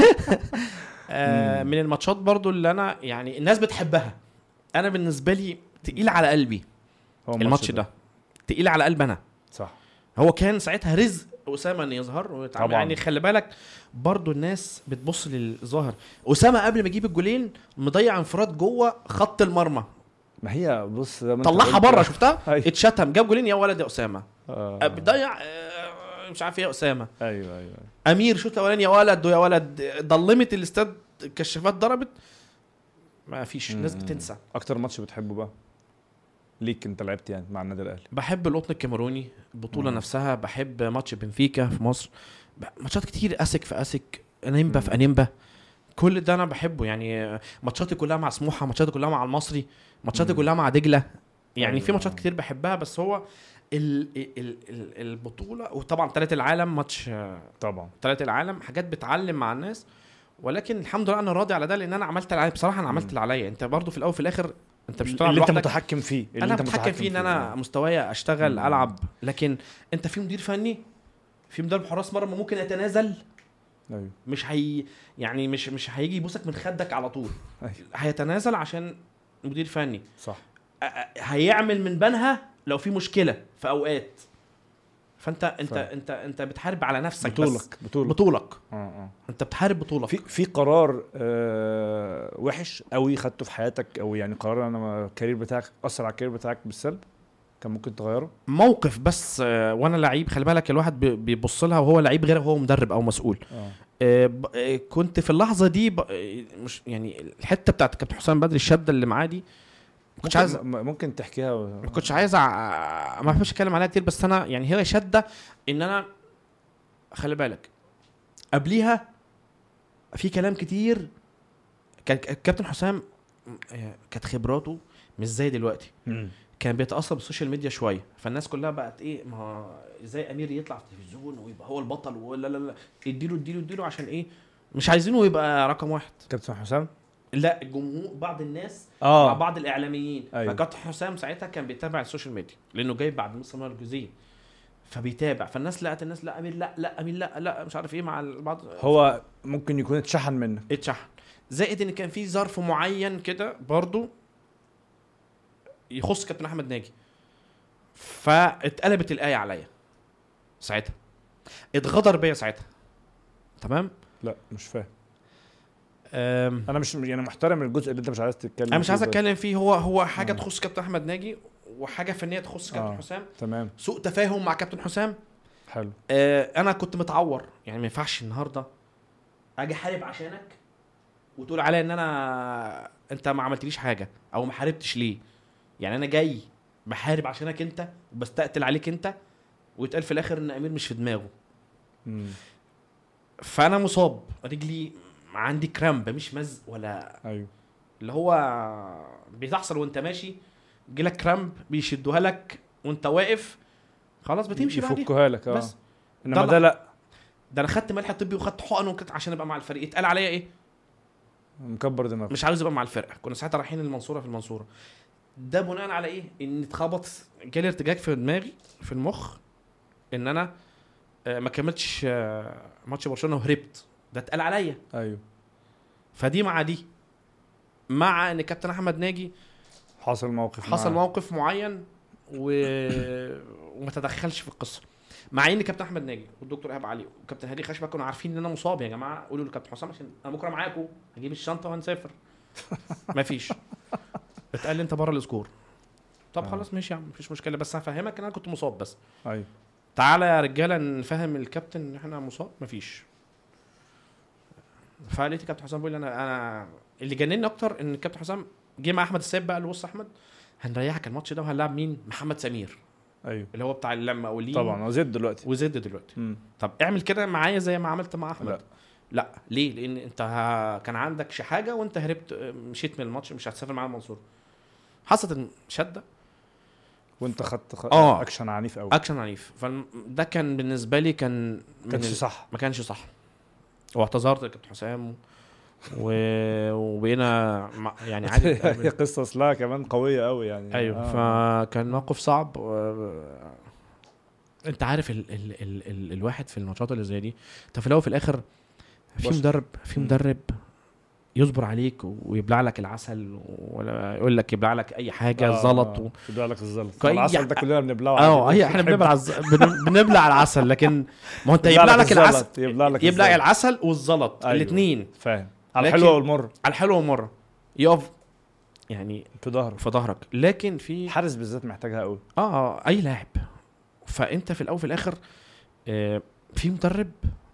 آه من الماتشات برضو اللي انا يعني الناس بتحبها، انا بالنسبه لي تقيل على قلبي. هو الماتش ده تقيل على قلبي انا. صح. هو كان ساعتها رزق اسامه ان يظهر ويتعامل. طبعاً. يعني خلي بالك برضو الناس بتبص للظاهر. اسامه قبل ما يجيب الجولين مضيع انفراد جوه خط المرمى، ما هي بص زي ما انت طلعها قلت. بره شفتها. أيوة. اتشتم، جاب جولين يا ولد يا اسامه. آه. بيضيع آه، مش عارف ايه يا اسامه. ايوه ايوه امير شوط الاولاني يا ولد ويا ولد، ضلمت الاستاد، الكشافات ضربت، ما فيش. الناس مم. بتنسى. اكتر ماتش بتحبه بقى ليك انت لعبت يعني مع النادي الاهلي؟ بحب القطن الكاميروني، البطوله مم. نفسها. بحب ماتش بنفيكا في مصر، ب- ماتشات كتير، اسك في اسك، انيمبا مم. في انيمبا. كل ده انا بحبه يعني. ماتشاتي كلها مع سموحه، ماتشاتي كلها مع المصري، ماتشاتي مم. كلها مع دجله. يعني أيوة. في ماتشات كتير بحبها. بس هو ال ال ال البطوله، وطبعا ثلاث العالم، ماتش طبعا ثلاث العالم حاجات بتعلم مع الناس. ولكن الحمد لله انا راضي على ده، لان انا عملت اللي عليا. بصراحه انا عملت مم. اللي عليا. انت برضو في الاول وفي الاخر انت مش بتلعب اللي انت لوحدك. متحكم فيه اللي انا انت بتحكم فيه ان انا مستواي اشتغل مم. العب. لكن انت في مدير فني، في مدرب حراس مرمى ممكن يتنازل. ايوه مش هي يعني مش مش هيجي يبوسك من خدك على طول. ايوه هيتنازل عشان مدير فني. صح. أ- أ- هيعمل من بنها لو في مشكله في اوقات. فانت انت فاهم. انت انت بتحارب على نفسك. بس بطولك بطولك بطولك اه اه انت بتحارب بطولك. في في قرار آه وحش قوي خدته في حياتك، او يعني قرار انا الكارير بتاعك اثر على الكارير بتاعك بالسلب كان ممكن تغيره؟ موقف بس آه، وانا لعيب. خلي بالك الواحد بي- بيبص لها وهو لعيب غير وهو مدرب او مسؤول. اه آه، ب- آه، كنت في اللحظه دي ب- آه، مش يعني الحته بتاعت كابتن حسام بدري، الشده اللي معاه دي ما كنتش عايز ممكن, ممكن تحكيها و... ما كنتش عايز أع- ما بحبش اتكلم عليها كتير. بس انا يعني هي شده ان انا خلي بالك قبليها في كلام كتير. كان الكابتن حسام آه، كانت خبراته مش زي دلوقتي. مم. كان بيتاثر بالسوشيال ميديا شويه. فالناس كلها بقت ايه، ما ازاي امير يطلع في التلفزيون ويبقى هو البطل ولا لا لا اديله اديله اديله عشان ايه، مش عايزينه يبقى رقم واحد. كابتن حسام لا الجمهور، بعض الناس اه مع بعض الاعلاميين. أيوة. فكابتن حسام ساعتها كان بيتابع السوشيال ميديا لانه جاي بعد مصر مركزيه. فبيتابع. فالناس لقت الناس لا امير لا لا امير لا لا مش عارف ايه مع البعض. هو ممكن يكون اتشحن منك. اتشحن. زائد ان كان في ظرف معين كده برضو يخص كابتن احمد ناجي، فاتقلبت الايه عليا ساعتها، اتغدر بيا ساعتها. تمام. لا مش فاهم. أم... انا مش يعني محترم الجزء اللي انت مش عايز تتكلم انا مش عايز اتكلم فيه. هو هو حاجه آه. تخص كابتن احمد ناجي وحاجه فنيه تخص كابتن آه. حسام. تمام. سوء تفاهم مع كابتن حسام. حلو. آه انا كنت متعور يعني، ما ينفعش النهارده اجي احارب عشانك وتقول عليا ان انا انت ما عملتليش حاجه او ما حاربتش ليه. يعني انا جاي بحارب عشانك انت وبستقتل عليك انت، ويتقال في الاخر ان امير مش في دماغه. مم. فانا مصاب رجلي عندي كرامب مش مز ولا ايوه اللي هو بتحصل وانت ماشي، جيلك كرامب بيشدوها لك وانت واقف خلاص بتمشي بعدين يفكوها لك. اه بس انما ده لا، ده انا خدت ملح طبي وخدت حقن وكده عشان ابقى مع الفريق. اتقال عليا ايه؟ مكبر دماغك، مش عاوز ابقى مع الفرقه. كنا ساعتها رايحين المنصوره في المنصوره. ده بناء على ايه؟ ان اتخبط جالي ارتجاج في دماغي في المخ ان انا ما كملتش ماتش برشلونه وهربت. ده اتقال عليا. ايوه. فدي مع دي مع ان كابتن احمد ناجي حصل موقف حصل معاه. موقف معين و... وما تدخلش في القصه. مع ان كابتن احمد ناجي والدكتور ايهاب علي وكابتن هادي خشبه كانوا عارفين ان انا مصاب. يا جماعه قولوا لكابتن حسام عشان انا بكره معاكم هجيب الشنطه وهنسافر. مفيش. اتقال لي انت بره الاسكور. طب آه. خلاص ماشي يا عم مفيش مشكله، بس هفهمك ان انا كنت مصاب بس. ايوه. تعالى يا رجاله نفهم الكابتن ان احنا مصاب. مفيش. فقالت كابتن حسام بيقول لي انا انا اللي جنني اكتر ان كابتن حسام جه مع احمد السيد بقى. الوص احمد هنريحك الماتش ده وهنلعب مين؟ محمد سمير. ايوه اللي هو بتاع اللمه اولين طبعا وزد دلوقتي وزد دلوقتي. مم. طب اعمل كده معايا زي ما عملت مع احمد. لا. لا ليه؟ لان انت ها كان عندك حاجه وانت هربت مشيت من الماتش مش هتسافر معانا المنصوره. حصلت شده وانت خدت خ... آه. اكشن عنيف قوي. اكشن عنيف. فده كان بالنسبه لي كان ما كانش صح. ما كانش صح. واعتذرت لكابتن حسام و... وبقينا يعني عادي. هي قصص لها كمان قويه قوي يعني. ايوه آه. فكان موقف صعب و... انت عارف ال... ال... ال... ال... الواحد في الماتشات اللي زي دي انت في الاول في الاخر في مدرب في مدرب يصبر عليك ويبلع لك العسل ولا يقول لك يبلع لك اي حاجه آه زلط و... يبلع لك الزلط. كي... العسل ده كلنا بنبلعه. اه هي احنا بنبلع الز... بنبلع العسل. لكن ما هو انت يبلع لك العسل يبلع لك يبلع العسل والزلط. أيوه. الاثنين فاهم. على الحلوه والمر. على الحلوه والمر يقف يعني في ظهرك في ظهرك. لكن في حارس بالذات محتاجها قوي. اه اي لاعب. فانت في الاول في الاخر آه في مدرب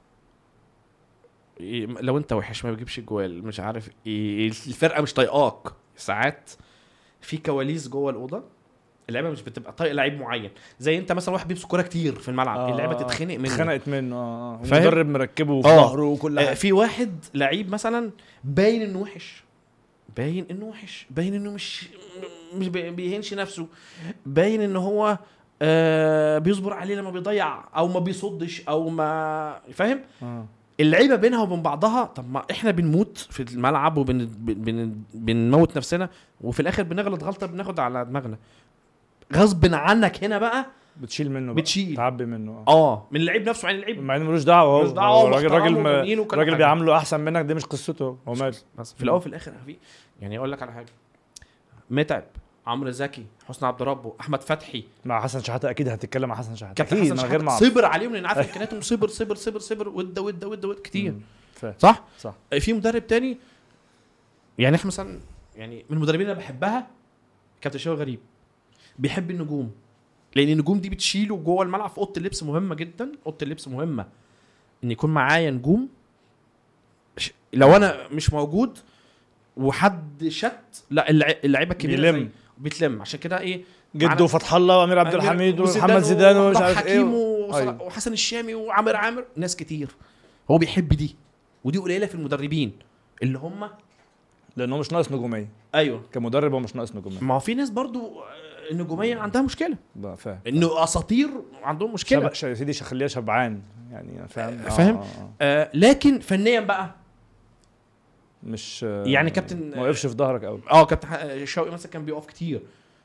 لو انت وحش ما بيجيبش جوال مش عارف ايه الفرقه مش طايقاك. ساعات في كواليس جوه الاوضه اللعيبه مش بتبقى طايق لعيب معين. زي انت مثلا واحد بيمسك كوره كتير في الملعب آه اللعيبه تتخنق منه اتخنقت منه اه المدرب مركبه في آه. ظهره وكل حاجه. آه في واحد لعيب مثلا باين انه وحش باين انه وحش باين انه مش مش بيهنش نفسه باين انه هو آه بيصبر عليه لما بيضيع او ما بيصدش او ما فاهم آه. اللعيبه بينها وبين بعضها. طب ما احنا بنموت في الملعب وبنموت نفسنا وفي الاخر بنغلط غلطه بناخد على دماغنا غصب عنك. هنا بقى بتشيل منه بتشيل تعبي منه اه من اللعيب نفسه. يعني اللعيب مع انه ملوش دعوه هو راجل راجل راجل بيعامله احسن منك. دي مش قصته هو مال. بس في الاول في الاخر في يعني اقول لك على حاجه. متعب عمرو زكي حسني عبد ربه احمد فتحي مع حسن شحاته اكيد هتتكلم مع حسن شحاته اكيد من غير ما صبر عليهم لان عارف امكانياتهم صبر صبر صبر صبر ود ود ود ود كتير صح صح. في مدرب تاني يعني احنا مثلا يعني من المدربين اللي بحبها كابتن شوقي غريب بيحب النجوم لان النجوم دي بتشيله جوه الملعب. في اوضه اللبس مهمه جدا. اوضه اللبس مهمه ان يكون معايا نجوم. لو انا مش موجود وحد شت لا اللعيبه الكبيره بتلم. عشان كده ايه جدو فتح الله وامير عبد الحميد ومحمد زيدان ومش عارف ايه و... أيوه. وحسن الشامي وعامر عامر ناس كتير. هو بيحب دي ودي قليله في المدربين اللي هم لانه مش ناقص نجوميه. ايوه كمدرب هو مش ناقص نجوميه. ما هو في ناس برضو النجوميه عندها مشكله بقى فاهم انه اساطير عندهم مشكله. شب... يا سيدي خليها شبعان يعني فاهم فاهم آه. آه. آه. لكن فنيا بقى مش يعني كابتن ما وقفش في ظهرك قوي. اه كابتن شوقي مثلا كان بيقف كتير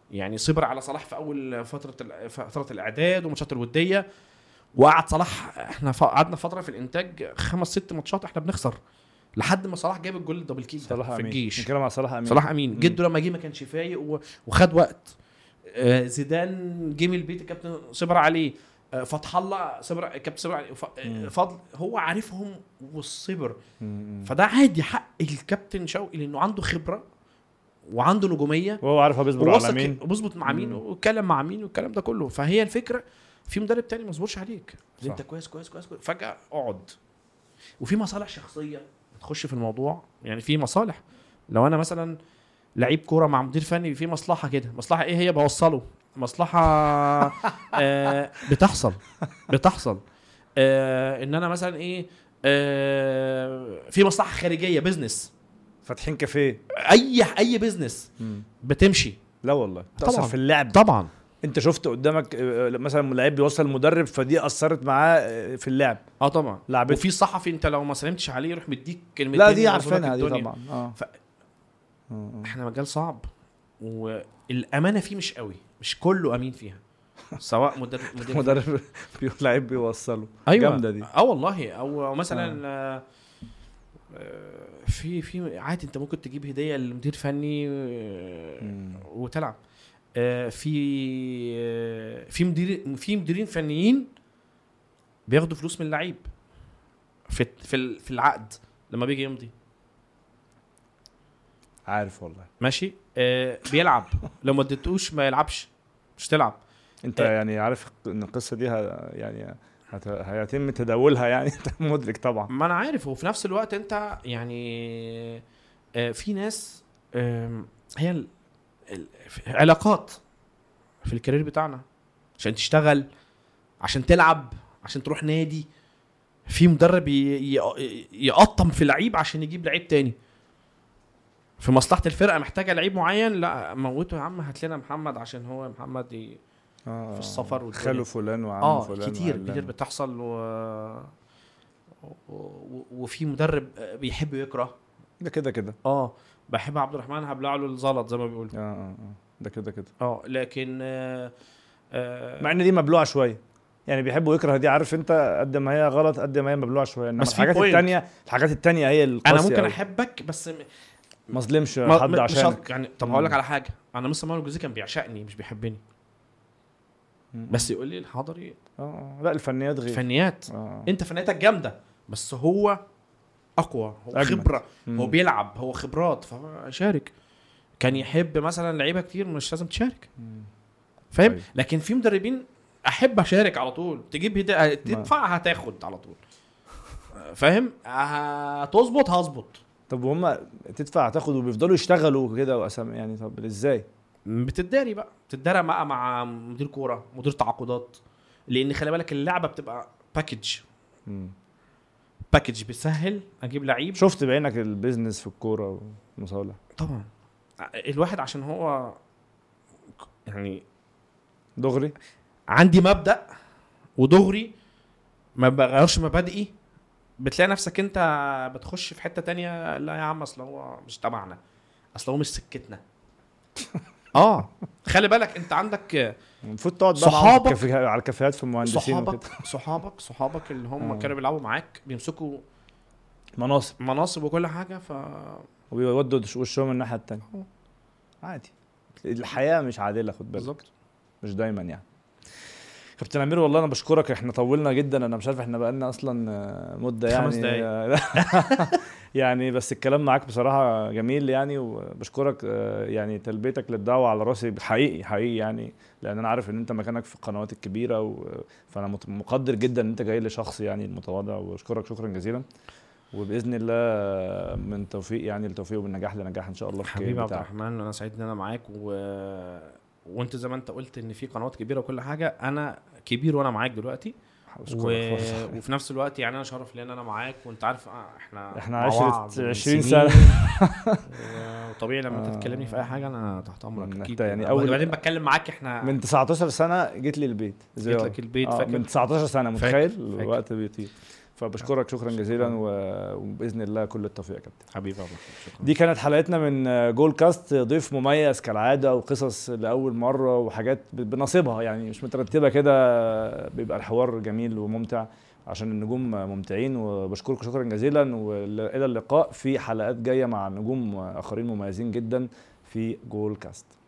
يعني صبر على صلاح في اول فتره ال- فتره الاعداد وماتشات الوديه، وقعد صلاح احنا ف- قعدنا فتره في الانتاج خمس ست ماتشات احنا بنخسر لحد ما صلاح جاب الجول الدبل كيك ده صلاح في امين، الجيش. نتكلم على صلاح امين. صلاح امين مم. جده لما جه ما كانش فايق و- وخد وقت. آه، زيدان جه من البيت الكابتن صبر عليه، آه، فتح الله صبر الكابتن صبر عليه، ف- آه، مم. فضل هو عارفهم والصبر. مم. فده عادي حق الكابتن شوقي لانه عنده خبره وعنده نجوميه وهو عارف هو بيصبر على وواثق مين. وبيظبط مع مين مم. ويتكلم مع مين والكلام ده كله. فهي الفكره في مدرب تاني ما يصبرش عليك، صح. انت كويس كويس كويس كويس فجاه اقعد. وفي مصالح شخصيه بتخش في الموضوع، يعني في مصالح. لو انا مثلا لعيب كوره مع مدير فني في مصلحه كده، مصلحه ايه هي؟ بوصله مصلحه آه بتحصل بتحصل آه ان انا مثلا ايه آه في مصلحه خارجيه بزنس، فاتحين كافيه. اي اي بزنس مم. بتمشي لا والله تأثر طبعاً. في اللعب. طبعا. انت شفت قدامك آه، مثلا لعيب بيوصل مدرب فدي اثرت معاه آه، في اللعب. اه طبعا. لعبته. وفي صحفي انت لو ما سلمتش عليه يروح مديك كلمتين لا دي يبوظوا عارفينها لك دي الدنيا. طبعا. اه ف- آه، آه. احنا مجال صعب والامانه فيه مش قوي، مش كله امين فيها، سواء مدرب مدرب مدرب بيقول لعيب بيوصله. ايوه جامده دي. اه والله. او أو مثلا آه. آه، في في عادي انت ممكن تجيب هديه لمدير فني آه، مم. وتلعب. آه، في آه، في مدير في مديرين فنيين بياخدوا فلوس من اللعيب في في ال- في العقد لما بيجي يمضي. عارف والله. ماشي آه، بيلعب لو ما اديتوش ما يلعبش، مش تلعب. انت آه. يعني عارف ان القصه دي ه- يعني هت- هيتم تداولها يعني. انت مدرك طبعا. ما انا عارف. وفي نفس الوقت انت يعني آه، في ناس آم، هي ال- ال- علاقات في الكارير بتاعنا عشان تشتغل، عشان تلعب، عشان تروح نادي. في مدرب ي- ي- يقطم في لعيب عشان يجيب لعيب تاني في مصلحة الفرقة محتاجة لعيب معين، لا موته يا عم هات لنا محمد عشان هو محمد ي... آه. في السفر والدنيا. خاله فلان وعم اه فلان كتير وعلان. كتير بتحصل و... و... وفي مدرب بيحب يكره. ده كده كده. اه بحب عبد الرحمن هبلع له الزلط زي ما بيقولوا. اه اه اه ده كده كده. اه لكن آه آه مع ان دي مبلوعه شويه يعني، بيحبوا يكره دي، عارف انت قد ما هي غلط قد ما هي مبلوعه شويه. انما بس في الحاجات point. التانية الحاجات التانية هي القاسيه. انا ممكن أوي. احبك بس م... ما اظلمش ما- حد مش عشان هق- يعني طب هقول لك على حاجه، انا مستر مانو الجوزي كان بيعشقني مش بيحبني، بس يقول لي الحضري اه لا الفنيات غير. فنيات آه. انت فنياتك جامده بس هو اقوى، هو أجمد. خبره، مم. هو بيلعب، هو خبرات فشارك. كان يحب مثلا لعيبه كتير مش لازم تشارك، مم. فاهم؟ أيوة. لكن في مدربين احب اشارك على طول، تجيب هدا... تدفع هتاخد على طول، فاهم؟ هتظبط هظبط. طب وهم تدفع تاخد وبيفضلوا يشتغلوا كده واسم يعني، طب ازاي؟ بتداري بقى بتداري مع مع مدير كوره مدير تعاقدات، لان خلي بالك اللعبه بتبقى باكج مم. باكج بيسهل اجيب لعيب. شفت بعينك البيزنس في الكوره ومصالح طبعا الواحد عشان هو يعني دغري. عندي مبدأ ودغري ما بغيرش مبادئي، بتلاقي نفسك انت بتخش في حتة تانية. لا يا عم اصل هو مش تبعنا، اصل هو مش سكتنا. اه خلي بالك انت عندك المفروض تقعد بقى معاهم صحابك- في الكافيه- على الكافيهات في المهندسين صحابك وكده. صحابك صحابك اللي هم آه. كانوا بيلعبوا معاك بيمسكوا مناصب مناصب وكل حاجة ف وبيودوا وشهم الناحيه التانية. آه. عادي. الحياه مش عادله، خد بالك. بالظبط. مش دايما يعني. كابتن امير والله انا بشكرك، احنا طولنا جدا، انا مش عارف احنا بقالنا اصلا مده يعني خمس دقايق. يعني بس الكلام معاك بصراحه جميل يعني، وبشكرك يعني تلبيتك للدعوه على راسي حقيقي حقيقي يعني، لان انا عارف ان انت مكانك في القنوات الكبيره و... فانا مت- مقدر جدا ان انت جاي لشخص يعني المتواضع، واشكرك شكرا جزيلا، وباذن الله من توفيق يعني لتوفيق وبالنجاح لنجاح ان شاء الله في الكارير حبيبي عبد بتاعك. الرحمن انا سعيد ان انا معاك و... وانت زي ما انت قلت ان في قنوات كبيره وكل حاجه، انا كبير وانا معاك دلوقتي أشكرك و... فرصة. وفي نفس الوقت يعني انا شرف لي ان انا معاك، وانت عارف آه، احنا احنا مع عشرة بعض من عشرين سنين. سنة. و- وطبيعي لما انت آه. تكلمني في اي حاجه انا تحت امرك انت اكيد يعني يعني. أول- بعدين بتكلم معاك احنا من تسعتاشر سنة جيت لي البيت جيت زيارة. لك البيت آه فاكر من تسعتاشر سنة، فاكر. متخيل فاكر. الوقت بيطير. فبشكرك شكرا جزيلا و- وباذن الله كل التوفيق يا كابتن. حبيبي يا ابو حميد، شكرا. دي كانت حلقتنا من جول كاست، ضيف مميز كالعاده وقصص لاول مره وحاجات ب- بنصيبها يعني مش مترتبه كده، بيبقى الحوار جميل وممتع عشان النجوم ممتعين. وبشكركم شكرا جزيلا، والى اللقاء في حلقات جايه مع نجوم اخرين مميزين جدا في جول كاست.